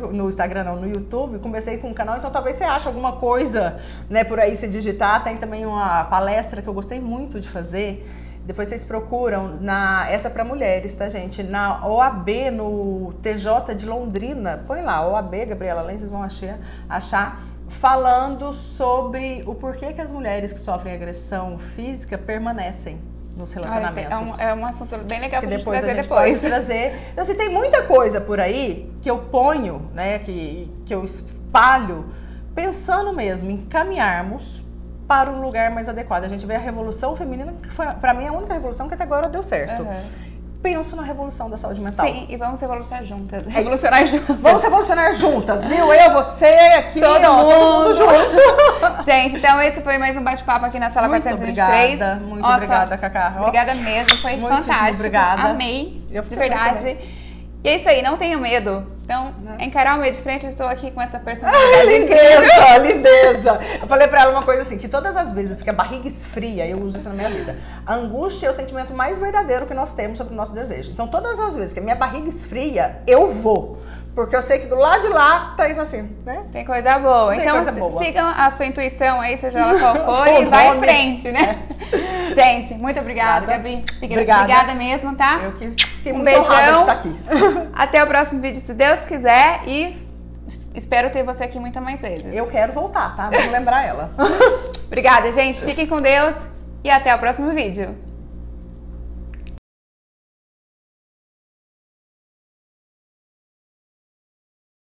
no YouTube, comecei com um canal, então talvez você ache alguma coisa, né, por aí se digitar. Tem também uma palestra que eu gostei muito de fazer, depois vocês procuram, essa para mulheres, tá, gente? Na OAB, no TJ de Londrina, põe lá, OAB, Gabriela Lenz, vocês vão achar, falando sobre o porquê que as mulheres que sofrem agressão física permanecem nos relacionamentos. É um assunto bem legal que pra depois gente trazer a gente pode trazer. Então, assim, tem muita coisa por aí que eu ponho, né, que eu espalho, pensando mesmo em caminharmos para um lugar mais adequado. A gente vê a revolução feminina, que foi, pra mim, a única revolução que até agora deu certo. Uhum. Penso na revolução da saúde mental. Sim, e vamos revolucionar juntas. Revolucionar juntas. Vamos revolucionar juntas, viu? Eu, você, aqui, todo mundo junto. Gente, então esse foi mais um bate-papo aqui na sala 423. Muito obrigada, Cacá. Obrigada mesmo, foi fantástico. Obrigada. Amei, de verdade. E é isso aí, não tenha medo. Então, encarar o meio de frente, eu estou aqui com essa personalidade incrível. Lindeza! Eu falei pra ela uma coisa assim, que todas as vezes que a barriga esfria, eu uso isso na minha vida, a angústia é o sentimento mais verdadeiro que nós temos sobre o nosso desejo. Então, todas as vezes que a minha barriga esfria, eu vou. Porque eu sei que do lado de lá tá isso assim, né? Tem coisa boa. Tem então, coisa boa. Sigam a sua intuição aí, seja ela qual for, e vai em frente, né? Gente, muito obrigada, Gabi. Obrigada mesmo, tá? Eu fiquei muito honrada de estar aqui. Até o próximo vídeo, se Deus quiser. E espero ter você aqui muitas mais vezes. Eu quero voltar, tá? Vamos lembrar ela. Obrigada, gente. Fiquem com Deus e até o próximo vídeo.